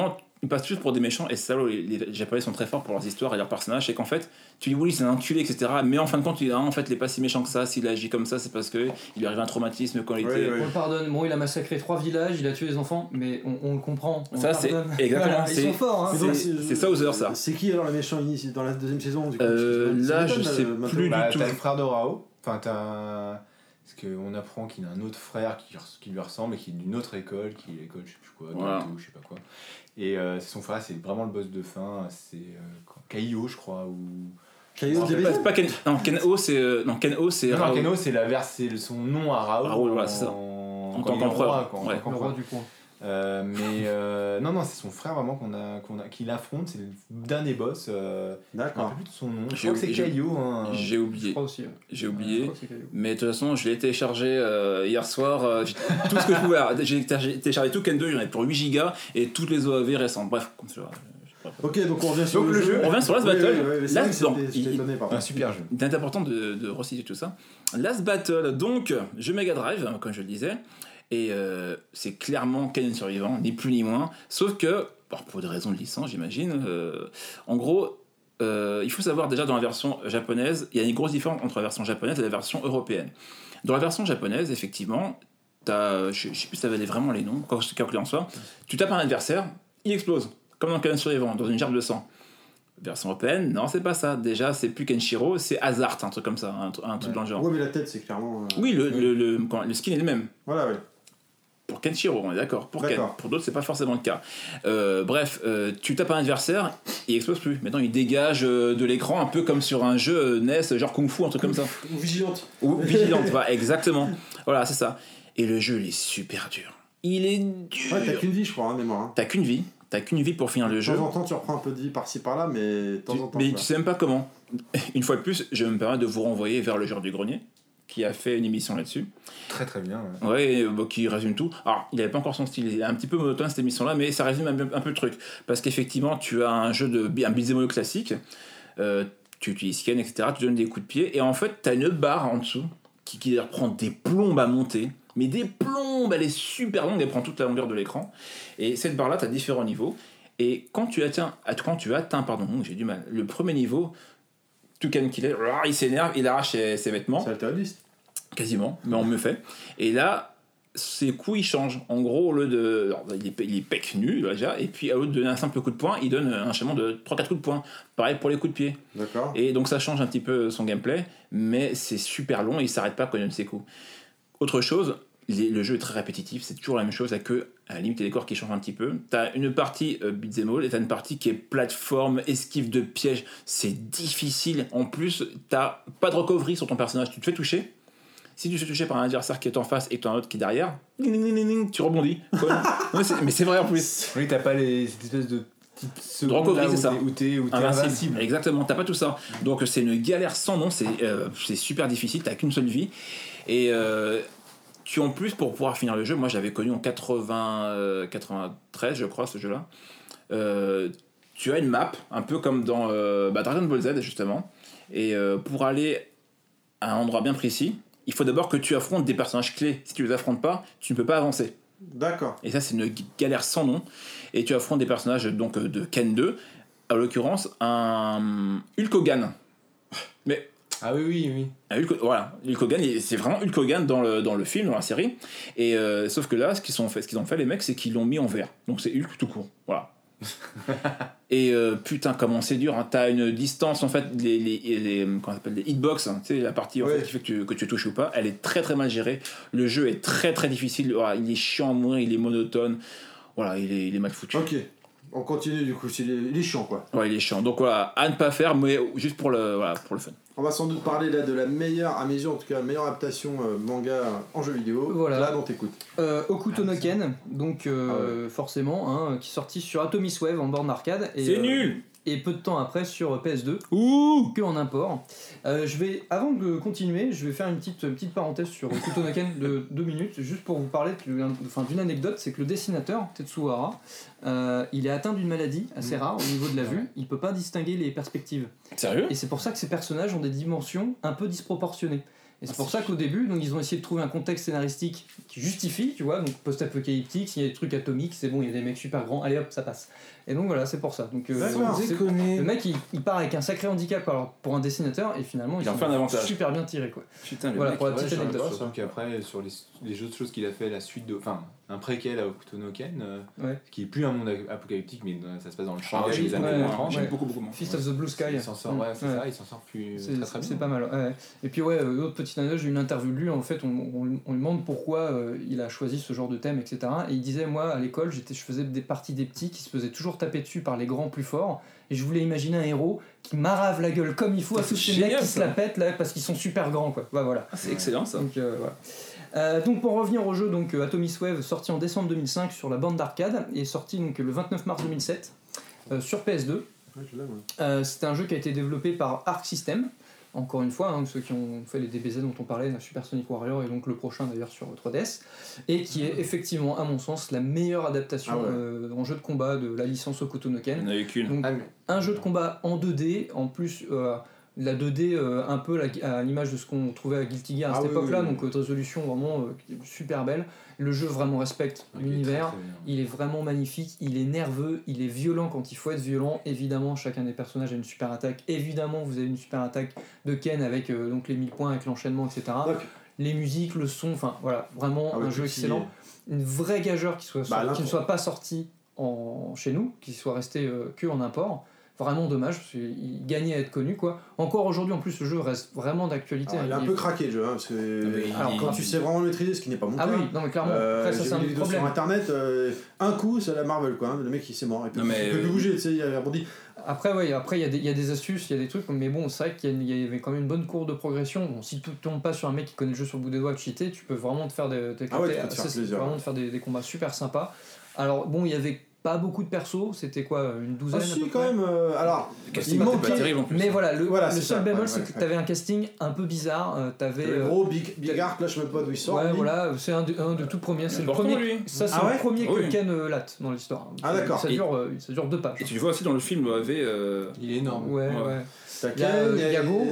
ils passent tous pour des méchants, et c'est ça, les Japonais sont très forts pour leurs histoires et leurs personnages, c'est qu'en fait, tu dis oui, c'est un enculé, etc., mais en fin de compte, tu dis, en fait, il est pas si méchant que ça, s'il agit comme ça, c'est parce qu'il lui arrive un traumatisme quand il était... On le pardonne, bon, il a massacré 3 villages, il a tué des enfants, mais on le comprend, on ça, le c'est pardonne. exactement, Voilà, ils sont forts, hein. c'est Sauzer, ça. C'est qui alors le méchant initié dans la deuxième saison du coup, Là, je sais plus du tout. T'as le frère de Rao, enfin parce qu'on apprend qu'il a un autre frère qui lui ressemble et qui est d'une autre école, qui est l'école je sais plus quoi, je sais pas quoi. Et c'est son frère, c'est vraiment le boss de fin, c'est Kaio je crois, ou... Kaio c'est pas Ken... Non, Ken-O c'est... Non, Ken-O c'est... Non, Ken-O c'est son nom à Rao. Raoul, voilà, c'est ça. En tant qu'empereur. Le roi du coin. Non, c'est son frère vraiment qu'il affronte, c'est le dernier boss. D'accord. Je me rappelle plus de son nom. Je crois que c'est Kaio. Hein. J'ai oublié. Je crois aussi. J'ai oublié. Je crois Mais de toute façon, je l'ai téléchargé hier soir. Tout ce que je pouvais. J'ai téléchargé tout Ken 2, j'en ai pour 8 Go et toutes les OAV récentes. Bref, comme ça. Ok, donc on revient sur le jeu. On revient sur Last Battle. Un super jeu. Il est important de resituer tout ça. Last Battle, donc, jeu Mega Drive, comme je le disais. Et c'est clairement Kainen Survivant, ni plus ni moins. Sauf que, pour des raisons de licence, j'imagine, en gros, il faut savoir déjà dans la version japonaise, il y a une grosse différence entre la version japonaise et la version européenne. Dans la version japonaise, effectivement, je sais plus si ça valait vraiment les noms, quoi qu'il en soit, tu tapes un adversaire, il explose, comme dans Kainen Survivant, dans une gerbe de sang. Version européenne, non, c'est pas ça. Déjà, c'est plus Kenshiro, c'est Hazard, un truc comme ça, un truc dans le genre. Ouais, mais la tête, c'est clairement. Oui, le skin est le même. Voilà, oui. Pour Kenshiro, on est d'accord. Pour d'autres, c'est pas forcément le cas. Bref, tu tapes un adversaire, il explose plus. Maintenant, il dégage de l'écran, un peu comme sur un jeu NES, genre Kung Fu, un truc comme ça. Ou vigilante. Ou vigilante, voilà, exactement. Voilà, c'est ça. Et le jeu, il est super dur. Il est dur. Ouais, t'as qu'une vie, je crois, hein, mémoire. Hein. T'as qu'une vie pour finir le jeu. De temps en temps, tu reprends un peu de vie par-ci par-là, mais de temps en temps. Mais tu sais même pas comment. Une fois de plus, je me permets de vous renvoyer vers le genre du grenier, qui a fait une émission là-dessus. Très très bien. Ouais, qui résume tout. Alors, il avait pas encore son style, il est un petit peu monotone cette émission-là, mais ça résume un peu le truc. Parce qu'effectivement, tu as un jeu un beat'em all classique, tu utilises Ken, etc., tu donnes des coups de pied, et en fait, tu as une barre en dessous qui reprend des plombes à monter. Mais des plombes, elle est super longue, elle prend toute la longueur de l'écran. Et cette barre-là, tu as différents niveaux. Et quand tu atteins, j'ai du mal, le premier niveau, Toucan Killer, il s'énerve, il arrache ses vêtements. C'est altériste. Quasiment, mais on me fait. Et là, ses coups, ils changent. En gros, au lieu de... Alors, il est pec nu, déjà, et puis au lieu de donner un simple coup de poing, il donne un enchaînement de 3-4 coups de poing. Pareil pour les coups de pied. D'accord. Et donc ça change un petit peu son gameplay, mais c'est super long et il s'arrête pas quand il donne ses coups. Autre chose, le jeu est très répétitif, c'est toujours la même chose, avec à la limite les décors qui changent un petit peu. T'as une partie beat'em all et t'as une partie qui est plateforme, esquive de pièges, c'est difficile. En plus, t'as pas de recovery sur ton personnage, tu te fais toucher. Si tu te fais toucher par un adversaire qui est en face et que t'as un autre qui est derrière, tu rebondis. Mais c'est vrai en plus. Oui, t'as pas cette espèce de petite seconde recovery, là c'est ça. où t'es invincible. Exactement, t'as pas tout ça. Donc c'est une galère sans nom, c'est super difficile, t'as qu'une seule vie. Et tu en plus, pour pouvoir finir le jeu, moi j'avais connu en 93 je crois ce jeu là, tu as une map un peu comme dans Dragon Ball Z justement, et pour aller à un endroit bien précis, il faut d'abord que tu affrontes des personnages clés. Si tu les affrontes pas, tu ne peux pas avancer. D'accord. Et ça c'est une galère sans nom, et tu affrontes des personnages donc de Ken 2, à l'occurrence un Hulk Hogan. Mais ah oui. Hulk Hogan, c'est vraiment Hulk Hogan dans le film, dans la série. Et sauf que là, ce qu'ils ont fait les mecs, c'est qu'ils l'ont mis en vert. Donc c'est Hulk tout court. Voilà. Et putain, comment c'est dur. Hein. T'as une distance en fait, comment on appelle, les hitbox, hein, tu sais, la partie en fait, qui fait que tu touches ou pas. Elle est très très mal gérée. Le jeu est très très difficile. Voilà, il est chiant à mourir, il est monotone. Voilà, il est mal foutu. Ok. On continue du coup, il est chiant quoi. Ouais, il est chiant. Donc voilà, à ne pas faire, mais juste pour le fun. On va sans doute parler là de la meilleure, à mes yeux en tout cas, la meilleure adaptation manga en jeu vidéo. Voilà. Là, dont t'écoutes. Okuto no Ken, donc forcément, hein, qui est sorti sur Atomic Wave en borne arcade. C'est nul. Et peu de temps après sur PS2, Ouh, que en import. Avant de continuer, je vais faire une petite parenthèse sur Okuto no Ken de 2 minutes, juste pour vous parler d'une anecdote, c'est que le dessinateur, Tetsuhara, il est atteint d'une maladie assez rare au niveau de la vue, il peut pas distinguer les perspectives. Sérieux ? Et c'est pour ça que ces personnages ont des dimensions un peu disproportionnées. Et c'est pour ça qu'au début, donc, ils ont essayé de trouver un contexte scénaristique qui justifie, tu vois, donc post-apocalyptique, s'il y a des trucs atomiques, c'est bon, il y a des mecs super grands, allez hop, ça passe. Et donc voilà, c'est pour ça. Donc, le mec, il part avec un sacré handicap alors, pour un dessinateur, et finalement, il en fait un avantage. Super bien tiré, quoi. Putain, le voilà, mec, pour la petite anecdote. Surtout qu'après, sur les autres choses qu'il a fait, la suite de. Enfin, un préquel à Hokuto no Ken, qui est plus un monde apocalyptique, mais ça se passe dans le champ chez les années 30. J'aime beaucoup moins. Fist of the Blue Sky. Il s'en sort, c'est ça, il s'en sort plus très très bien. C'est pas mal. Ouais. Et puis, autre petite anecdote, j'ai eu une interview de lui, en fait, on lui demande pourquoi il a choisi ce genre de thème, etc. Et il disait, moi, à l'école, je faisais des parties des petits qui se faisaient toujours taper dessus par les grands plus forts, et je voulais imaginer un héros qui marave la gueule comme il faut à tous ces mecs qui se la pètent là, parce qu'ils sont super grands, quoi. Voilà. C'est excellent, ça. Donc, voilà. Donc pour revenir au jeu, donc Atomic Wave, sorti en décembre 2005 sur la bande d'arcade, et sorti donc le 29 mars 2007 sur PS2. C'était un jeu qui a été développé par Arc System, encore une fois, ceux qui ont fait les DBZ dont on parlait, Super Sonic Warrior, et donc le prochain d'ailleurs sur 3DS, et qui est effectivement, à mon sens, la meilleure adaptation en jeu de combat de la licence Hokuto no Ken. Il n'y en avait qu'une. Donc, un jeu de combat en 2D, en plus la 2D un peu à l'image de ce qu'on trouvait à Guilty Gear à cette époque-là, donc haute résolution vraiment super belle. Le jeu vraiment respecte l'univers, il est vraiment magnifique, il est nerveux, il est violent quand il faut être violent. Évidemment, chacun des personnages a une super attaque. Évidemment, vous avez une super attaque de Ken avec donc les 1000 points, avec l'enchaînement, etc. Les musiques, le son, enfin voilà, vraiment un jeu excellent. Une vraie gageure qui ne soit pas sortie chez nous, qui soit resté que en import. Vraiment dommage, parce qu'il gagnait à être connu, quoi. Encore aujourd'hui, en plus, le jeu reste vraiment d'actualité. Il est un peu craqué, le jeu, parce que quand tu sais vraiment le maîtriser, ce qui n'est pas mon cas. Ah oui, non, mais clairement, après, ça, c'est un problème. Sur internet, un coup, c'est la Marvel, quoi. Le mec, il s'est mort. Et puis, il peut plus bouger, tu sais, il rebondit. Après, il y a des astuces, il y a des trucs, mais bon, c'est vrai qu'il y avait quand même une bonne courbe de progression. Bon, si tu tombes pas sur un mec qui connaît le jeu sur le bout des doigts, cheater, tu peux vraiment te faire des combats super sympas. Alors, bon, il y avait pas beaucoup de persos, c'était quoi, une douzaine à peu près. Quand même, alors, il manquait, pas terrible en plus. Mais voilà, le seul bémol, c'est que t'avais un casting un peu bizarre. T'avais le gros Big Art, là je me pas d'où il sort. Ouais, voilà, c'est un de tout premier. C'est le premier. Ça, c'est le premier que Ken latte dans l'histoire. Ah d'accord. Ça dure 2 pages. Et tu vois aussi dans le film, il est énorme. Ouais. Il y a Yago,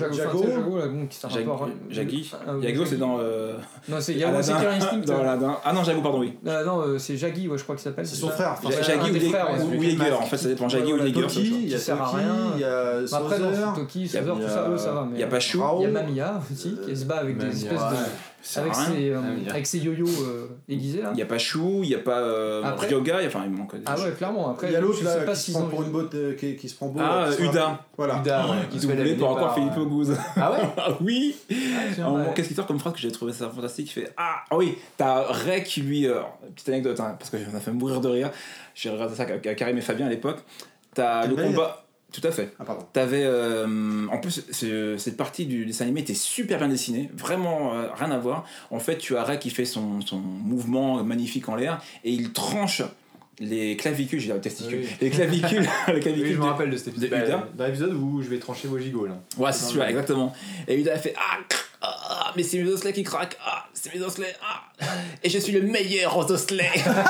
Jaggy. Yago, c'est dans. Non, c'est Yago, c'est Killer Instinct. Dans Aladdin. Ah non, Jago, pardon, oui. Non, c'est Jaggy, ouais, je crois qu'il s'appelle. C'est son frère. Jaggy ou Yeager, en fait, ça dépend. Jaggy ou Yeager. Il y a sert à rien. Il y a après, dans Toki, Sozer, tout ça, eux, ça va. Il y a Pachou. Il y a Mamiya aussi, qui se bat avec des espèces de. Avec ses yo-yo aiguisés là. Il n'y a pas Chou, il n'y a pas Ryoga, il manque des Ah ouais, clairement. Après, il y a l'autre là qui se prend pour une botte, qui se prend beau. Ah, Uda. Voilà. Qui se doublé par encore Philippe Auguste. Ah ouais. Oui. Qu'est-ce qu'il sort comme phrase que j'ai trouvé ça fantastique. Il fait oui, t'as Ray qui lui. Petite anecdote, parce que ça fait mourir de rire. J'ai regardé ça avec Karim et Fabien à l'époque. T'as le combat. Tout à fait. T'avais en plus cette partie du dessin animé était super bien dessinée, vraiment rien à voir. En fait, tu as Ray qui fait son mouvement magnifique en l'air et il tranche les clavicules, j'ai dit testicules, les clavicules, oui, je me rappelle de cet épisode. Dans l'épisode où je vais trancher vos gigots là. Ouais, c'est celui-là, exactement. Et Uda a fait mais c'est mes osselets qui craquent, c'est mes osselets, et je suis le meilleur aux osselets.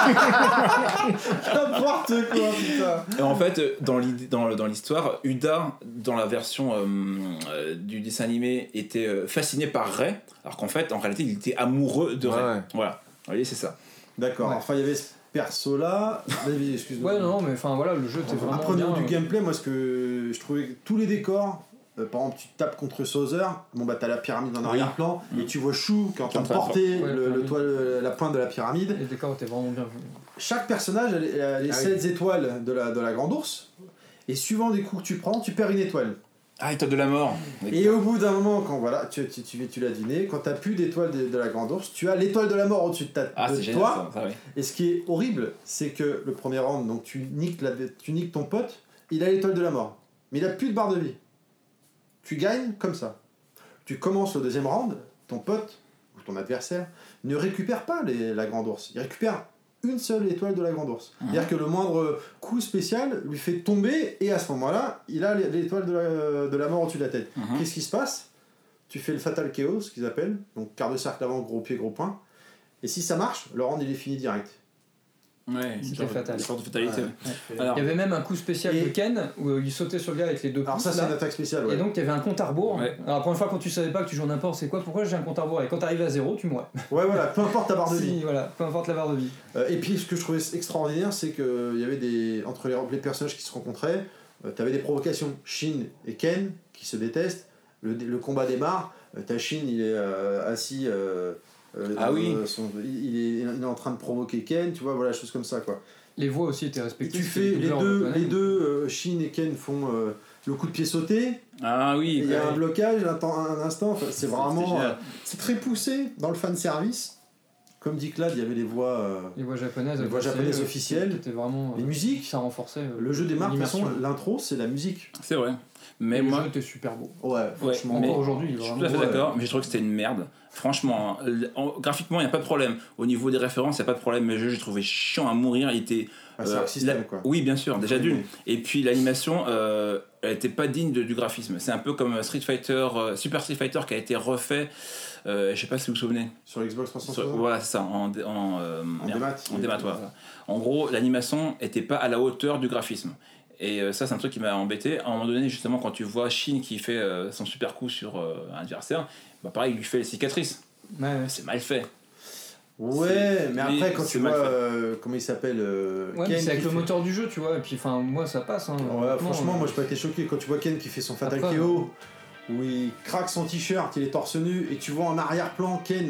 N'importe quoi, putain. Et en fait, dans l'histoire, Uda, dans la version du dessin animé, était fasciné par Ray, alors qu'en fait, en réalité, il était amoureux de Ray. Ouais. Voilà, vous voyez, c'est ça. D'accord, enfin, il y avait ce perso là. Excuse-moi. Ouais, non, mais enfin voilà, le jeu était vraiment. Après, au niveau du gameplay, moi, ce que je trouvais que tous les décors. Par exemple, tu tapes contre Sozer, t'as la pyramide en arrière-plan, et tu vois Chou qui est en train de porter la pointe de la pyramide. Les décors étaient vraiment bien vus. Chaque personnage a les 7 étoiles de la grande ours, et suivant des coups que tu prends, tu perds une étoile. Étoile de la mort. Et au bout d'un moment, quand tu l'as deviné, quand t'as plus d'étoiles de la grande ours, tu as l'étoile de la mort au-dessus de toi. Ça, oui. Et ce qui est horrible, c'est que le premier round, donc tu niques ton pote, il a l'étoile de la mort, mais il a plus de barre de vie. Tu gagnes comme ça. Tu commences le deuxième round, ton pote ou ton adversaire ne récupère pas la grande ours. Il récupère une seule étoile de la grande ours. C'est-à-dire que le moindre coup spécial lui fait tomber et à ce moment-là, il a l'étoile de la mort au-dessus de la tête. Qu'est-ce qui se passe ? Tu fais le Fatal Chaos, ce qu'ils appellent, donc quart de cercle avant, gros pied, gros poing. Et si ça marche, le round il est fini direct. Ouais, C'était fatal. Une sorte de fatalité. Ouais. Ouais. Alors, Il y avait même un coup spécial Et- de Ken où il sautait sur le gars avec les deux Alors pouces. ça c'est là. une attaque spéciale, ouais. Et donc il y avait un compte à rebours. Ouais. Alors la première fois quand tu savais pas que tu joues n'importe c'est quoi, pourquoi j'ai un compte à rebours. Et quand t'arrives à 0, tu mourais. Ouais, voilà, peu importe ta barre de vie. Si, voilà, peu importe la barre de vie. Et puis ce que je trouvais extraordinaire, c'est qu'il y avait entre les personnages qui se rencontraient, t'avais des provocations. Shin et Ken qui se détestent, le combat démarre, t'as Shin, il est assis, Ah oui. il est en train de provoquer Ken, tu vois, voilà, choses comme ça quoi. Les voix aussi étaient Et respectées. tu c'était fais doubleur de Conan. les deux Shin et Ken font le coup de pied sauté, ah et oui, il y a ouais. un blocage un instant, enfin, c'est vraiment génial. c'est très poussé dans le fan service. Comme dit Claude, il y avait les voix Les voix japonaises. les voix japonaises qui officielles, étaient vraiment. les musiques. Ça renforçait. Le jeu démarre, de toute façon, l'immersion. l'intro c'est la musique. C'est vrai. Mais Le moi, jeu était super beau. Ouais, franchement. mais- Encore aujourd'hui, il est je suis vraiment tout à fait beau. d'accord, mais j'ai trouvé que c'était une merde. Franchement, graphiquement, il n'y a pas de problème. Au niveau des références, il n'y a pas de problème. Mais le jeu, j'ai trouvé chiant à mourir. Il était. C'est un système quoi. Oui, bien sûr, déjà Oui, d'une. oui. Et puis l'animation, elle était pas digne du graphisme. C'est un peu comme Street Fighter, Super Street Fighter qui a été refait. Je sais pas si vous vous souvenez. Sur l'Xbox 360. Voilà, c'est ça, en démat. en démat, voilà. En gros, l'animation était pas à la hauteur du graphisme. Et ça, c'est un truc qui m'a embêté. À un moment donné, justement, quand tu vois Shin qui fait son super coup sur un adversaire, bah pareil, il lui fait les cicatrices. Ouais, ouais. C'est mal fait. Ouais, mais après, quand c'est tu mal vois fait. comment il s'appelle Ouais, Ken mais c'est avec qui le fait- moteur du jeu, tu vois. Et puis, enfin, moi, ça passe. Hein, Ouais, honnêtement, franchement, moi j'ai pas été choqué quand tu vois Ken qui fait son Fatal Après, KO, où il craque son t-shirt, il est torse nu, et tu vois en arrière-plan Ken,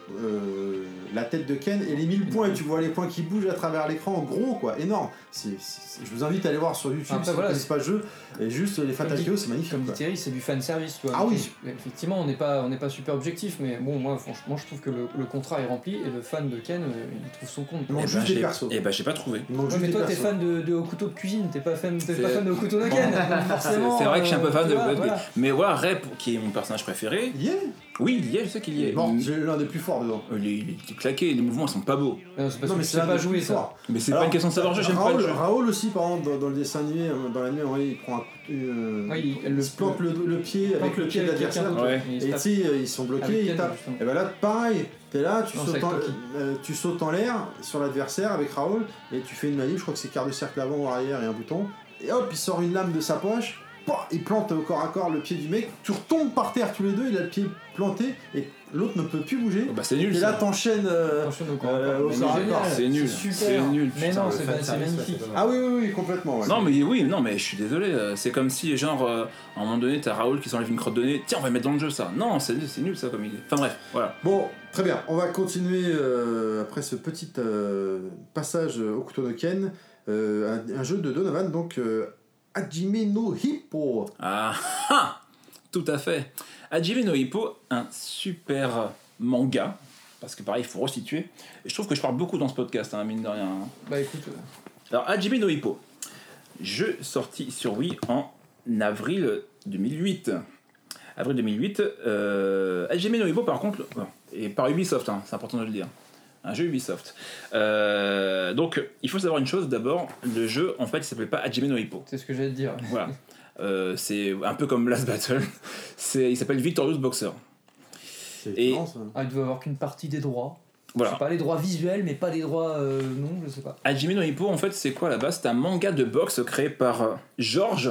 la tête de Ken, et les 1000 points, et tu vois les points qui bougent à travers l'écran, en gros quoi, énorme. Je vous invite à aller voir sur YouTube Après, si voilà, vous connaissez pas le jeu, et juste les Fatal dit- KO, c'est magnifique. Comme dit quoi. Thierry, c'est du fan service, tu vois. Ah oui. Effectivement, on n'est pas super objectif, mais bon, moi, franchement, je trouve que le contrat est rempli et le fan de Ken, il trouve son compte. Il manque Eh juste ben, des j'ai- persos. Eh ben, j'ai pas trouvé. Il manque Ouais, juste mais des toi, t'es persos. fan de couteau de cuisine, t'es pas fan C'est- de couteau de Ken, donc forcément. C'est vrai que je suis un peu fan tu de vois, Blood voilà. Mais voilà, Rep, qui est mon personnage préféré, Yeah. oui, il y est, je sais qu'il y est. Bon, j'ai l'un des plus forts dedans. Il est claqué, les mouvements sont pas beaux. Non, c'est parce Non, que mais tu c'est sais l'un pas des jouer plus ça. forts. Mais c'est Alors, pas une question de savoir jouer, j'aime pas le jeu. Raoul aussi, par exemple, dans le dessin animé, dans l'anime, il prend un coup. Ouais, il se plante le pied avec le pied de l'adversaire. quelqu'un d'autre, Ouais. et il se Et tu tape. sais, ils sont bloqués, Avec ils Ken, tapent. justement. Et ben là, pareil, t'es là, Non, c'est avec Toki. tu sautes en l'air sur l'adversaire avec Raoul, et tu fais une manip, je crois que c'est quart de cercle avant ou arrière et un bouton, et hop, il sort une lame de sa poche, il plante au corps à corps le pied du mec, tu retombes par terre tous les deux, il a le pied planté, et l'autre ne peut plus bouger. Oh, bah c'est nul Et là, ça. t'enchaînes. Attention au corps à corps. au Mais corps à génial, corps. C'est nul, super. c'est nul, Mais putain, non, le c'est fan c'est service, magnifique. ouais, Ah oui, complètement. Ouais. Non mais oui, non mais je suis désolé, c'est comme si genre à un moment donné t'as Raoul qui s'enlève une crotte de nez, tiens on va mettre dans le jeu ça. Non, c'est nul ça comme idée. Enfin bref, voilà. Bon, très bien. On va continuer après ce petit passage au couteau de Ken. Un jeu de Donovan, donc Hajime no Hippo. Ah ah, tout à fait. Hajime no Hippo, un super manga, parce que pareil il faut resituer. Et je trouve que je parle beaucoup dans ce podcast, hein, mine de rien. Bah écoute, Alors Hajime no Hippo, jeu sorti sur Wii en avril 2008. Avril 2008, Hajime no Hippo par contre, et par Ubisoft, hein, c'est important de le dire. Un jeu Ubisoft. Donc il faut savoir une chose d'abord, le jeu en fait il s'appelait pas Hajime no Hippo. c'est ce que j'allais te dire. Voilà. C'est un peu comme Last Battle. Il s'appelle Victorious Boxer. C'est Et- étonnant, ça. Ah, il doit avoir qu'une partie des droits. Voilà. Je sais pas, les droits visuels, mais pas les droits. Non, je sais pas. Hajime no Hippo, en fait, c'est quoi à la base? C'est un manga de boxe créé par George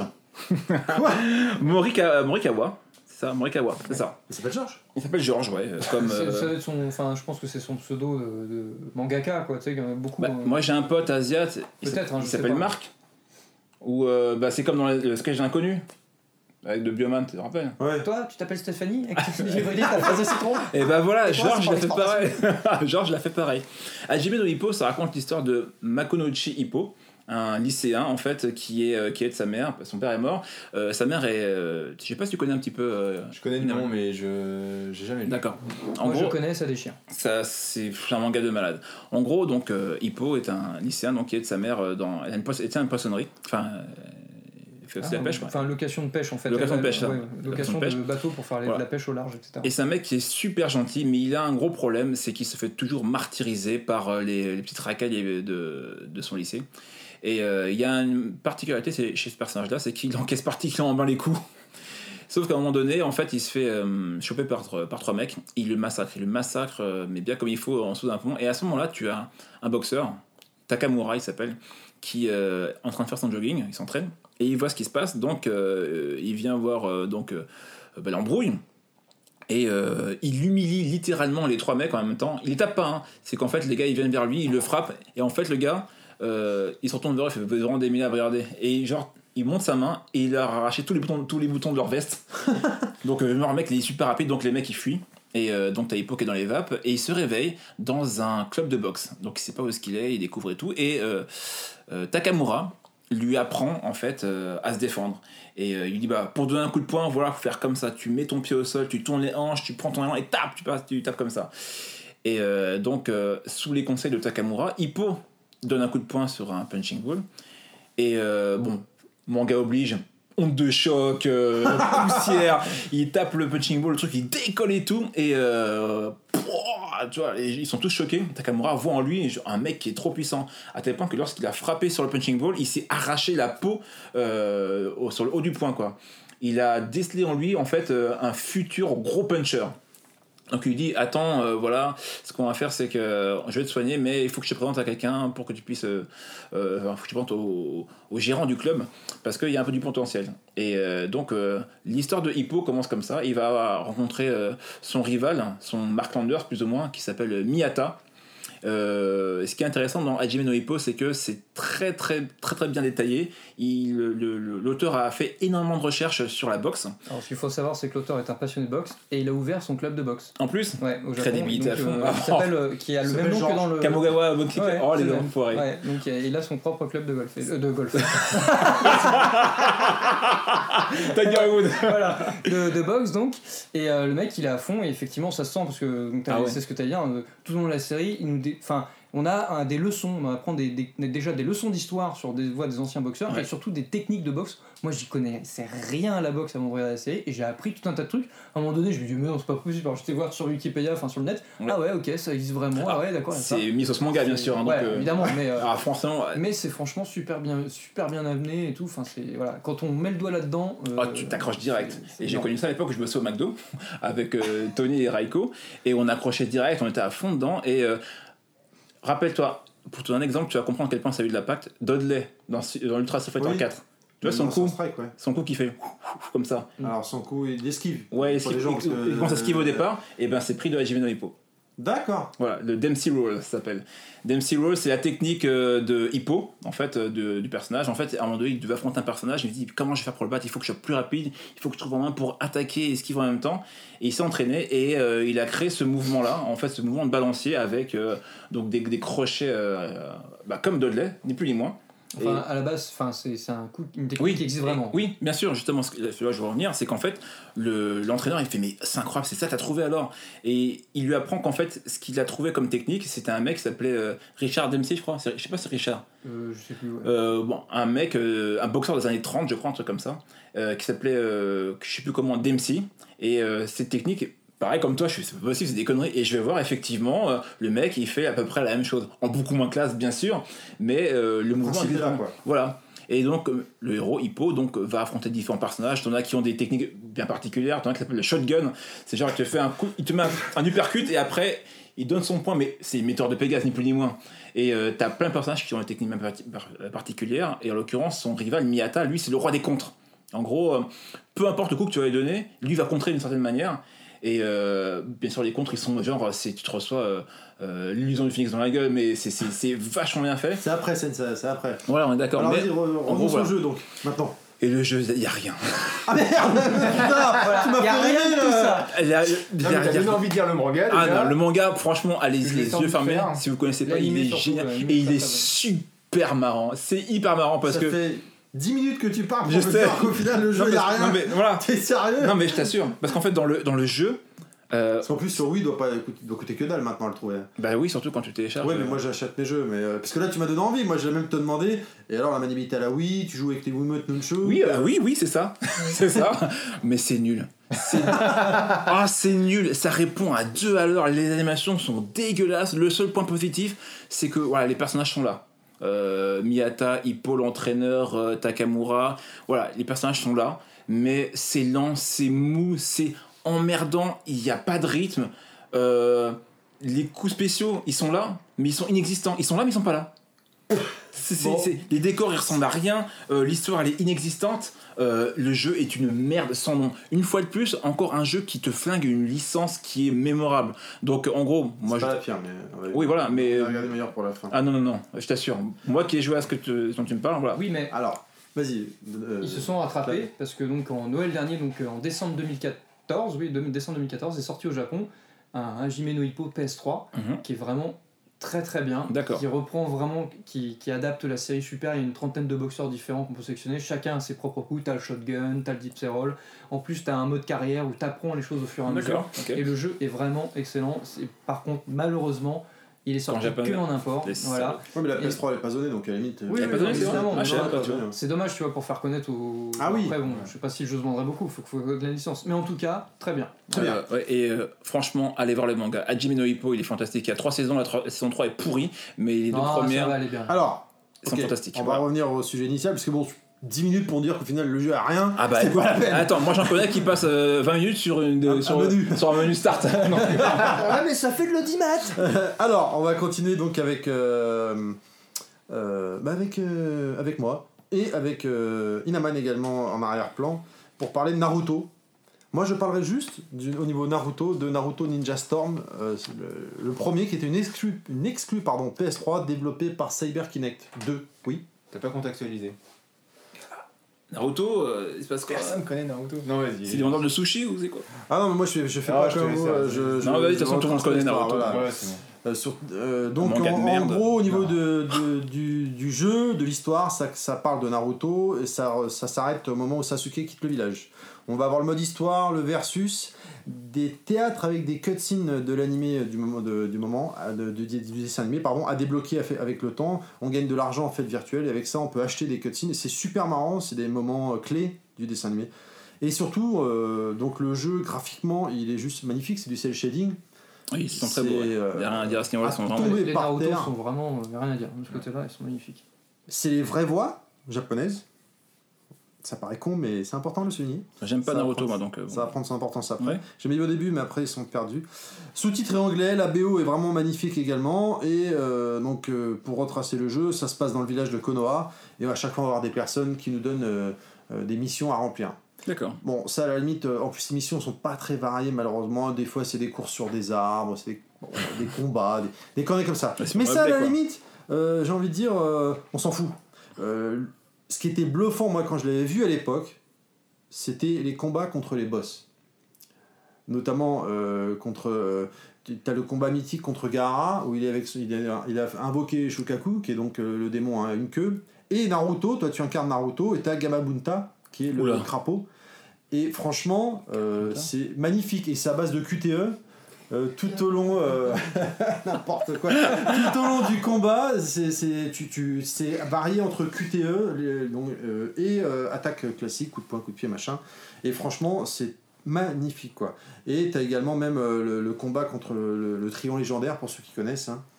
Morikawa. C'est ça, Morikawa, c'est ça. Il s'appelle Georges. Il s'appelle George, ouais. Comme, Ça doit être son, enfin, je pense que c'est son pseudo de mangaka, quoi. Tu sais, qu'il y en a beaucoup. bah, moi j'ai un pote asiate, Peut-être, hein, il je sais s'appelle pas. Marc. Ou bah, c'est comme dans le sketch de l'inconnu. Avec de Bioman, tu te rappelles? Ouais. Toi, tu t'appelles Stéphanie avec j'ai validé ta phrase de citron. Et bah voilà, Et toi, Georges c'est l'a fait pour pareil. Georges l'a fait pareil. Hajime no Hippo, ça raconte l'histoire de Makonochi Hippo, un lycéen en fait qui est de sa mère. Son père est mort. Sa mère est. Je sais pas si tu connais un petit peu. Je connais le nom, mais j'ai jamais lu. D'accord. En Moi, gros, je connais, ça déchire. ça c'est un manga de malade. En gros, donc Hippo est un lycéen donc qui est de sa mère dans. Elle a une poissonnerie. Enfin. Il fait aussi la pêche, quoi. Enfin, location de pêche en fait. Location de pêche, ça. Ouais, location de pêche. de bateau pour faire Voilà. de la pêche au large, etc. Et c'est un mec qui est super gentil, mais il a un gros problème, c'est qu'il se fait toujours martyriser par les petites racailles de son lycée. Et il y a une particularité chez ce personnage-là, c'est qu'il encaisse particulièrement bien les coups. Sauf qu'à un moment donné, en fait, il se fait choper par trois mecs, il le massacre, mais bien comme il faut en dessous d'un pont. Et à ce moment-là, tu as un boxeur Takamura il s'appelle, qui est en train de faire son jogging, il s'entraîne, et il voit ce qui se passe, donc il vient voir l'embrouille, et il humilie littéralement les 3 mecs en même temps. Il les tape pas, hein. C'est qu'en fait les gars ils viennent vers lui, ils le frappent, et en fait le gars il se retourne vers eux, il fait vraiment des milliards, regardez, et genre il monte sa main et il leur a arraché tous les boutons de leur veste. Donc le mec il est super rapide, donc les mecs ils fuient. Et donc t'as Hippo qui est dans les vapes et il se réveille dans un club de boxe. Donc il sait pas où est-ce qu'il est, il découvre et tout. Et Takamura lui apprend en fait à se défendre. Et il lui dit pour donner un coup de poing, voilà, faut faire comme ça. Tu mets ton pied au sol, tu tournes les hanches, tu prends ton élan et tu tapes comme ça. Et donc sous les conseils de Takamura, Hippo donne un coup de poing sur un punching ball. Et manga oblige. Onde de choc, poussière, il tape le punching ball, le truc il décolle et tout, et tu vois, ils sont tous choqués. Takamura voit en lui un mec qui est trop puissant, à tel point que lorsqu'il a frappé sur le punching ball, il s'est arraché la peau sur le haut du poing, quoi. Il a décelé en lui en fait un futur gros puncher. Donc il lui dit attends, voilà, ce qu'on va faire c'est que je vais te soigner, mais il faut que je te présente à quelqu'un pour que tu puisses faut que tu te présentes au gérant du club, parce qu'il y a un peu du potentiel. Et donc l'histoire de Hippo commence comme ça. Il va rencontrer son rival, son Mark Landers plus ou moins, qui s'appelle Miyata. Ce qui est intéressant dans Hajime no Ippo, c'est que c'est très très très très bien détaillé. L'auteur a fait énormément de recherches sur la boxe. Alors ce qu'il faut savoir, c'est que l'auteur est un passionné de boxe et il a ouvert son club de boxe. En plus, ouais, au Japon. Crédibilité à fond. Qui a le même nom que dans le Kamogawa Boxing. Ouais, oh les gars, foirés. Ouais, donc il a son propre club de golf. De golf. Voilà, de boxe donc. Et le mec il est à fond et effectivement ça se sent parce que c'est ce que t'as dit. Tout au long de la série, on a des leçons, on apprend déjà des leçons d'histoire sur des voies des anciens boxeurs, et surtout des techniques de boxe. Moi j'y connaissais rien à la boxe avant de regarder la série, et j'ai appris tout un tas de trucs. À un moment donné je me dis mais non c'est pas possible, alors j'étais voir sur Wikipédia, enfin sur le net, ah ouais ok ça existe vraiment, ah ouais d'accord. C'est mis sur ce manga bien sûr. Hein, ouais donc, évidemment, mais franchement, mais c'est franchement super bien amené et tout, enfin c'est voilà, quand on met le doigt là-dedans tu t'accroches direct. c'est et j'ai connu ça à l'époque où je bossais au McDo avec Tony et Raiko, et on accrochait direct, on était à fond dedans. Et rappelle-toi, pour te donner un exemple, tu vas comprendre à quel point ça a eu de l'impact. Dudley dans Ultra Street Fighter 4. Tu vois son coup qui fait comme ça. Alors son coup il esquive. Ouais, il commence à esquiver au départ, et ben c'est pris de Hajime no Ippo. D'accord. Voilà, le Dempsey Roll ça s'appelle. Dempsey Roll, c'est la technique de Hippo, en fait, du personnage. En fait, à un moment donné, il devait affronter un personnage, il me dit comment je vais faire pour le battre, il faut que je sois plus rapide, il faut que je trouve un moyen pour attaquer et esquiver en même temps. Et il s'est entraîné et il a créé ce mouvement-là, en fait, ce mouvement de balancier avec donc des crochets comme Dudley, ni plus ni moins. Enfin, à la base, c'est une technique qui existe vraiment. Oui, bien sûr, justement, là je veux revenir, c'est qu'en fait, l'entraîneur il fait mais c'est incroyable, c'est ça t'as trouvé alors. Et il lui apprend qu'en fait, ce qu'il a trouvé comme technique, c'était un mec qui s'appelait Richard Dempsey, je crois. Je sais pas si c'est Richard. Je sais plus. Ouais. Un mec, un boxeur des années 30, je crois, un truc comme ça, qui s'appelait, je sais plus comment, Dempsey. Et cette technique. Pareil comme toi, je suis c'est pas possible, c'est des conneries. Et je vais voir effectivement, le mec il fait à peu près la même chose, en beaucoup moins classe bien sûr, mais le mouvement est différent. Quoi. Voilà. Et donc le héros Hippo va affronter différents personnages. T'en as qui ont des techniques bien particulières. T'en as qui s'appelle le shotgun. C'est genre il te fait un coup, il te met un uppercut et après il donne son point, mais c'est metteur de Pégase ni plus ni moins. Et t'as plein de personnages qui ont des techniques particulières. Et en l'occurrence son rival Miyata, lui c'est le roi des contres. En gros, peu importe le coup que tu vas lui donner, lui va contrer d'une certaine manière. Et bien sûr les contres ils sont genre tu te reçois l'illusion du phoenix dans la gueule, mais c'est vachement bien fait. C'est après c'est après. Voilà on est d'accord. Alors vas-y revenons sur le jeu donc maintenant. Et le jeu y a rien. Ah merde putain, tu m'as fait rien de tout ça. T'as donné envie de dire le manga. Non, le manga franchement allez-y les yeux fermés si vous connaissez pas, il est génial et il est super marrant. C'est hyper marrant parce que ça fait 10 minutes que tu parles pour me dire qu'au final le jeu il y a rien. Non mais voilà. T'es sérieux? Non mais je t'assure parce qu'en fait dans le jeu parce qu'en plus sur Wii il doit coûter que dalle maintenant à le trouver. Bah oui, surtout quand tu télécharges. Ouais mais moi j'achète mes jeux, mais parce que là tu m'as donné envie, moi j'ai même te demandé. Et alors la maniabilité à la Wii, tu joues avec les Wiimote Nunchu. Oui c'est ça. C'est ça. Mais c'est nul. C'est nul, ça répond à 2 à l'heure, les animations sont dégueulasses. Le seul point positif c'est que voilà, les personnages sont là. Miyata, Hippo, l'entraîneur, Takamura, voilà, les personnages sont là, mais c'est lent, c'est mou, c'est emmerdant, il n'y a pas de rythme. Les coups spéciaux, ils sont là, mais ils sont inexistants. Ils sont là, mais ils sont pas là. Les décors ils ressemblent à rien, l'histoire elle est inexistante, le jeu est une merde sans nom. Une fois de plus, encore un jeu qui te flingue une licence qui est mémorable. Donc en gros, moi c'est pas la pire, mais oui voilà, mais on va regarder meilleur pour la fin. ah non, je t'assure. Moi qui ai joué à dont tu me parles, voilà. Oui, mais Alors, vas-y. ils se sont rattrapés parce que donc en Noël dernier, donc en décembre 2014, décembre 2014, est sorti au Japon un Hajime no Ippo PS3 qui est vraiment très très bien, D'accord. qui reprend vraiment, qui adapte la série Super. Il y a une trentaine de boxeurs différents qu'on peut sélectionner, chacun a ses propres coups, t'as le shotgun, t'as le deep roll, en plus t'as un mode carrière où t'apprends les choses au fur et à mesure. D'accord, ok. Et le jeu est vraiment excellent. Par contre, malheureusement, il est sorti que en import. Voilà. Ouais, mais la PS3 elle est pas zonée, donc à la limite. Oui, Elle est pas donnée, c'est vrai. évidemment, Ah, je savais pas, non, tu vois. c'est dommage, tu vois, pour faire connaître au. Ah oui. Après, bon, je sais pas si le jeu se vendrait beaucoup, faut de la licence. Mais en tout cas, très bien. Très bien. Franchement, allez voir le manga. Hajime no Ippo, il est fantastique. Il y a 3 saisons, la saison 3 est pourrie, mais les 2 Ça premières va aller bien. Alors, sont ok, fantastiques. on va Voilà. revenir au sujet initial, parce que bon, 10 minutes pour dire qu'au final le jeu a rien, Ah bah, c'est pas la peine. attends, moi j'en connais qui passent 20 minutes sur un menu. sur un menu start. Non. Ah, mais ça fait de l'audimat. Alors, on va continuer donc avec avec moi et avec Inaman également en arrière-plan pour parler de Naruto. Moi, je parlerai juste au niveau Naruto de Naruto Ninja Storm, c'est le premier qui était une exclue PS3 développée par CyberKinect 2. Oui. T'as pas contextualisé. Naruto, il se passe quoi? Personne connaît Naruto. Non, vas-y. C'est des vendeurs de sushi ou c'est quoi? Ah non, mais moi je fais Ah, pas je te comme laisse vous. ça. Non, vas-y, de toute façon, tout le monde connaît Naruto. Voilà. Ouais, c'est bon. Donc manga de en merde. gros au niveau du jeu, de l'histoire, ça parle de Naruto et ça s'arrête au moment où Sasuke quitte le village. On va avoir le mode histoire, le versus, des théâtres avec des cutscenes de l'animé du dessin animé à débloquer avec le temps. On gagne de l'argent en fait virtuel et avec ça on peut acheter des cutscenes et c'est super marrant, c'est des moments clés du dessin animé. Et surtout donc le jeu graphiquement il est juste magnifique, c'est du cel shading. Oui, ils sont très beaux. Il n'y a rien à dire à ce niveau-là, ils sont vraiment. tomber Les par Naruto terre. sont vraiment. Y a rien à dire. De ce côté-là, ils sont magnifiques. C'est les vraies voix japonaises. Ça paraît con, mais c'est important de le souligner. J'aime pas Ça va Naruto, prendre- moi donc. Ça va prendre son importance après. Ouais. J'ai mis au début, mais après ils sont perdus. Sous-titré anglais, la BO est vraiment magnifique également. Et pour retracer le jeu, ça se passe dans le village de Konoha. Et à chaque fois, on va avoir des personnes qui nous donnent des missions à remplir. D'accord. Bon, ça à la limite, en plus, ces missions sont pas très variées malheureusement. Des fois, c'est des courses sur des arbres, c'est des combats, des conneries comme ça. Ouais, c'est Mais pour ça, à rêver, la quoi. limite, j'ai envie de dire, on s'en fout. Ce qui était bluffant, moi, quand je l'avais vu à l'époque, c'était les combats contre les boss. Notamment t'as le combat mythique contre Gaara où il a invoqué Shukaku qui est donc le démon à une queue, et Naruto, toi tu incarnes Naruto et t'as Gamabunta qui est le Oula. crapaud, et franchement c'est magnifique et c'est à base de QTE tout au long n'importe quoi tout au long du combat c'est varié entre QTE et attaque classique, coup de poing, coup de pied, machin, et franchement c'est magnifique quoi. Et t'as également même le combat contre le Trion légendaire pour ceux qui connaissent, hein.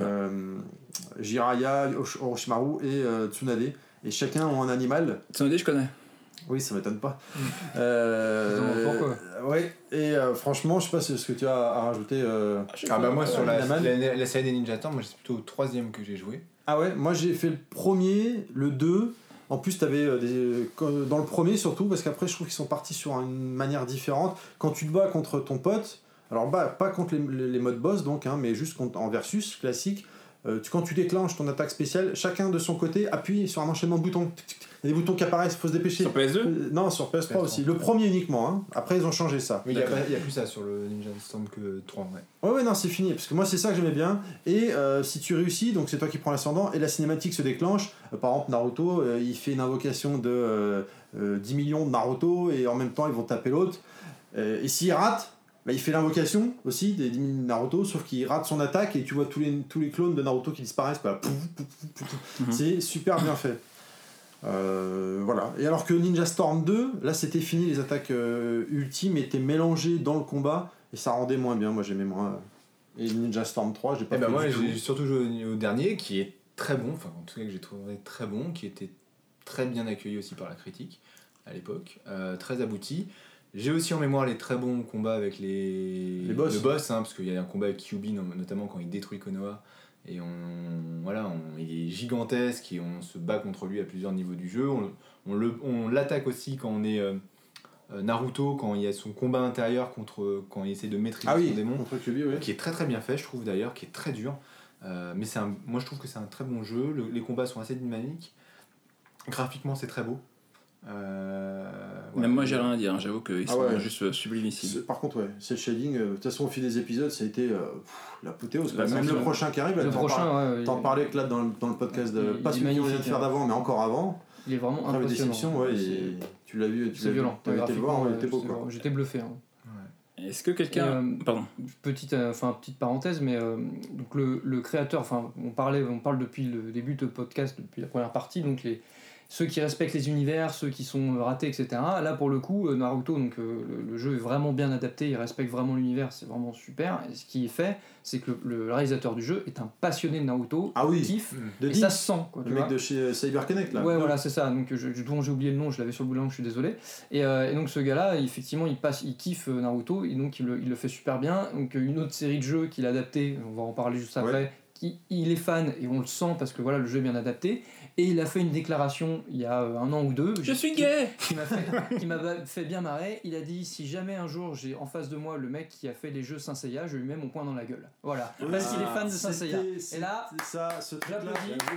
Jiraiya, Orochimaru et Tsunade, et chacun ont un animal. Tsunade, je connais. Oui, ça m'étonne pas. Pourquoi Ouais, et franchement, je sais pas ce que tu as à rajouter. Ah bah moi sur la Inaman. série des Ninja Storm, moi c'est plutôt au 3ème que j'ai joué. Ah ouais, moi j'ai fait le premier, le 2. En plus, t'avais dans le premier surtout, parce qu'après je trouve qu'ils sont partis sur une manière différente. Quand tu te bats contre ton pote, alors pas contre les modes boss donc, hein, mais juste en versus classique. Quand tu déclenches ton attaque spéciale, chacun de son côté appuie sur un enchaînement de boutons. Il y a des boutons qui apparaissent, il faut se dépêcher. Sur PS2 Non, sur PS3 aussi. Le premier uniquement, hein. Après ils ont changé ça. Mais il y a plus ça sur le Ninja Storm que 3, ouais. Ouais, non, c'est fini, parce que moi c'est ça que j'aimais bien. Et si tu réussis, donc c'est toi qui prends l'ascendant, et la cinématique se déclenche. Par exemple, Naruto, il fait une invocation de 10 millions de Naruto, et en même temps ils vont taper l'autre. Et s'il rate, bah, il fait l'invocation aussi des 10 millions de Naruto, sauf qu'il rate son attaque, et tu vois tous les clones de Naruto qui disparaissent. Quoi. C'est super bien fait. Voilà. Et alors que Ninja Storm 2, là c'était fini, les attaques ultimes étaient mélangées dans le combat, et ça rendait moins bien, moi j'aimais moins. Et Ninja Storm 3, j'ai pas fait moi du tout. j'ai surtout joué au dernier qui est très bon, enfin en tout cas que j'ai trouvé très bon, qui était très bien accueilli aussi par la critique à l'époque, très abouti. J'ai aussi en mémoire les très bons combats avec les boss. le boss, hein, parce qu'il y a un combat avec Kyuubi notamment quand il détruit Konoha, Et il est gigantesque et on se bat contre lui à plusieurs niveaux du jeu. On l'attaque aussi quand on est Naruto, quand il y a son combat intérieur quand il essaie de maîtriser son démon, contre Kyuubi, oui. qui est très très bien fait, je trouve d'ailleurs, qui est très dur. Mais moi je trouve que c'est un très bon jeu. Les combats sont assez dynamiques. Graphiquement, c'est très beau. Même moi, j'ai rien à dire. Hein. J'avoue qu'ils sont juste sublimissimes. Par contre, c'est le shading. De toute façon, au fil des épisodes, ça a été l'apothéose. Même le prochain qui arrive, t'en parlais que là dans le podcast pas celui qu'on vient de faire d'avant, mais encore avant. Il est vraiment impressionnant. Déception, tu l'as vu, c'est violent. Tu l'as été voir, il était beau. J'étais bluffé. Hein. Est-ce que quelqu'un... Pardon. Petite parenthèse, mais donc le créateur, on parle depuis le début de podcast, depuis la première partie, donc ceux qui respectent les univers, ceux qui sont ratés, etc. Là, pour le coup, Naruto, donc le jeu est vraiment bien adapté, il respecte vraiment l'univers, c'est vraiment super. Et ce qui est fait, c'est que le réalisateur du jeu est un passionné de Naruto, kiffe, et ça se sent. Quoi, le mec de chez CyberConnect, là. Ouais, voilà, c'est ça. Donc, dont j'ai oublié le nom, je l'avais sur le boulot, je suis désolé. Et donc, ce gars-là, effectivement, il kiffe Naruto, et donc il le fait super bien. Donc, une autre série de jeux qu'il a adapté, on va en parler juste après. Il est fan et on le sent parce que voilà, le jeu est bien adapté, et il a fait une déclaration il y a 1 an ou 2 je suis gay qui m'a fait bien marrer. Il a dit: si jamais un jour j'ai en face de moi le mec qui a fait les jeux Saint Seiya, je lui mets mon poing dans la gueule, voilà, parce qu'il est fan de Saint Seiya. Et là ce truc-là,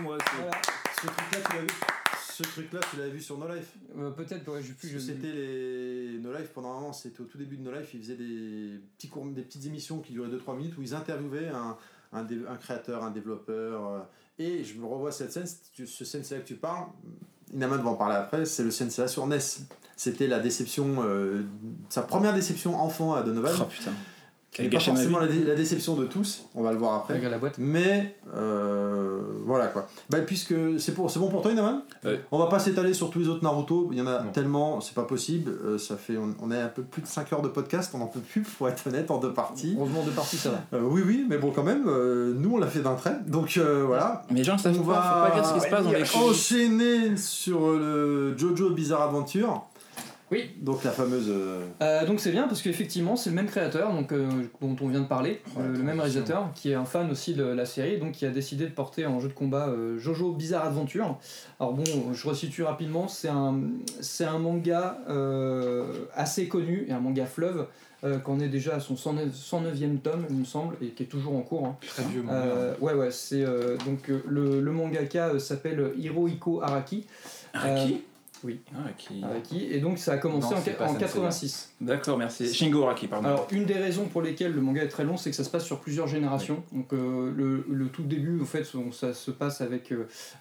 tu l'avais vu sur No Life. Peut-être, j'ai plus. C'était les No Life pendant un moment, c'était au tout début de No Life, ils faisaient des petites émissions qui duraient 2-3 minutes où ils interviewaient un créateur, un développeur, et je me revois cette scène, ce sensei que tu parles, Inaman va en parler après, c'est le sensei sur NES. C'était la déception, sa première déception enfant à Donovan. Oh putain. Qui n'est pas forcément la déception de tous, on va le voir après. La boîte. Mais voilà quoi. Puisque c'est bon pour toi, Inaman, on va pas s'étaler sur tous les autres Naruto, il y en a tellement, c'est pas possible. Ça fait, on est un peu plus de 5 heures de podcast, on en peut plus, pour être honnête, en 2 parties. Heureusement 2 parties, ça va. Oui, mais bon, quand même, nous on l'a fait d'un trait, donc voilà. Mais les gens savent pas, faut pas dire ce qui se passe dans les enchaîner sur le Jojo Bizarre Adventure. Oui. Donc la fameuse. Donc c'est bien parce qu'effectivement c'est le même créateur dont on vient de parler, le même réalisateur qui est un fan aussi de la série, donc qui a décidé de porter en jeu de combat Jojo Bizarre Adventure. Alors bon, je resitue rapidement, c'est un manga assez connu et un manga fleuve qu'on est déjà à son 109e tome il me semble, et qui est toujours en cours. Hein. Très vieux manga. C'est donc le mangaka s'appelle Hirohiko Araki. Araki. Oui. Araki. Et donc ça a commencé en 86. D'accord, merci. Shingo Araki, pardon. Alors une des raisons pour lesquelles le manga est très long, c'est que ça se passe sur plusieurs générations. Donc le tout début, en fait, ça se passe avec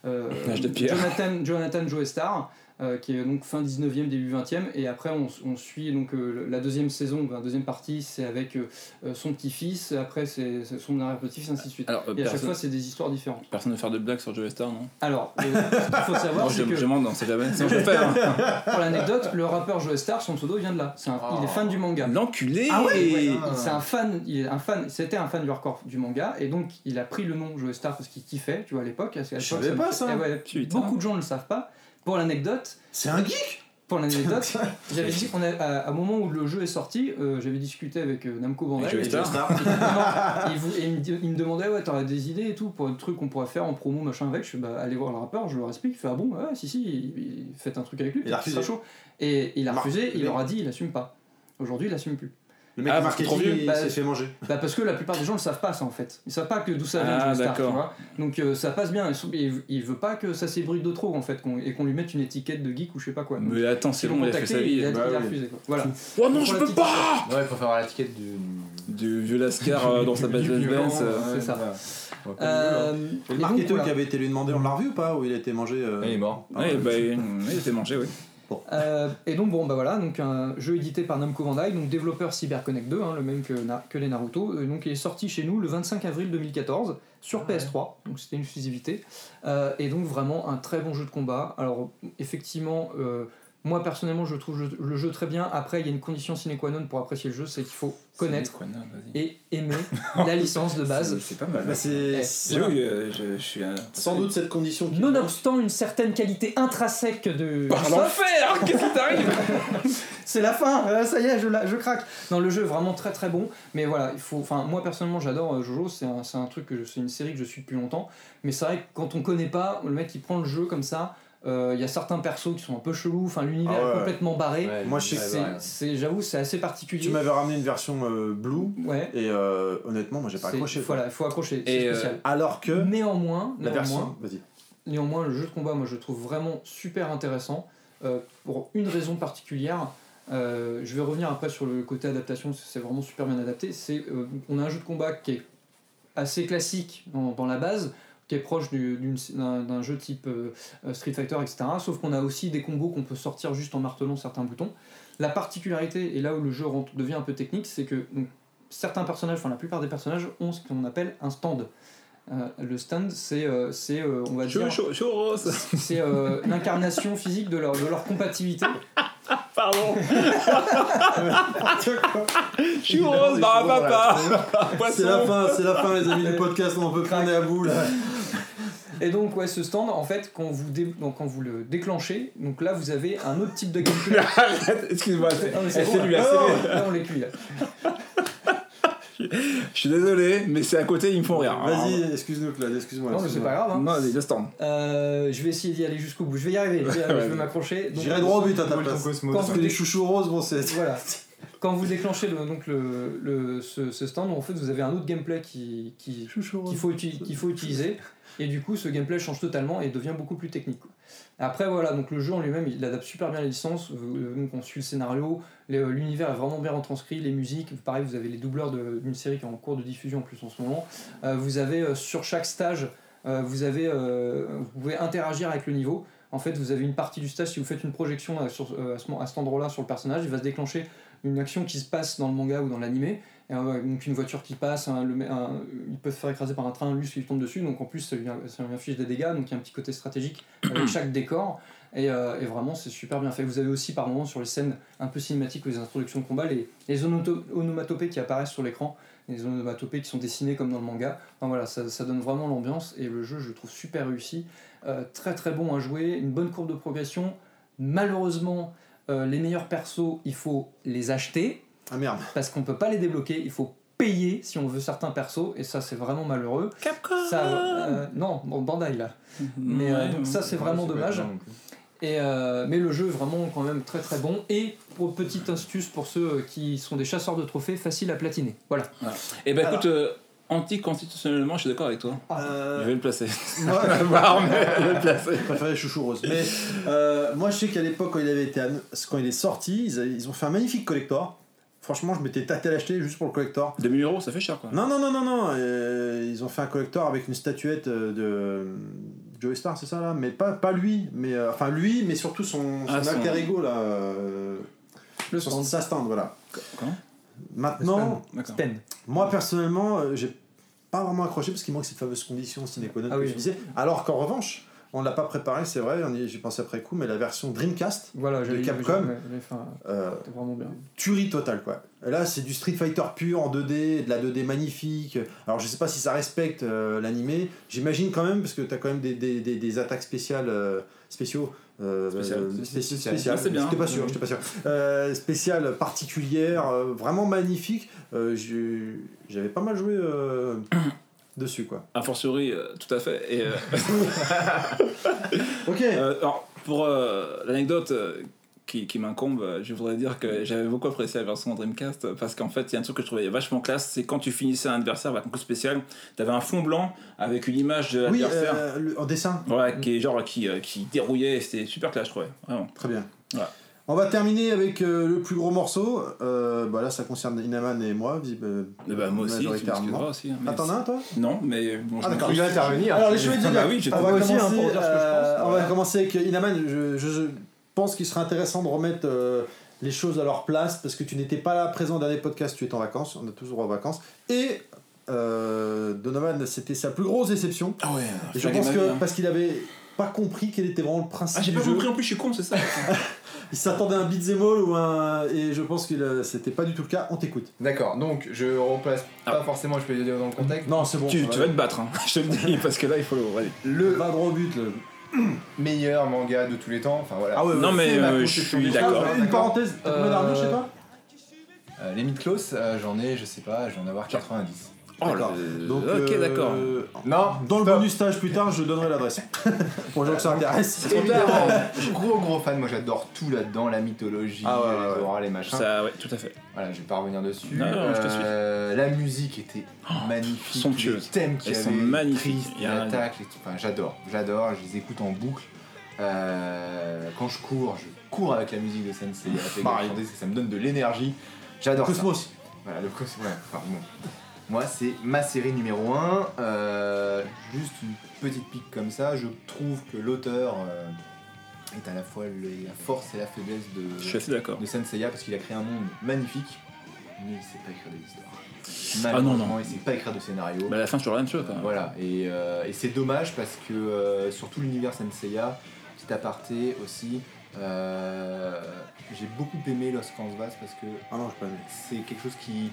Jonathan Joestar, qui est donc fin 19e, début 20e, et après on suit donc la deuxième saison, la deuxième partie, c'est avec son petit-fils, après c'est son arrière-petit-fils, ainsi de suite. Alors, et à chaque fois c'est des histoires différentes. Personne ne veut faire de blagues sur Joestar, non? Alors, ce qu'il faut savoir, c'est que... Je demande, c'est jamais... Sinon je le fais. Hein. Pour l'anecdote, le rappeur Joestar, son pseudo vient de là. Il est fan du manga. L'enculé. Ah ouais. C'était un fan du hardcore du manga, et donc il a pris le nom Joestar parce qu'il kiffait, tu vois, à l'époque. Je savais pas ça. Beaucoup de gens ne le savent pas. Pour l'anecdote, c'est un geek. Pour l'anecdote, j'avais dit qu'on à un moment où le jeu est sorti, j'avais discuté avec Namco Bandai. Il me demandait t'aurais des idées et tout pour un truc qu'on pourrait faire en promo machin avec. Je fais allez voir le rappeur, je leur explique. Il fait bon si faites un truc avec lui, ça sera chaud. Et il a refusé, il leur a dit il assume pas. Aujourd'hui il assume plus. Le mec marketing s'est fait manger. Parce que la plupart des gens ne le savent pas ça en fait. Ils savent pas d'où ça vient Joestar, tu vois. Donc ça passe bien. Il veut pas que ça s'ébruite de trop en fait, et qu'on lui mette une étiquette de geek ou je sais pas quoi. Mais attends, c'est bon, il a fait sa vie. Il a refusé quoi. Voilà. Oh non, je peux pas. Ouais, il faut faire l'étiquette du vieux Lascar dans sa base Benz. C'est ça. Le marketeur qui avait été lui demandé, on l'a revu ou pas? Où il a été mangé Il est mort. Il a été mangé, oui. Et donc donc un jeu édité par Namco Bandai, donc développeur CyberConnect 2, le même que les Naruto, donc il est sorti chez nous le 25 avril 2014 sur PS3, donc c'était une exclusivité, et donc vraiment un très bon jeu de combat. Alors effectivement Moi personnellement je trouve le jeu très bien. Après il y a une condition sine qua non pour apprécier le jeu, c'est qu'il faut connaître et aimer la licence de base. C'est pas mal. Bah, c'est je suis sans doute cette condition qui Nonobstant une certaine qualité intrinsèque de... l'enfer. Qu'est-ce qui t'arrive? C'est la fin, ça y est, je craque. Non, le jeu est vraiment très très bon, mais voilà, moi personnellement j'adore Jojo, c'est une série que je suis depuis longtemps, mais c'est vrai que quand on connaît pas, le mec il prend le jeu comme ça, il y a certains persos qui sont un peu chelous, l'univers est complètement barré. Ouais, moi je sais j'avoue c'est assez particulier. Tu m'avais ramené une version Blue, et honnêtement moi j'ai pas accroché. Voilà, il faut accrocher, c'est spécial. Alors que néanmoins, vas-y. Néanmoins, le jeu de combat, moi je le trouve vraiment super intéressant pour une raison particulière. Je vais revenir après sur le côté adaptation, c'est vraiment super bien adapté. On a un jeu de combat qui est assez classique dans la base, qui est proche d'un jeu type Street Fighter, etc. Sauf qu'on a aussi des combos qu'on peut sortir juste en martelant certains boutons. La particularité, et là où le jeu devient un peu technique, c'est que certains personnages, la plupart des personnages ont ce qu'on appelle un stand. Le stand, c'est on va dire, c'est l'incarnation physique de leur compatibilité. Pardon. Churros, papa. C'est la fin les amis du podcast, on peut prendre à bout là. Et donc ce stand en fait quand vous le déclenchez, donc là vous avez un autre type de gameplay. Arrête, excuse-moi, c'est lui. Là on les cuit là. Je suis désolé, mais c'est à côté, ils me font rire. Vas-y, excuse-nous Claude, excuse-moi. Non mais c'est pas grave. Non, vas-y, le stand. Je vais essayer d'y aller jusqu'au bout. Je vais y arriver. Je vais m'accrocher. J'irai droit au but à ta place. Parce que les chouchous roses, bon c'est... Voilà. Quand vous déclenchez ce stand, en fait vous avez un autre gameplay qu'il faut utiliser. Et du coup ce gameplay change totalement et devient beaucoup plus technique. Après voilà, donc le jeu en lui-même il adapte super bien les licences, donc on suit le scénario, l'univers est vraiment bien retranscrit, les musiques, pareil vous avez les doubleurs d'une série qui est en cours de diffusion en plus en ce moment, vous avez sur chaque stage, vous pouvez interagir avec le niveau. En fait vous avez une partie du stage, si vous faites une projection à cet endroit-là sur le personnage, il va se déclencher une action qui se passe dans le manga ou dans l'animé. Donc une voiture qui passe, ils peuvent se faire écraser par un train, lui qui tombe dessus, donc en plus ça lui inflige des dégâts, donc il y a un petit côté stratégique avec chaque décor, et vraiment c'est super bien fait. Vous avez aussi par moments sur les scènes un peu cinématiques ou les introductions de combat, les onomatopées qui apparaissent sur l'écran, les onomatopées qui sont dessinées comme dans le manga, voilà, ça donne vraiment l'ambiance, et le jeu je le trouve super réussi, très très bon à jouer, une bonne courbe de progression. Malheureusement les meilleurs persos il faut les acheter. Ah merde. Parce qu'on peut pas les débloquer, il faut payer si on veut certains persos, et ça c'est vraiment malheureux. Capcom. Non, Bandai là. Mais donc ça c'est vraiment dommage. Mais le jeu est vraiment quand même très très bon, et pour petite astuce pour ceux qui sont des chasseurs de trophées, facile à platiner. Voilà. Et écoute, anticonstitutionnellement, je suis d'accord avec toi. Je vais le placer. Je vais le placer. Je préfère les chouchous roses. Mais moi je sais qu'à l'époque quand il est sorti, ils ont fait un magnifique collector. Franchement, je m'étais tâté à l'acheter juste pour le collector. 2000 €, ça fait cher quoi. Non. Ils ont fait un collector avec une statuette de Joey Star, c'est ça là? Mais pas lui, mais lui, mais surtout son alter ego là. Le stand. Sa stand, voilà. Comment? Maintenant, Stand. moi personnellement, j'ai pas vraiment accroché parce qu'il manque cette fameuse condition sine qua non que je disais. Alors qu'en revanche, on l'a pas préparé, c'est vrai, j'y pensé après coup, mais la version Dreamcast de Capcom, c'était vraiment bien. Tuerie totale quoi. Et là c'est du Street Fighter pur en 2D, de la 2D magnifique. Alors je sais pas si ça respecte l'animé, j'imagine quand même parce que t'as quand même des attaques spéciales, spéciaux. Spécial. C'est bien. J'étais pas sûr. Spéciale, particulière, vraiment magnifique. J'avais pas mal joué dessus quoi. A fortiori, tout à fait. Et ok. Alors pour l'anecdote qui m'incombe, je voudrais dire que j'avais beaucoup apprécié la version Dreamcast parce qu'en fait il y a un truc que je trouvais vachement classe, c'est quand tu finissais un adversaire avec un coup spécial, t'avais un fond blanc avec une image de l'adversaire en dessin, qui dérouillait, c'était super classe je trouvais, vraiment. Très bien. Ouais. On va terminer avec le plus gros morceau. Là ça concerne Inaman et moi moi aussi, majoritairement. aussi hein, t'en as un toi? Non, mais bon, d'accord, il va intervenir. Alors les cheveux du bah oui, on va commencer avec Inaman. Je pense qu'il serait intéressant de remettre les choses à leur place parce que tu n'étais pas là présent au dernier podcast, tu es en vacances, on a tous droit aux vacances, et Donovan c'était sa plus grosse déception. Ah ouais, et je pense que parce qu'il avait pas compris quel était vraiment le principe j'ai du pas jeu. compris en plus, je suis con, c'est ça. il s'attendait à un beat'em all et je pense que c'était pas du tout le cas. On t'écoute. D'accord, donc je replace pas forcément, je peux le dire dans le contexte. Non, c'est bon. Tu vas te battre, hein. Je te le dis, parce que là, il faut le. Allez. Le Pas droit au but. Là. meilleur manga de tous les temps, enfin voilà. Ah ouais, Non, mais C'est ma je conception suis des d'accord. choses, Une parenthèse, t'as combien d'armures chez toi? Les mid-close, j'en ai, je sais pas, je vais en avoir 90. Oh là. D'accord. Donc, Ok, d'accord. Non, Dans le stop. bonus stage plus tard, je donnerai l'adresse. Pour les gens que ça intéresse. Évidemment, gros fan, moi j'adore tout là-dedans, la mythologie, Ah ouais, les ouais. auras, les machins. Ça, ouais, tout à fait. Voilà, je vais pas revenir dessus. Non, je te suis. La musique était magnifique, somptueuse. les thèmes qui Elles sont avaient magnifiques. triste, Il y a un- l'attaque, enfin j'adore, je les écoute en boucle. Quand je cours avec la musique de Sensei, Pareil. ça me donne de l'énergie. J'adore ça. Cosmos. Voilà, le Cosmos, ouais, enfin bon. Moi, c'est ma série numéro 1. Juste une petite pique comme ça. Je trouve que l'auteur est à la fois la force et la faiblesse Je suis assez d'accord. de Senseiya parce qu'il a créé un monde magnifique, mais il sait pas écrire des histoires. Ah non, Malheureusement, il sait pas écrire de scénario. Bah, à la fin, c'est toujours la même chose. Quoi. Voilà, et c'est dommage parce que sur tout l'univers Senseiya, petit aparté aussi, j'ai beaucoup aimé Lost Canvas parce que Ah non, je pas aimé. c'est quelque chose qui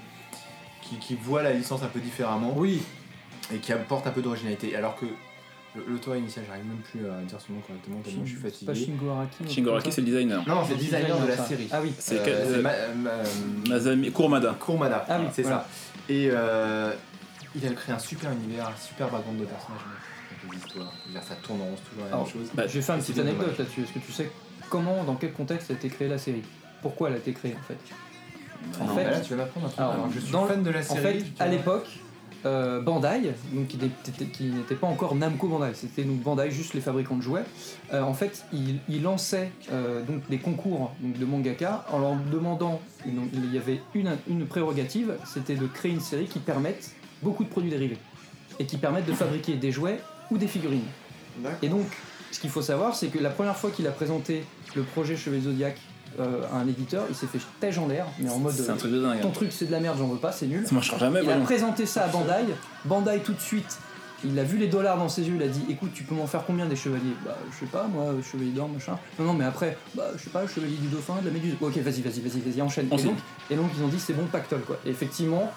voit la licence un peu différemment Oui. et qui apporte un peu d'originalité. Alors que l'auteur initial, j'arrive même plus à dire son nom correctement tellement je suis C'est pas fatigué. Shingo Araki. Shingo Araki, c'est le designer. Non, c'est le designer de la ça. série. Ah oui. C'est C'est Masami Kurumada. Kurumada, Ah oui, c'est voilà. ça. Et il a créé un super univers, un super background de personnages, avec des histoires. Je veux dire, ça tourne en rond, c'est toujours la même Alors, chose. bah, Je vais faire une C'est petite bien anecdote dommage. là-dessus. Est-ce que tu sais comment, dans quel contexte a été créée la série? Pourquoi elle a été créée en fait? En Non, fait, bah là, tu vas m'apprendre un truc. alors, Alors, je suis dans le- fan de la En série. fait, tu à vois. l'époque, Bandai, donc qui n'était pas encore Namco Bandai, c'était donc Bandai, juste les fabricants de jouets. En fait, ils lançaient donc des concours donc, de mangaka en leur demandant, donc, il y avait une prérogative, c'était de créer une série qui permette beaucoup de produits dérivés et qui permettent de fabriquer des jouets ou des figurines. Et donc, ce qu'il faut savoir, c'est que la première fois qu'il a présenté le projet Chevalier Zodiac à un éditeur, il s'est fait têche en l'air, mais en mode C'est un truc de dingue. ton hein. truc c'est de la merde, j'en veux pas, c'est nul. Ça marchera jamais, Il a voyons. présenté ça à Bandai. Bandai tout de suite, il a vu les dollars dans ses yeux, il a dit écoute, tu peux m'en faire combien des chevaliers? Bah je sais pas, moi, chevalier d'or, machin. Non, mais après, bah je sais pas, chevalier du dauphin, de la méduse. Ok, vas-y, enchaîne. On sait. Et donc ils ont dit c'est bon, pactole quoi. Et effectivement,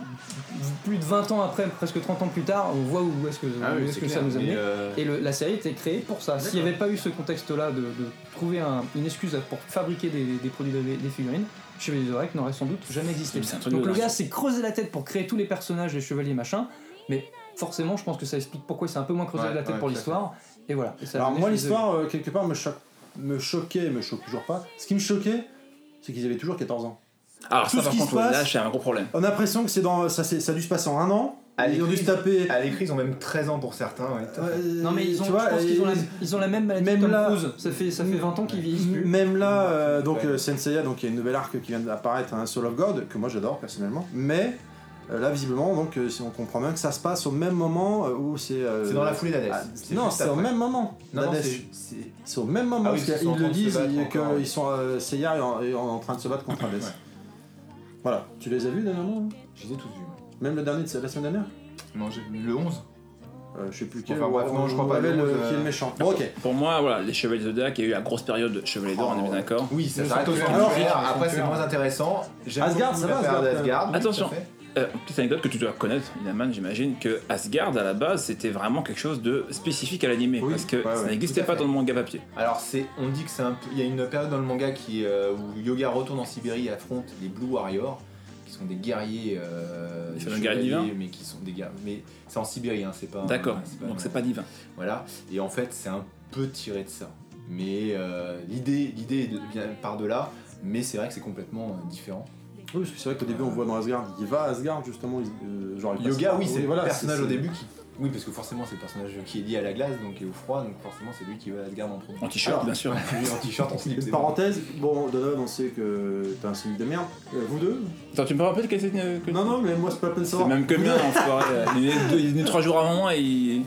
plus de 20 ans après, presque 30 ans plus tard, on voit où est-ce que, Ah oui, où est-ce c'est que clair, ça nous a mais, mené. Et la série était créée pour ça. S'il n'y avait pas eu ce contexte-là de trouver une excuse pour fabriquer des produits, des figurines, Chevalier Zodiac n'aurait sans doute jamais existé. C'est un truc Donc de le dingue. gars s'est creusé la tête pour créer tous les personnages, les chevaliers, machin, mais forcément, je pense que ça explique pourquoi il s'est un peu moins creusé Ouais, la tête ouais, pour tout à l'histoire. Et voilà. Et ça a Alors donné moi chez l'histoire quelque part me choquait et me choque toujours pas. Ce qui me choquait, c'est qu'ils avaient toujours 14 ans. Alors, Tout ça, ce par qui contre, se passe- là, j'ai un gros problème. On a l'impression que ça a dû se passer en un an. À Ils ont dû l'écrit- se taper. À l'écrit, ils ont même 13 ans pour certains. Ouais, tout à fait. Non mais ils ont, tu vois, je pense qu'ils ont, et- ils ont la même maladie même que Tom là- Cruise. Ça fait 20 ans qu'ils vieillissent plus. Même là, donc Ouais. Senseiya, donc il y a une nouvelle arc qui vient d'apparaître, un Soul of God, que moi j'adore personnellement. Mais là, visiblement, donc si on comprend bien que ça se passe au même moment où c'est. C'est dans la foulée d'Hadès. Ah, C'est non, juste c'est au après. même moment. Non, non, d'Hadès. C'est au même moment, Ah oui, parce parce qu'ils sont qu'ils en le train de se disent, battre encore. qu'ils sont. Seiya est en train de se battre contre Hades. Ouais. Voilà, tu les as vus dernièrement? Je les ai tous vus. Même le dernier de la semaine dernière? Non, j'ai vu le 11. Je sais plus quel. Enfin, bref, non, je crois on pas, rappelle, le 11, qui est le méchant. Bon, ok. Pour moi, voilà, les Chevaliers Zodiac, il y a eu la grosse période de Chevaliers d'Or, on est bien d'accord. Oui, ça Le s'arrête au sanctuaire. Alors, sanctuaire. le Après, c'est sanctuaire. moins intéressant. J'aime Asgard, beaucoup ça la va, période Asgard, d'Asgard. Attention. tout à fait. Petite anecdote que tu dois connaître, Inaman, j'imagine que Asgard à la base c'était vraiment quelque chose de spécifique à l'animé Oui, parce que ouais, ça ouais, n'existait tout à pas fait. dans le manga papier. Alors, on dit que c'est un peu. Il y a une période dans le manga où Yoga retourne en Sibérie et affronte les Blue Warriors, qui sont des guerriers. Ils des sont des guerriers chevaliers, divins mais qui sont des guerriers. Mais c'est en Sibérie, hein, c'est pas. D'accord, c'est donc c'est pas divin. Voilà. Et en fait, c'est un peu tiré de ça. Mais l'idée part de là. Mais c'est vrai que c'est complètement différent. Oui, parce que c'est vrai qu'au début on voit dans Asgard, il va à Asgard justement, genre il passe Yoga, par- oui, c'est voilà, le personnage c'est- au début qui. Oui, parce que forcément, c'est le personnage qui est lié à la glace donc et au froid, donc forcément, c'est lui qui va à Asgard en premier. En t-shirt Alors, bien sûr. Lui en t-shirt, en slip. Une c'est parenthèse, bon, Donovan, on sait que t'as un slip de merde. Vous deux? Attends, tu me rappelles quel c'était que... Non, non, mais moi c'est pas la peine de C'est savoir. même que le mien, enfoiré. Il est né 3 jours avant moi et il...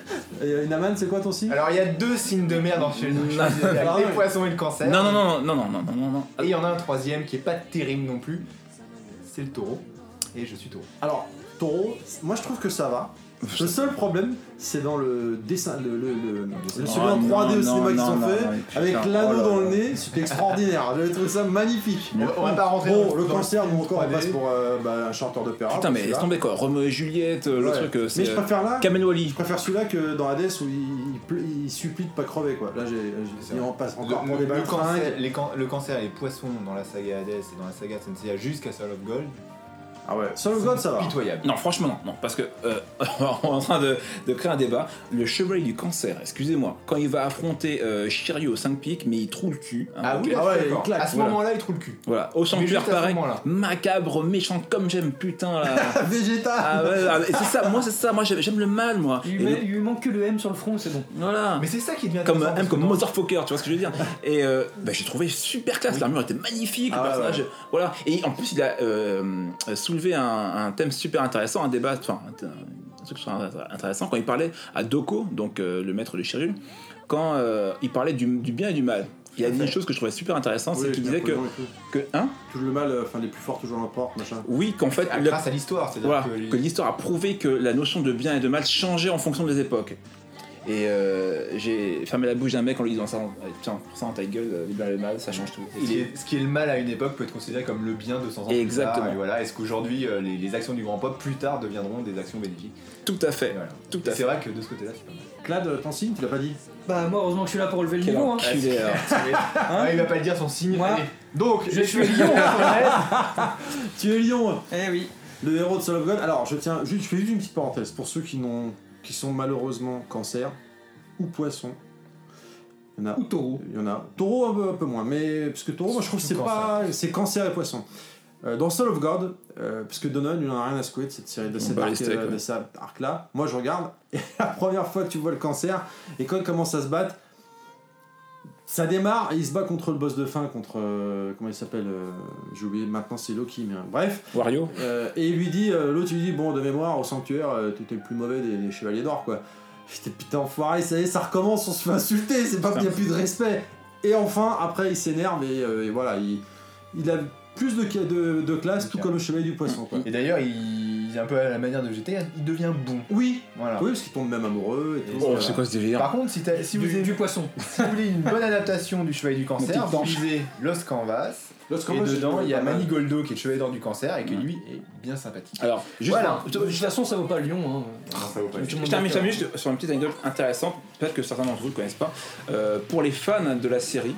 Et Inaman, c'est quoi ton signe? Alors, il y a 2 signes de merde dans Chevalier Non. Ah les ouais. poissons et le cancer. Non. Et il y en a un troisième qui est pas terrible non plus. C'est le taureau. Et je suis taureau. Alors, Toro, moi je trouve que ça va. Le seul problème, c'est dans le dessin, celui en 3D au cinéma qu'ils ont fait, avec l'anneau dans le nez, c'était extraordinaire. J'avais trouvé ça magnifique. On va pas rentrer Bon, le cancer, nous encore, on passe pour un chanteur d'opéra. Putain, mais laisse tomber quoi, Roméo et Juliette, le truc, c'est. Mais je préfère là. Kamel Wally. Je préfère celui-là que dans Hades où il supplie de pas crever quoi. Là, on passe encore pour des balles le cancer et les poissons dans la saga Hades et dans la saga Senseiya jusqu'à Soul of Gold. Ah ouais, Soul of God ça va. Pitoyable. Non, franchement, non, parce que on est en train de créer un débat. Le chevalier du cancer, excusez-moi, quand il va affronter Shiryu aux 5 pics, mais il trouve le cul. Ah oui, il claque. À ce moment-là, il trouve le cul. Voilà, au sanctuaire pareil, macabre, méchant comme j'aime, putain là. Végétal. Ah ouais, et c'est ça, moi j'aime le mal, moi. Il lui manque que le M sur le front, c'est bon. Voilà. Mais c'est ça qui devient comme M comme Motherfucker, tu vois ce que je veux dire. Et j'ai trouvé super classe, l'armure était magnifique, le personnage. Voilà. Et en plus, il a soulevé un thème super intéressant, un débat, enfin un truc intéressant quand il parlait à Doko, donc le maître de Shiryu, quand il parlait du bien et du mal. Il y a une chose que je trouvais super intéressante, c'est qu'il disait que tout le mal, enfin les plus forts toujours l'emportent, machin. Oui, qu'en fait grâce à l'histoire, c'est-à-dire voilà, que l'histoire a prouvé que la notion de bien et de mal changeait en fonction des époques. Et j'ai fermé la bouche d'un mec en lui disant ça, tiens, ça dans ta gueule, le bien et le mal, ça change tout. Ce qui est le mal à une époque peut être considéré comme le bien 200 ans exactement. plus tard. Et voilà, est-ce qu'aujourd'hui les actions du grand peuple plus tard deviendront des actions bénéfiques? Tout à fait. Voilà. Tout à fait. C'est vrai que de ce côté-là, c'est pas mal. Clad, ton signe, tu l'as pas dit? Bah moi heureusement que je suis là pour relever le niveau. Hein. Il va pas le dire son signe. Moi, donc je suis Lion. Tu es Lion. Eh oui. Le héros de Soul of God. Alors je fais juste une petite parenthèse pour ceux qui sont malheureusement cancer ou poisson. Il y en a. Ou taureau. Il y en a. Taureau un peu moins, mais parce que taureau, moi je trouve que c'est cancer et poisson. Dans Soul of God, puisque Donon, il en a rien à secouer de cette série, de cet arc-là. Moi je regarde, et la première fois que tu vois le cancer, et quand il commence à se battre, ça démarre, et il se bat contre le boss de fin, contre. Comment il s'appelle j'ai oublié, maintenant c'est Loki, mais bref. Wario. Et il lui dit, l'autre il lui dit, bon, de mémoire, au sanctuaire, t'es le plus mauvais des chevaliers d'or, quoi. J'étais putain enfoiré, ça y est, ça recommence, on se fait insulter, c'est pas qu'il n'y a plus de respect. Et enfin, après, il s'énerve, et voilà, il a plus de classe, tout comme le chevalier du poisson, quoi. Et d'ailleurs, il est un peu à la manière de GTA, il devient bon. Oui, voilà. Oui, parce qu'il tombe même amoureux et tout. Oh, c'est quoi ce délire? Par contre, si vous avez du poisson, si vous voulez une bonne adaptation du chevalier du cancer, vous lisez Lost Canvas. Et dedans, il y a Manigoldo qui est le chevalier d'or du cancer et qui lui est bien sympathique. Alors, juste voilà. De toute façon, ça vaut pas Lyon. Hein. Ça vaut pas je termine juste sur une petite anecdote intéressante, peut-être que certains d'entre vous ne le connaissent pas. Pour les fans de la série,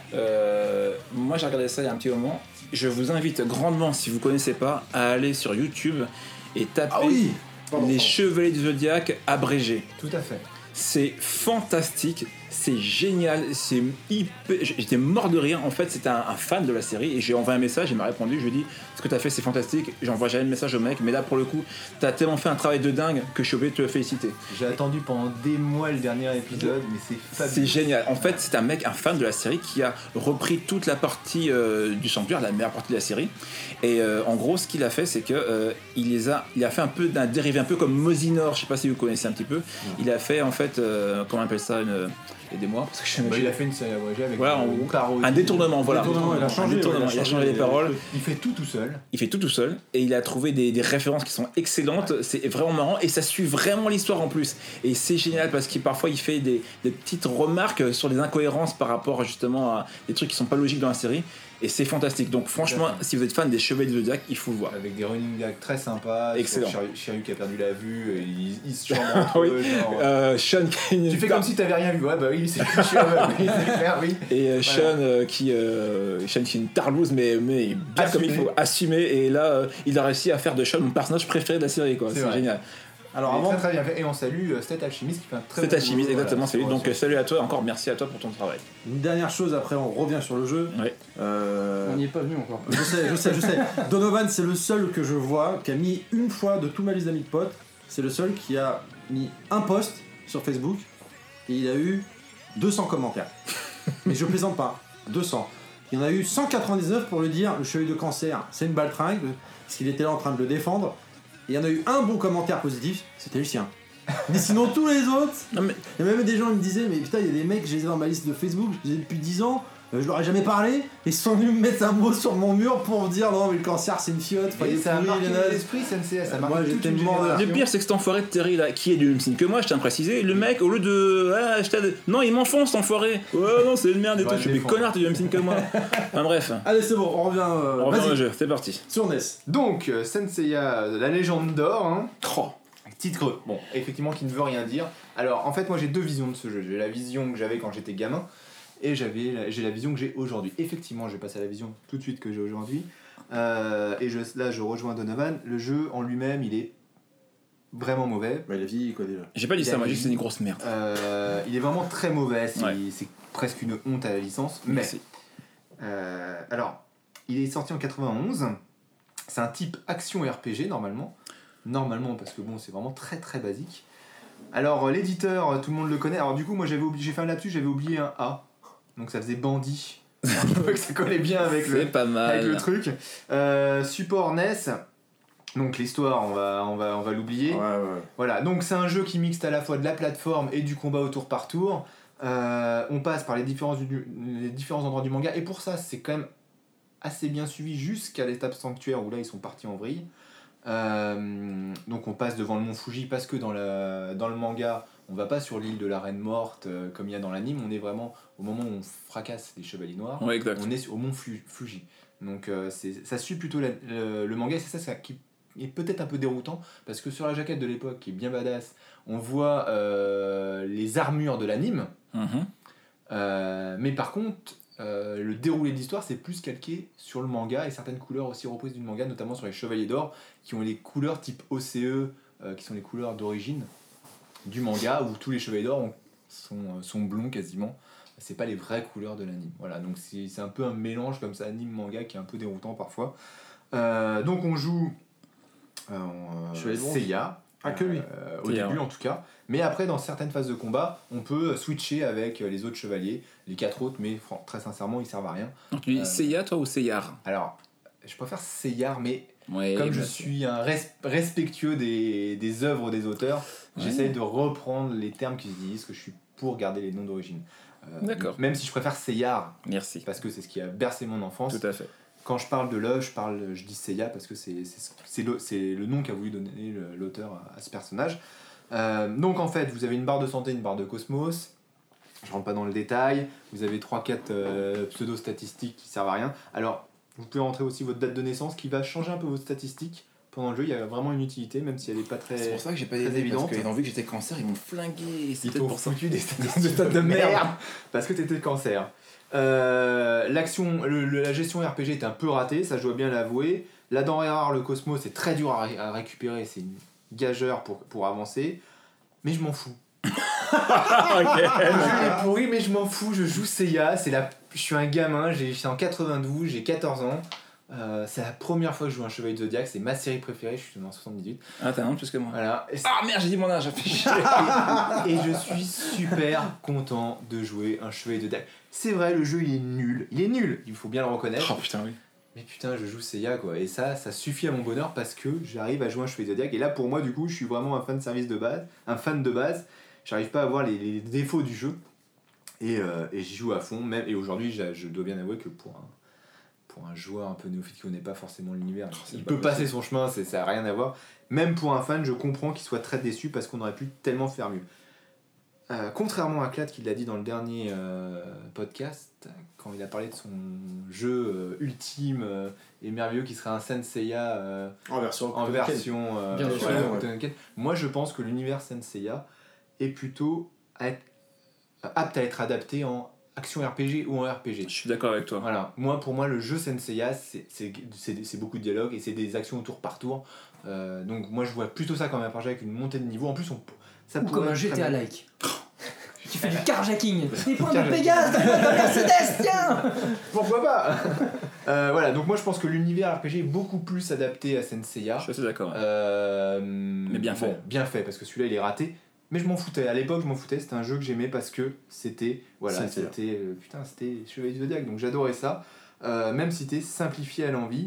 moi j'ai regardé ça il y a un petit moment. Je vous invite grandement, si vous ne connaissez pas, à aller sur YouTube et taper les Chevaliers du Zodiaque abrégés. Tout à fait. C'est fantastique, c'est génial, c'est hyper... J'étais mort de rire. En fait, c'était un fan de la série et j'ai envoyé un message, il m'a répondu, je lui ai dit ce que t'as fait c'est fantastique, j'envoie jamais le message au mec, mais là pour le coup, t'as tellement fait un travail de dingue que je suis obligé de te féliciter. J'ai attendu pendant des mois le dernier épisode, mais c'est fabuleux. C'est génial. En fait, c'est un fan de la série qui a repris toute la partie du sanctuaire, la meilleure partie de la série. Et en gros, ce qu'il a fait, c'est que il a fait un peu d'un dérivé, un peu comme Mosinor, je sais pas si vous connaissez un petit peu. Il a fait en fait, comment on appelle ça, aidez-moi parce que il a fait une série abrégée avec un détournement, voilà. Il a changé les paroles. Il fait tout seul. Il fait tout seul et il a trouvé des références qui sont excellentes. Ouais. C'est vraiment marrant et ça suit vraiment l'histoire en plus. Et c'est génial parce qu'il parfois il fait des petites remarques sur les incohérences par rapport justement à des trucs qui sont pas logiques dans la série. Et c'est fantastique. Donc franchement, si vous êtes fan des Chevaliers du Zodiac, il faut le voir. Avec des running gags très sympas. Excellent. Shiryu qui a perdu la vue, et il se chante entre eux, genre... Sean qui... Tu fais comme si t'avais rien vu. Ouais, bah oui, c'est Shiryu, oui, c'est clair, oui. Et Sean qui est une tarlouse, mais bien comme il faut, assumer. Et là, il a réussi à faire de Sean mon personnage préféré de la série, quoi. C'est génial. Alors avant, très bien fait. Et on salue Seth Alchimiste qui fait un très bon Alchimiste, exactement, salut. Donc salut à toi, encore merci à toi pour ton travail. Une dernière chose, après on revient sur le jeu. Ouais. On n'y est pas venu encore. Je sais. Donovan, c'est le seul que je vois qui a mis une fois de toute ma liste d'amis de potes, c'est le seul qui a mis un post sur Facebook et il a eu 200 commentaires. Mais je plaisante pas, 200. Il y en a eu 199 pour lui dire le chevalier de cancer, c'est une baltringue, parce qu'il était là en train de le défendre. Et il y en a eu un bon commentaire positif, c'était le sien. Mais sinon tous les autres, il y a même des gens qui me disaient mais putain il y a des mecs, je les ai dans ma liste de Facebook, je les ai depuis 10 ans, je leur ai jamais parlé, ils sont venus me mettre un mot sur mon mur pour me dire non mais le cancer c'est une fiotte, Et ça a marqué l'esprit Senseiya, ça a marqué Moi, toute j'étais une mort de rire. génération. Le pire, c'est que cet enfoiré de Terry là, qui est du même signe que moi, je tiens à préciser, le mec, au lieu de. Ah, non, il m'enfonce, cet enfoiré. Ouais, non, c'est une merde et tout. Je suis mais connard, t'es du même signe que moi. Enfin bref. Allez c'est bon, on revient, On revient vas-y, au jeu, c'est parti. sur NES. Donc, Senseiya, la légende d'or, hein. Oh. Titre, bon, effectivement, qui ne veut rien dire. Alors, en fait, moi j'ai deux visions de ce jeu. J'ai la vision que j'avais quand j'étais gamin, et j'ai la vision que j'ai aujourd'hui. Effectivement, je vais passer à la vision tout de suite que j'ai aujourd'hui. Là, je rejoins Donovan. Le jeu en lui-même, il est vraiment mauvais. Bah il a vieilli quoi déjà. J'ai pas dit ça, moi, j'ai dit que c'est une grosse merde. Il est vraiment très mauvais. Ouais. C'est presque une honte à la licence. Mais, Merci. alors, il est sorti en 91. C'est un type action RPG normalement. Normalement, parce que bon, c'est vraiment très très basique. Alors, l'éditeur, tout le monde le connaît. Alors, du coup, moi j'ai fait un lapsus, j'avais oublié un A. Donc, ça faisait bandit. Je trouvais que ça collait bien avec C'est le, pas avec le mal. truc. Support NES. Donc, l'histoire, on va l'oublier. Ouais. Voilà, donc c'est un jeu qui mixte à la fois de la plateforme et du combat au tour par tour. On passe par les différents endroits du manga, et pour ça, c'est quand même assez bien suivi jusqu'à l'étape sanctuaire où là ils sont partis en vrille. Donc on passe devant le mont Fuji parce que dans le manga, on va pas sur l'île de la Reine Morte comme il y a dans l'anime, on est vraiment au moment où on fracasse les Chevaliers Noirs, Ouais, exact. on est au mont Fuji. Donc ça suit plutôt le manga, et c'est ça qui est peut-être un peu déroutant, parce que sur la jaquette de l'époque, qui est bien badass, on voit les armures de l'anime, mais par contre, le déroulé de l'histoire, c'est plus calqué sur le manga, et certaines couleurs aussi reprises du manga, notamment sur les Chevaliers d'Or, qui ont les couleurs type OCE, qui sont les couleurs d'origine du manga, où tous les Chevaliers d'Or sont blonds quasiment. C'est pas les vraies couleurs de l'anime. Voilà, donc c'est un peu un mélange comme ça, anime-manga, qui est un peu déroutant parfois. Donc on joue Seiya. Ah que lui. Au début en tout cas, mais après dans certaines phases de combat on peut switcher avec les autres chevaliers, les 4 autres, mais très sincèrement ils servent à rien. Donc tu dis Seiya toi ou Seiyar? Alors je préfère Seiyar, mais Ouais, comme je bah, suis un respectueux des œuvres des auteurs, j'essaye de reprendre les termes qu'ils utilisent, que je suis pour garder les noms d'origine. D'accord. Même si je préfère Seiyar, Merci. parce que c'est ce qui a bercé mon enfance. Tout à fait. Quand je parle de l'œuvre, je dis Seiya parce que c'est le nom qu'a voulu donner l'auteur à ce personnage. Donc en fait, vous avez une barre de santé, une barre de cosmos. Je rentre pas dans le détail. Vous avez 3-4 pseudo-statistiques qui servent à rien. Alors, vous pouvez rentrer aussi votre date de naissance qui va changer un peu votre statistique. Pendant le jeu, il y a vraiment une utilité, même si elle n'est pas très. C'est pour ça que j'ai pas très aidé, évidente. parce qu'ils ont vu que j'étais cancer, ils m'ont flingué. C'est Ils peut-être t'ont pour ça. foutu des statistiques de merde parce que t'étais cancer. La gestion RPG était un peu ratée, ça je dois bien l'avouer. La denrée rare, le cosmos, c'est très dur à récupérer, c'est une gageure pour avancer. Mais je m'en fous. Ok. Le jeu est pourri, mais je m'en fous, je joue Seiya, je suis un gamin, c'est en 92, j'ai 14 ans. C'est la première fois que je joue un Chevalier de Zodiac, c'est ma série préférée, je suis en 78. Ah, t'as un an de plus que moi. Voilà. Ah merde, j'ai dit mon âge, j'ai fait chier. Et je suis super content de jouer un Chevalier de Zodiac. C'est vrai, le jeu il est nul, il faut bien le reconnaître. Oh putain, oui. Mais putain, je joue Seiya quoi, et ça suffit à mon bonheur parce que j'arrive à jouer un Chevalier de Zodiac. Et là pour moi, du coup, je suis vraiment un fan de base. J'arrive pas à voir les défauts du jeu, et j'y joue à fond. Même, et aujourd'hui, je dois bien avouer que pour un joueur un peu néophyte qui connaît pas forcément l'univers, il peut passer son chemin, ça n'a rien à voir. Même pour un fan, je comprends qu'il soit très déçu parce qu'on aurait pu tellement faire mieux. Contrairement à Clad qui l'a dit dans le dernier podcast, quand il a parlé de son jeu ultime et merveilleux qui serait un Senseiya En version. Bien sûr, Ken. Moi je pense que l'univers Senseiya est plutôt apte à être adapté en action RPG ou en RPG. Je suis d'accord avec toi. Voilà, pour moi le jeu Senseiya c'est beaucoup de dialogue et c'est des actions au tour par tour. Donc moi je vois plutôt ça comme un RPG avec une montée de niveau. En plus ça Ou pourrait comme un être très bien. GTA-like. Qui fait du carjacking. Des points de Pégase, des points de Mercedes, tiens. Pourquoi pas. Voilà, donc moi je pense que l'univers RPG est beaucoup plus adapté à Senseiya. Je suis assez d'accord. Mais bien fait. Bien fait, parce que celui-là il est raté. Mais je m'en foutais, à l'époque je m'en foutais, c'était un jeu que j'aimais parce que c'était Senseiya. Chevalier du Zodiac, donc j'adorais ça. Même si c'était simplifié à l'envi.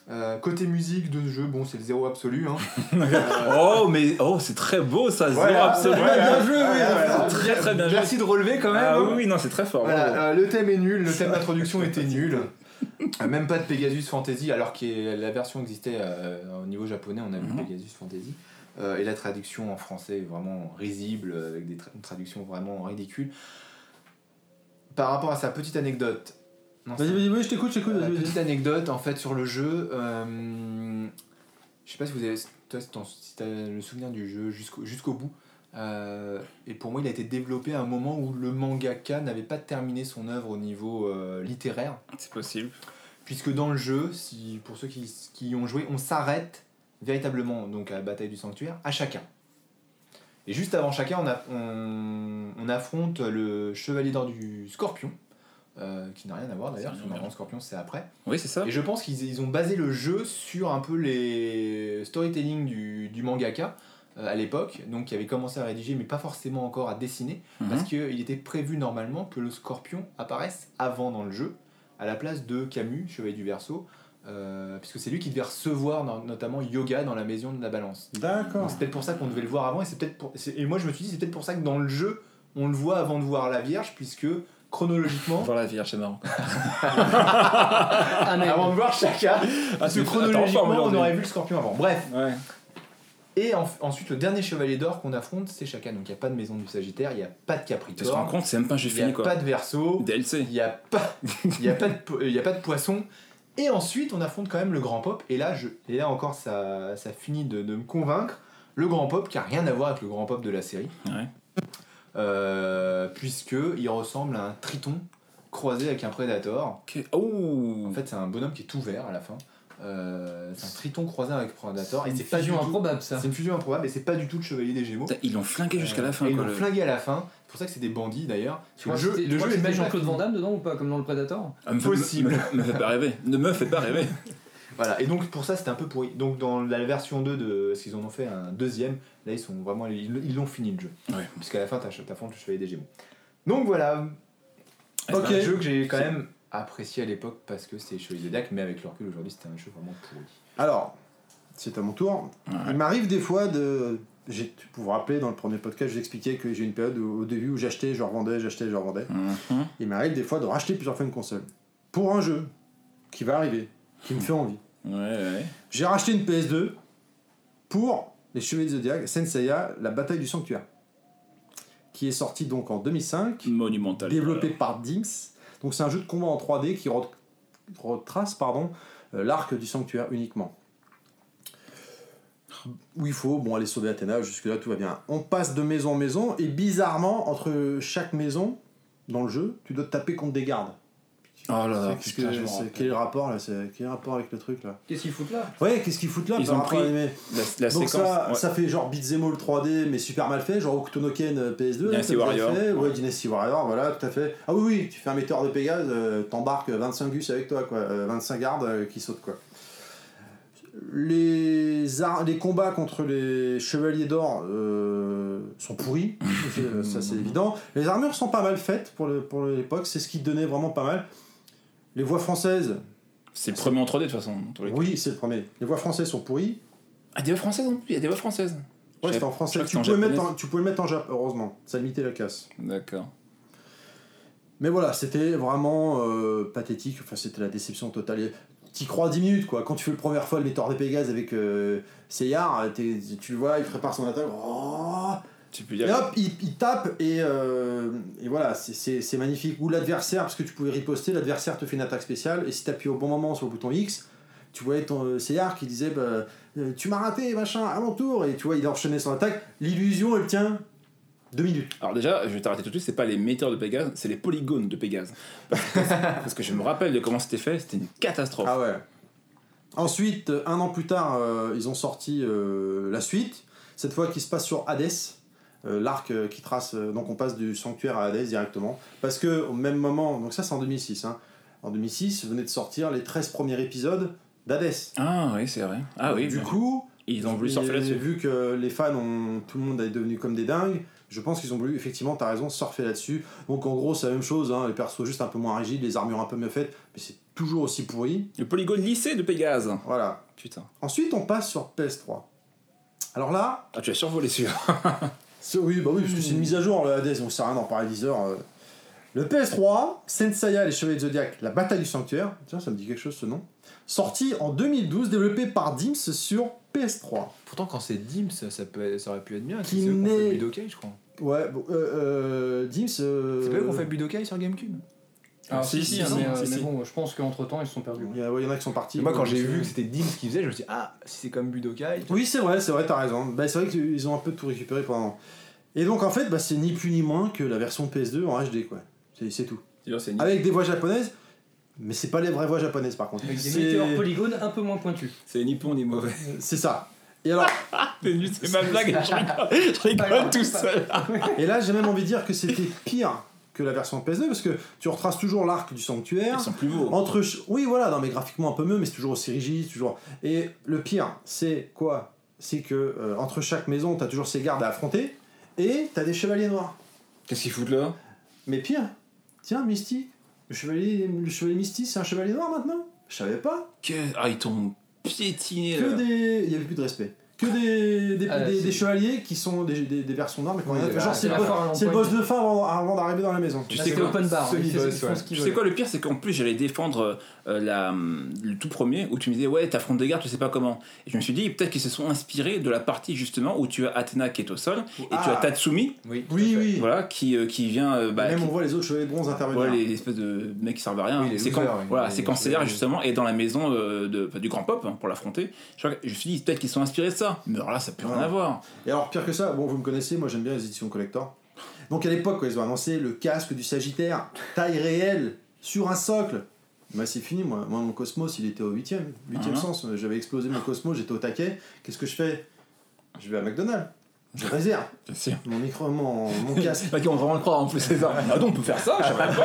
Côté musique de jeu, bon, c'est le zéro absolu. Hein. C'est très beau ça, zéro Voilà, absolu. bien joué, Très très bien joué. Merci de relever quand même. Ah hein. oui, non, c'est très fort. Voilà, le thème est nul, le thème d'introduction était nul. Même pas de Pegasus Fantasy, alors que la version existait au niveau japonais, on a vu Pegasus Fantasy. Et la traduction en français est vraiment risible, avec une traduction vraiment ridicule. Par rapport à sa petite anecdote. Vas-y, je t'écoute. Petite anecdote en fait sur le jeu. Je sais pas si vous avez. Toi, si t'as le souvenir du jeu jusqu'au bout. Et pour moi, il a été développé à un moment où le mangaka n'avait pas terminé son œuvre au niveau littéraire. C'est possible. Puisque dans le jeu, pour ceux qui y ont joué, on s'arrête véritablement donc à la bataille du sanctuaire à chacun. Et juste avant chacun, on affronte le chevalier d'or du Scorpion, qui n'a rien à voir d'ailleurs, parce que normalement Scorpion c'est après. Oui, c'est ça. Et je pense qu'ils ont basé le jeu sur un peu les storytelling du mangaka à l'époque, donc qui avait commencé à rédiger mais pas forcément encore à dessiner, parce qu'il était prévu normalement que le Scorpion apparaisse avant dans le jeu, à la place de Camus, chevalier du Verseau, puisque c'est lui qui devait recevoir notamment Yoga dans la maison de la balance. D'accord. Donc c'est peut-être pour ça qu'on devait le voir avant, et moi je me suis dit c'est peut-être pour ça que dans le jeu on le voit avant de voir la Vierge, puisque chronologiquement Voir la Vierge, c'est marrant. avant de voir chacun, parce que chronologiquement on aurait vu le Scorpion avant. Bref. Ouais. Et ensuite le dernier chevalier d'or qu'on affronte c'est chacun, donc il n'y a pas de maison du Sagittaire, il n'y a pas de Tu te rends Capricorne, compte, c'est même pas un jeu il n'y a fini quoi. pas de Verseau, DLC. il n'y a pas de Poisson. Et ensuite, on affronte quand même le Grand Pop. Et là encore, ça finit de me convaincre. Le Grand Pop, qui n'a rien à voir avec le Grand Pop de la série. Ouais. Puisqu'il ressemble à un Triton croisé avec un Predator. Okay. Oh. En fait, c'est un bonhomme qui est tout vert à la fin. C'est un Triton croisé avec un Predator. Et C'est une fusion improbable ça. C'est une fusion improbable et c'est pas du tout le Chevalier des Gémeaux. Ils l'ont flingué jusqu'à la fin. Ils quoi, l'ont flingué à la fin. C'est pour ça que c'est des bandits d'ailleurs. Le jeu est déjà Jean-Claude fini. Van Damme dedans ou pas, comme dans le Predator? Possible. Me fait pas rêver. Ne me fais pas rêver. Voilà, et donc pour ça c'était un peu pourri. Donc dans la version 2 parce qu'ils en ont fait un deuxième, là ils l'ont fini le jeu. Ouais. Puisqu'à la fin t'affrontes le Chevalier des Gémeaux. Donc voilà. Ok. C'est un jeu que j'ai quand même apprécié à l'époque parce que c'était Chevalier Zodiac, mais avec le recul aujourd'hui c'était un jeu vraiment pourri. Alors, c'est à mon tour. Ouais. Il m'arrive des fois de... Pour vous rappeler, dans le premier podcast, je vous expliquais que j'ai une période au début où j'achetais, je revendais. Il m'arrive des fois de racheter plusieurs fois une console. Pour un jeu qui va arriver, qui me fait envie. Ouais. J'ai racheté une PS2 pour les Chevaliers de Zodiac, Senseiya, la bataille du sanctuaire. Qui est sorti donc en 2005. Monumental. Développé par Dynx. Donc c'est un jeu de combat en 3D qui retrace l'arc du sanctuaire uniquement. Où il faut aller sauver Athéna, jusque là tout va bien. On passe de maison en maison et bizarrement entre chaque maison dans le jeu, tu dois te taper contre des gardes. Oh là là, quel est le rapport là, quel est le rapport avec le truc là? Qu'est-ce qu'ils foutent là? Ouais, qu'est-ce qu'ils foutent là? Ils ont pris la donc séquence. ça fait genre beat'em all 3D mais super mal fait, genre Okutonoken PS2. Dynasty Warrior. Ouais, Dynasty Warrior, voilà, tout à fait. Ah oui, tu fais un météore de Pégase, t'embarques 25 gus avec toi, quoi, 25 gardes qui sautent, quoi. Les combats contre les chevaliers d'or sont pourris, ça c'est évident. Les armures sont pas mal faites pour l'époque, c'est ce qui donnait vraiment pas mal. Les voix françaises. C'est le premier en 3D de toute façon. Oui, c'est le premier. Les voix françaises sont pourries. Ah, des voix françaises non plus, il y a des voix françaises. Ouais, c'était en français. Tu pouvais le mettre en Jap, heureusement. Ça limitait la casse. D'accord. Mais voilà, c'était vraiment pathétique. Enfin, c'était la déception totale. T'y crois 10 minutes, quoi. Quand tu fais la première fois le météore de Pégase avec Seyar, tu le vois, il prépare son attaque. Oh, et hop, il tape et voilà, c'est magnifique. Ou l'adversaire, parce que tu pouvais riposter, l'adversaire te fait une attaque spéciale et si t'appuies au bon moment sur le bouton X, tu voyais ton Seyar qui disait tu m'as raté, machin, à mon tour, et tu vois, il enchaînait son attaque. L'illusion, elle tient 2 minutes. Alors déjà, je vais t'arrêter tout de suite, c'est pas les météores de Pégase, c'est les polygones de Pégase. Parce que je me rappelle de comment c'était fait, c'était une catastrophe. Ah ouais. Ensuite, 1 an plus tard, ils ont sorti la suite, cette fois qui se passe sur Hadès. L'arc qui trace, donc on passe du sanctuaire à Hadès directement, parce que au même moment, donc ça c'est en 2006, en 2006 venait de sortir les 13 premiers épisodes d'Hadès. Ah oui, c'est vrai. Ah oui. Du coup, ils ont voulu surfer là-dessus. Vu que les fans tout le monde est devenu comme des dingues, je pense qu'ils ont voulu, effectivement, t'as raison, surfer là-dessus. Donc en gros c'est la même chose, les persos juste un peu moins rigides, les armures un peu mieux faites, mais c'est toujours aussi pourri. Le polygone lissé de Pégase. Voilà. Putain. Ensuite, on passe sur PS3. Alors là, Ah, tu as survolé celui-là. oui, parce que c'est une mise à jour, le Hades, on sert à rien d'en parler 10 heures. Le PS3, Senseiya, les Chevaliers de Zodiac, la bataille du sanctuaire, tiens, ça me dit quelque chose ce nom, sorti en 2012, développé par Dims sur PS3. Pourtant, quand c'est Dims, ça aurait pu être bien. Qui C'est eux qu'on n'est- fait Budokai, je crois. Ouais, Dims. C'est pas eux qu'on fait Budokai sur GameCube. Alors, si, si, si, mais, si. bon, je pense qu'entre temps ils se sont perdus. Il y en a qui sont partis. Et moi, quand donc, j'ai c'est- vu que c'était Dims qui faisait, je me suis dit, ah, si c'est comme Budokai. Oui, c'est vrai, t'as raison. Bah, c'est vrai qu'ils ont un peu tout récupéré pendant. Et donc, en fait, bah, c'est ni plus ni moins que la version PS2 en HD, quoi. C'est tout. C'est Avec des voix japonaises, mais c'est pas les vraies voix japonaises, par contre. Avec des C'est- météores polygones un peu moins pointus. C'est ni bon ni mauvais. C'est ça. Et alors, C'est ma blague, je rigole tout seul. et là, j'ai même envie de dire que c'était pire que la version PS2 parce que tu retraces toujours l'arc du sanctuaire. Ils sont plus beaux. Oui, voilà, non, mais graphiquement un peu mieux, mais c'est toujours aussi rigide, toujours. Et le pire, c'est quoi? C'est que entre chaque maison, t'as toujours ces gardes à affronter et t'as des chevaliers noirs. Qu'est-ce qu'ils foutent là? Mais pire, tiens, Mystique, le chevalier Mystique, c'est un chevalier noir maintenant? Je savais pas. Ah, ils t'ont piétiné Que là. des. Il y avait plus de respect. Que des chevaliers qui sont des versions noires, mais quand Oui, même, genre c'est c'est la le, foire à c'est le l'empoigne. boss de fin avant d'arriver dans la maison. Tu Là, sais c'est quoi, open bar. Ils semi-boss, font ouais. ce qu'ils Tu sais veulent. quoi, le pire, c'est qu'en plus j'allais défendre le tout premier où tu me disais ouais t'affrontes des gardes, tu sais pas comment. Et je me suis dit peut-être qu'ils se sont inspirés de la partie justement où tu as Athéna qui est au sol et tu as Tatsumi, Oui, Oui. voilà, qui vient. Même qui- on voit les autres chevaliers de bronze intervenir. Ouais, les espèces de mecs qui servent à rien. Oui, les c'est losers, quand, oui. voilà, Les c'est quand chevaliers CR de- justement est dans la maison du Grand Pop pour l'affronter. Je me suis dit peut-être qu'ils sont inspirés de ça. Mais alors là, ça peut rien Ouais. avoir. Et alors, pire que ça, bon, vous me connaissez, moi j'aime bien les éditions collector. Donc à l'époque, quand ils ont annoncé le casque du Sagittaire, taille réelle, sur un socle, bah c'est fini, moi mon Cosmos il était au 8ème sens, j'avais explosé mon Cosmos, j'étais au taquet. Qu'est-ce que je fais? Je vais à McDonald's, je réserve Bien sûr. mon casque. Ok, on va vraiment le croire en plus, c'est ça. Ah, donc on peut faire ça, je savais pas.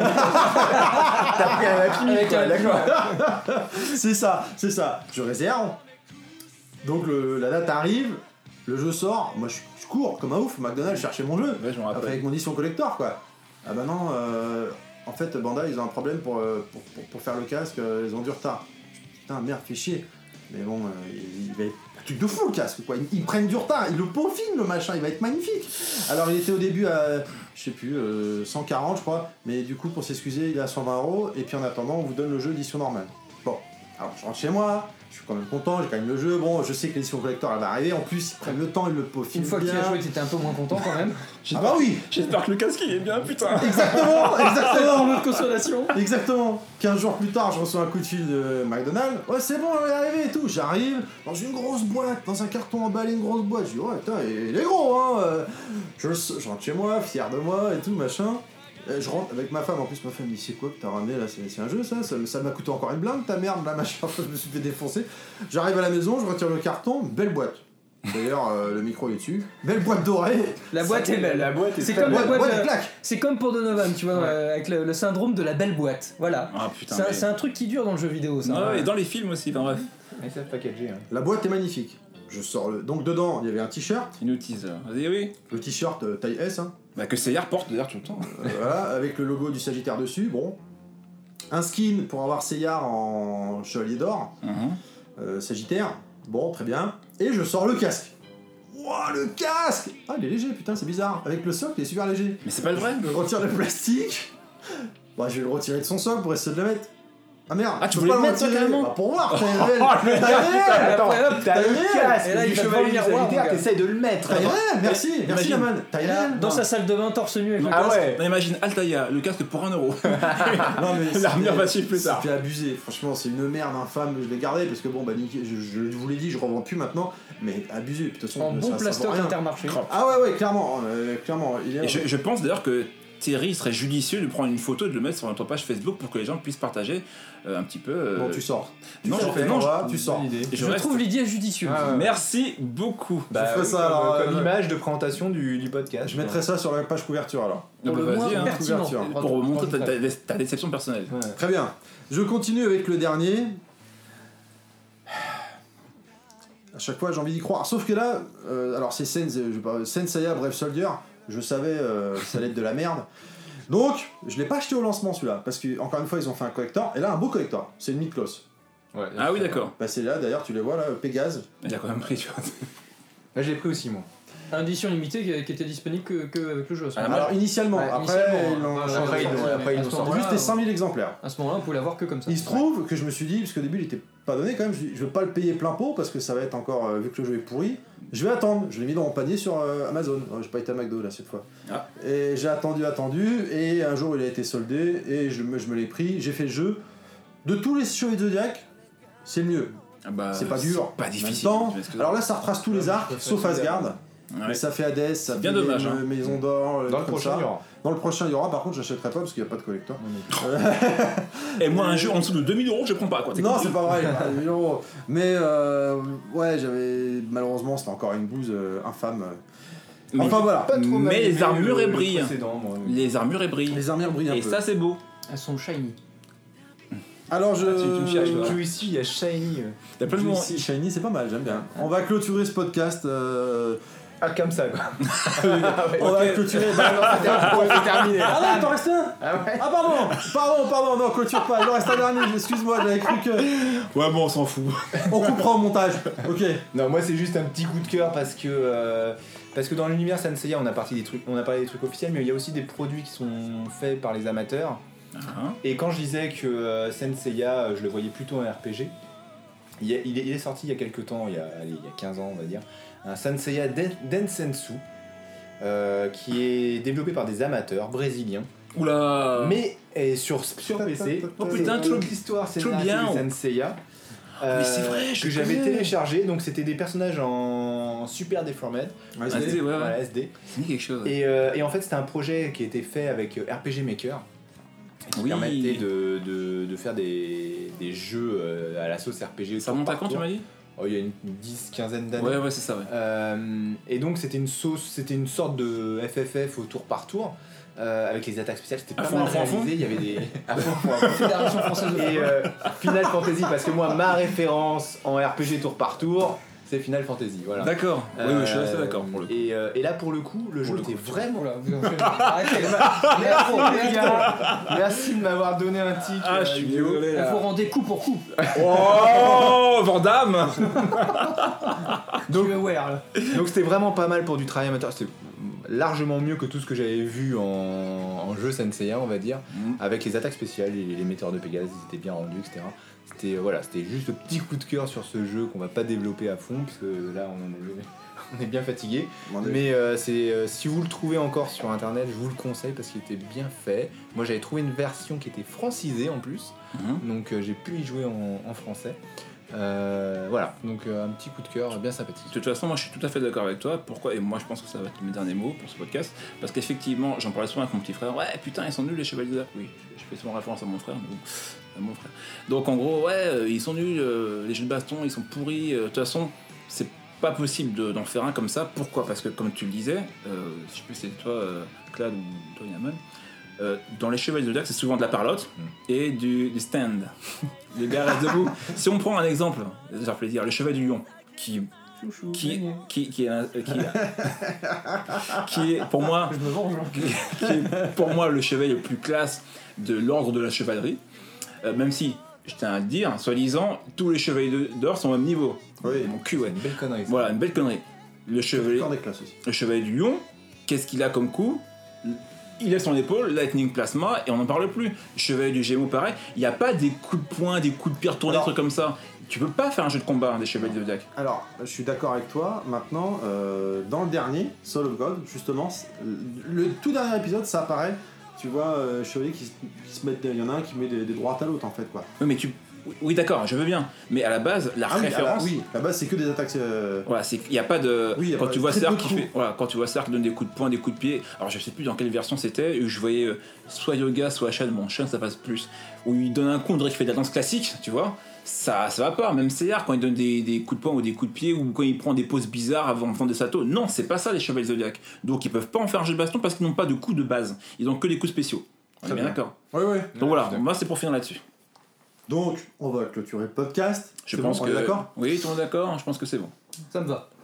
T'as pris un lapis, Avec quoi, un- d'accord. C'est ça, je réserve. Donc la date arrive, le jeu sort, moi je cours comme un ouf, McDonald's chercher mon jeu. Ouais, je me Après, rappelle. avec mon édition collector, quoi. Ah bah non, en fait, Bandai, ils ont un problème pour faire le casque, ils ont du retard. Putain, merde, fais chier. Mais bon, il va être un truc de fou le casque, quoi. Ils prennent du retard, ils le peaufinent le machin, il va être magnifique. Alors, il était au début à, je sais plus, 140, je crois, mais du coup, pour s'excuser, il est à 120€, et puis en attendant, on vous donne le jeu édition normale. Bon, alors je rentre chez moi. Je suis quand même content, j'ai quand même le jeu. Bon, je sais que l'édition collector elle va arriver. En plus, ils prennent le temps, ils le peaufinent. Une fois que tu bien. as joué, t'étais un peu moins content quand même. Ah bah oui, J'espère que le casque il est bien, putain. exactement. Notre consolation. Exactement. 15 jours plus tard, je reçois un coup de fil de McDonald's. Ouais, c'est bon, on est arrivé et tout. J'arrive dans une grosse boîte, dans un carton emballé, une grosse boîte. Je dis, ouais, putain, il est gros, hein. Je rentre chez moi, fier de moi et tout, machin. Je rentre avec ma femme, en plus ma femme me dit c'est quoi que t'as ramené là, c'est un jeu ça m'a coûté encore une blinde ta merde là machin, je me suis fait défoncer. J'arrive à la maison, je retire le carton, belle boîte. D'ailleurs le micro est dessus, belle boîte dorée. La boîte est belle. La boîte est C'est très comme belle. la boîte. des claques. C'est comme pour Donovan, tu vois, avec le syndrome de la belle boîte. Voilà. Ah putain. C'est un- mais- c'est un truc qui dure dans le jeu vidéo, ça. Ouais, et dans les films aussi, enfin bref. Mais ça packagé. Hein. La boîte est magnifique. Je sors le. Donc dedans il y avait un t-shirt, Une notice. Vas-y, oui. le t-shirt taille S, hein. Bah que CR porte d'ailleurs tout le temps. Voilà, avec le logo du Sagittaire dessus, bon. Un skin pour avoir Seyar en chevalier d'or, Sagittaire, bon, très bien. Et je sors le casque. Wouah, le casque! Ah, il est léger, putain, c'est bizarre. Avec le socle, il est super léger. Mais c'est pas le vrai. Je retire le plastique. Bah, je vais le retirer de son socle pour essayer de le mettre. Ah merde, Ah, tu je peux voulais pas le mettre, toi, retirer. carrément? Bah, pour voir, taille réelle. Taille réelle. Attends, t'as le réelle. casque Et là, du il va chevalier devant le du miroir, Sagittaire, mon gars. t'essayes de le mettre. Taille réelle, merci, merci Imagine. la man. Taille Et là, réelle. dans Non. sa salle de bain, torse nu avec le Ah casque. ouais. Non, imagine Altaïa, le casque pour 1€. Non, mais L'armure c'était- va suivre plus tard. C'était abusé, franchement, c'est une merde infâme. Je l'ai gardé parce que bon, bah, nickel, je vous l'ai dit, je revends plus maintenant, mais abusé, de toute façon. En bon ça plastoc vaut rien. Intermarché. Ah ouais, clairement, clairement. Il est... Et je pense d'ailleurs que Thierry serait judicieux de prendre une photo et de le mettre sur notre page Facebook pour que les gens puissent partager un petit peu. Bon, tu sors. Non, Tu je- fais, non, voilà, je- tu sors. Et Je reste- trouve l'idée judicieuse. Ah ouais. Merci beaucoup. Bah, ferai oui, ça, comme, alors, comme image de présentation du podcast. Je mettrai ça sur la page couverture alors. Donc, Pour le vas-y, moins hein, pertinent. couverture. pour montrer ta déception personnelle. Ouais. Très bien. Je continue avec le dernier. À chaque fois, j'ai envie d'y croire. Sauf que là, alors c'est Senseiya Brave Soldier. Je savais que ça allait être de la merde. Donc, je l'ai pas acheté au lancement celui-là, parce que encore une fois ils ont fait un collector, et là un beau collector, c'est une mid-close. Ouais, Ah oui, d'accord. Bah c'est là d'ailleurs, tu les vois là, Pégase. Il a quand même pris, tu vois. Là, je l'ai pris aussi, moi. Édition limitée qui était disponible que avec le jeu. À ce moment-là. Alors initialement, Ouais, après initialement, ils l'ont ouais, changé. après, ils l'ont- ouais, après, ils à l'ont ce sorti. Au début moment-là, c'était 5000 exemplaires. À ce moment-là, on pouvait l'avoir que comme ça. Il se trouve que je me suis dit, parce qu'au début il était pas donné quand même, je veux pas le payer plein pot parce que ça va être encore, vu que le jeu est pourri, je vais attendre. Je l'ai mis dans mon panier sur Amazon. J'ai pas été à McDo là cette fois. Ah. Et j'ai attendu, et un jour il a été soldé et je me l'ai pris. J'ai fait le jeu. De tous les Chevaliers de Zodiac, c'est le mieux. Ah bah, C'est pas dur. Pas En difficile. même temps, tu vois ce que- alors là ça retrace tous les arcs, je sauf préfère Asgard. Ouais. Mais ça fait Hades, ça fait bien dommage, les hein. Maisons d'Or. Dans le comme prochain, ça. il y aura. Dans le prochain il y aura, par contre j'achèterai pas parce qu'il n'y a pas de collector. Et moi, un jeu en dessous de 2000 €, je prends pas quoi. T'es Non, compris c'est pas vrai, 1000 €. Mais ouais, j'avais. Malheureusement, c'était encore une bouse infâme. Mais- Enfin voilà. Pas trop mal Mais les aimé armures, le elles brillent. précédent, moi. Les armures, elles brillent. Les armures brillent un Et peu. ça, c'est beau. Elles sont shiny. Alors je. tu me cherches, toi. Que ici, il y a Shiny. Il y a plein de moments. Juicy Shiny, c'est pas mal, j'aime bien. On va clôturer ce podcast. Ah, comme ça, quoi. On va clôturer. C'est terminé. Ah non, il t'en reste un. Ah ouais. Ah pardon, non, clôture pas. Il en reste un dernier, excuse-moi, j'avais cru que. Ouais, bon, on s'en fout. On coupera au montage. Ok. Non, moi c'est juste un petit coup de cœur parce que dans l'univers Senseiya on a parlé des trucs officiels, mais il y a aussi des produits qui sont faits par les amateurs. Hein. Et quand je disais que Senseiya, je le voyais plutôt en RPG, il est sorti il y a quelques temps, il y a 15 ans on va dire, un Senseiya Densensu qui est développé par des amateurs brésiliens, Oula. mais sur PC. Oh putain, c'est trop- l'histoire trop bien. Senseiya. Mais c'est vrai, je que j'avais connais. téléchargé, donc c'était des personnages en Super Deformed, Ouais, Ah, c'est- ouais, ouais. voilà, SD. C'est dit quelque chose. Et en fait, c'était un projet qui était fait avec RPG Maker, qui Oui. permettait de faire des jeux à la sauce RPG. Ça remonte à quand, tu m'as dit? Oh, il y a une 10-15 d'années. Ouais, c'est ça, ouais. Et donc c'était une sorte de FFF au tour par tour, avec les attaques spéciales. C'était À pas fond, mal à fond, à fond. réalisé. Il y avait des à fond, à fond. Fédération française de Et Final Fantasy, parce que moi ma référence en RPG tour par tour, c'est Final Fantasy. Voilà. D'accord. Oui, je suis assez d'accord pour le coup. Et là pour le coup, le jeu le était coup. vraiment. Voilà, vous enchaînez. Arrêtez. Merci les gars, merci de m'avoir donné un tic. Ah, je suis Guillaume. désolé. Il là. faut rendre coup pour coup. Oh, Vandame. Donc, aware là. Donc c'était vraiment pas mal pour du travail amateur. C'était largement mieux que tout ce que j'avais vu en jeu Senseiya, on va dire, avec les attaques spéciales, les metteurs de Pégase, ils étaient bien rendus, etc. C'était juste le petit coup de cœur sur ce jeu qu'on va pas développer à fond, parce que là on est bien fatigué. Mais si vous le trouvez encore sur internet, je vous le conseille parce qu'il était bien fait. Moi j'avais trouvé une version qui était francisée en plus, donc j'ai pu y jouer en français. Voilà, donc un petit coup de cœur bien sympathique. De toute façon, moi je suis tout à fait d'accord avec toi. Pourquoi? Et moi je pense que ça va être mes derniers mots pour ce podcast. Parce qu'effectivement, j'en parlais souvent avec mon petit frère. Ouais, putain, ils sont nuls les Chevaliers de Zodiac. Oui, je fais souvent référence à mon frère. Donc en gros, ouais, ils sont nuls, les jeux de baston, ils sont pourris. De toute façon, c'est pas possible d'en faire un comme ça. Pourquoi? Parce que comme tu le disais, je sais plus si c'est toi, Clad ou toi, Yaman. Dans les Chevaliers de Zodiac, c'est souvent de la parlotte et du stand. Les gars restent debout. Si on prend un exemple, ça fait plaisir, le Chevalier du Lion, qui est pour moi Je me venge. qui est pour moi le chevalier le plus classe de l'ordre de la chevalerie, même si je tiens à le dire, soi-disant tous les chevaliers d'or sont au même niveau. Oui. Mon cul, ouais. Une belle connerie. ça. Voilà, une belle connerie. Le chevalier Encore des classes aussi. le chevalier du lion, qu'est-ce qu'il a comme coup? Il a son épaule, lightning plasma, et on n'en parle plus. Le chevalier du Gémeaux, pareil. Il n'y a pas des coups de poing, des coups de pierre tournés, des Alors- trucs comme ça. Tu peux pas faire un jeu de combat des chevaliers de Zodiac. Alors, je suis d'accord avec toi. Maintenant, dans le dernier, Soul of God, justement, le tout dernier épisode, ça apparaît. Tu vois, chevalier qui se mettent. Il y en a un qui met des droites à l'autre, en fait, quoi. Oui, mais oui, d'accord, je veux bien. Mais à la base, la Ah oui, référence. oui, la base, c'est que des attaques. Voilà, c'est qu'il n'y a pas de. Oui, il y a quand pas- tu vois très Serre peu qui de fait. Voilà, quand tu vois Serre qui donne des coups de poing, des coups de pied. Alors je sais plus dans quelle version c'était. Où je voyais soit Yoga, soit Shan. Bon, Shan ça passe plus. Où il donne un coup, on dirait qu'il fait de la danse classique, tu vois. Ça va pas. Même Serre quand il donne des coups de poing ou des coups de pied ou quand il prend des poses bizarres avant de prendre des saltos. Non, c'est pas ça les chevaliers Zodiac. Donc ils peuvent pas en faire un jeu de baston parce qu'ils n'ont pas de coups de base. Ils ont que des coups spéciaux. On est Très bien bien. d'accord. Oui, oui. Donc voilà, moi c'est pour finir là-dessus. Donc, on va clôturer le podcast. Je C'est pense bon, que. on est d'accord. Oui, tout le monde est d'accord. Je pense que c'est bon. Ça me va.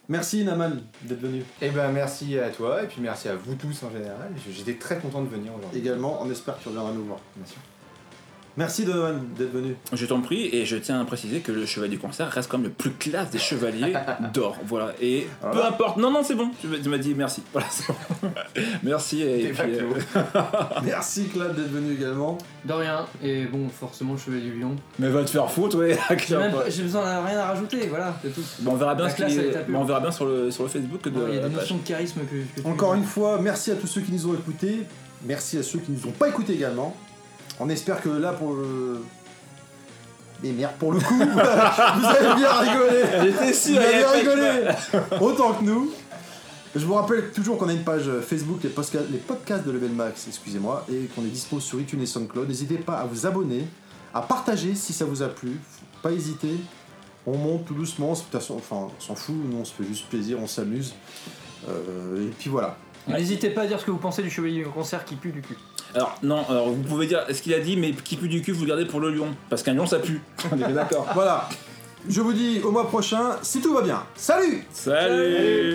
Merci Naman d'être venu. Et ben merci à toi et puis merci à vous tous en général. J'étais très content de venir aujourd'hui. Également, on espère que tu reviendras nous voir. Bien sûr. Merci Donovan d'être venu. Je t'en prie, et je tiens à préciser que le chevalier du concert reste comme le plus classe des chevaliers d'or. Voilà, et Alors peu là- importe. Non, c'est bon, tu m'as dit merci. Voilà, c'est bon. Merci, et T'es pas puis. clos. Merci Claude d'être venu également. De rien, et bon, forcément, le Chevalier du Lion. Mais va te faire foutre, ouais. J'ai besoin de rien à rajouter, voilà, c'est tout. Bon, on verra bien, La classe, elle est tapée. on verra bien sur le Facebook de Il y a la des page. notions de charisme que tu- Encore une fois, merci à tous ceux qui nous ont écoutés. Merci à ceux qui nous ont pas écoutés également. On espère que là pour le... Mais merde, pour le coup, vous avez bien rigolé. J'étais sûr, Vous il y avez avait rigolé autant que nous. Je vous rappelle toujours qu'on a une page Facebook, les podcasts de Level Max, excusez-moi, et qu'on est dispo sur iTunes et SoundCloud. N'hésitez pas à vous abonner, à partager si ça vous a plu. Faut pas hésiter. On monte tout doucement. De toute façon, enfin, on s'en fout. Nous, on se fait juste plaisir, on s'amuse. Et puis voilà. N'hésitez pas à dire ce que vous pensez du Chevalier du concert qui pue du cul. Alors, non, alors vous pouvez dire ce qu'il a dit, mais qui pue du cul, vous le gardez pour le lion. Parce qu'un lion, ça pue. On est d'accord. Voilà. Je vous dis au mois prochain, si tout va bien. Salut! Salut.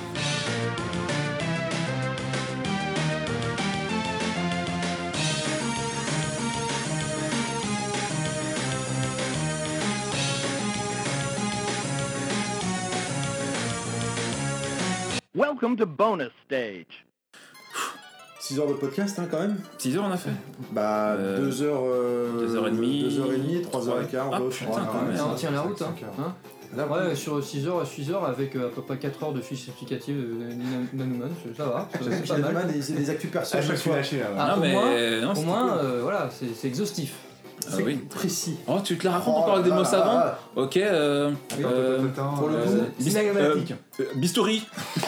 Welcome to bonus stage. 6 heures de podcast quand même. 6 heures on a fait. Bah 2 heures... 2h30. 2h30, 3h15, Ah, on putain, va quand même. On tient la route, hein. 5 heures. Hein Là, Ouais, sur 6 heures avec à peu près 4 heures de fiches explicatives de Nanuman, ça va, c'est pas mal. c'est des actus perso Ah, à je me chaque suis fois. lâché là. Ouais. Ah, non, au mais moins- non, Au c'était moins, cool. voilà, c'est exhaustif. Ah oui. Précis. Oh, tu te la racontes encore avec des mots savants. Ok. Pour le coup, Bistouri.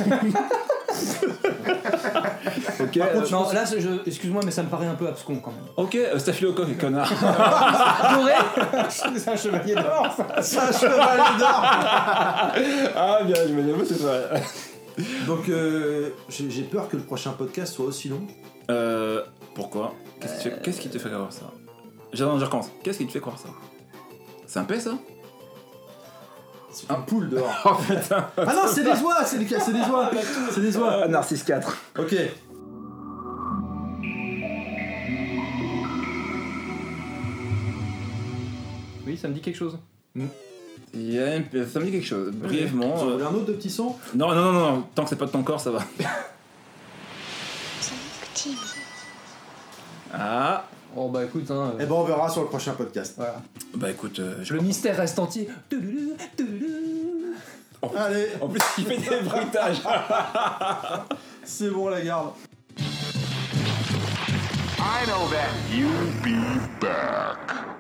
Ok. Par contre, Non, là, excuse-moi, mais ça me paraît un peu abscon quand même. Ok. Staphylocoque, connard. Doré C'est un chevalier d'or. c'est un cheval d'or. Ah bien, je me c'est ça. Donc j'ai peur que le prochain podcast soit aussi long. Pourquoi? Qu'est-ce qui te fait croire ça? Je recommence. Qu'est-ce qui te fait croire ça? C'est un P ça? C'est un poule dehors. Oh putain. Ah non, c'est des oies, c'est des oies. C'est des oies. Ah, Narcisse 4. Ok. Oui, ça me dit quelque chose. Ça me dit quelque chose. Brièvement. Vous voulez un autre de petits sons? Non. Tant que c'est pas de ton corps, ça va. Ah. Oh bah écoute, hein. Eh ben on verra sur le prochain podcast. Voilà. Bah écoute, Le mystère reste entier. Allez, En plus, il fait des bruitages. c'est bon la garde. I know that you'll be back.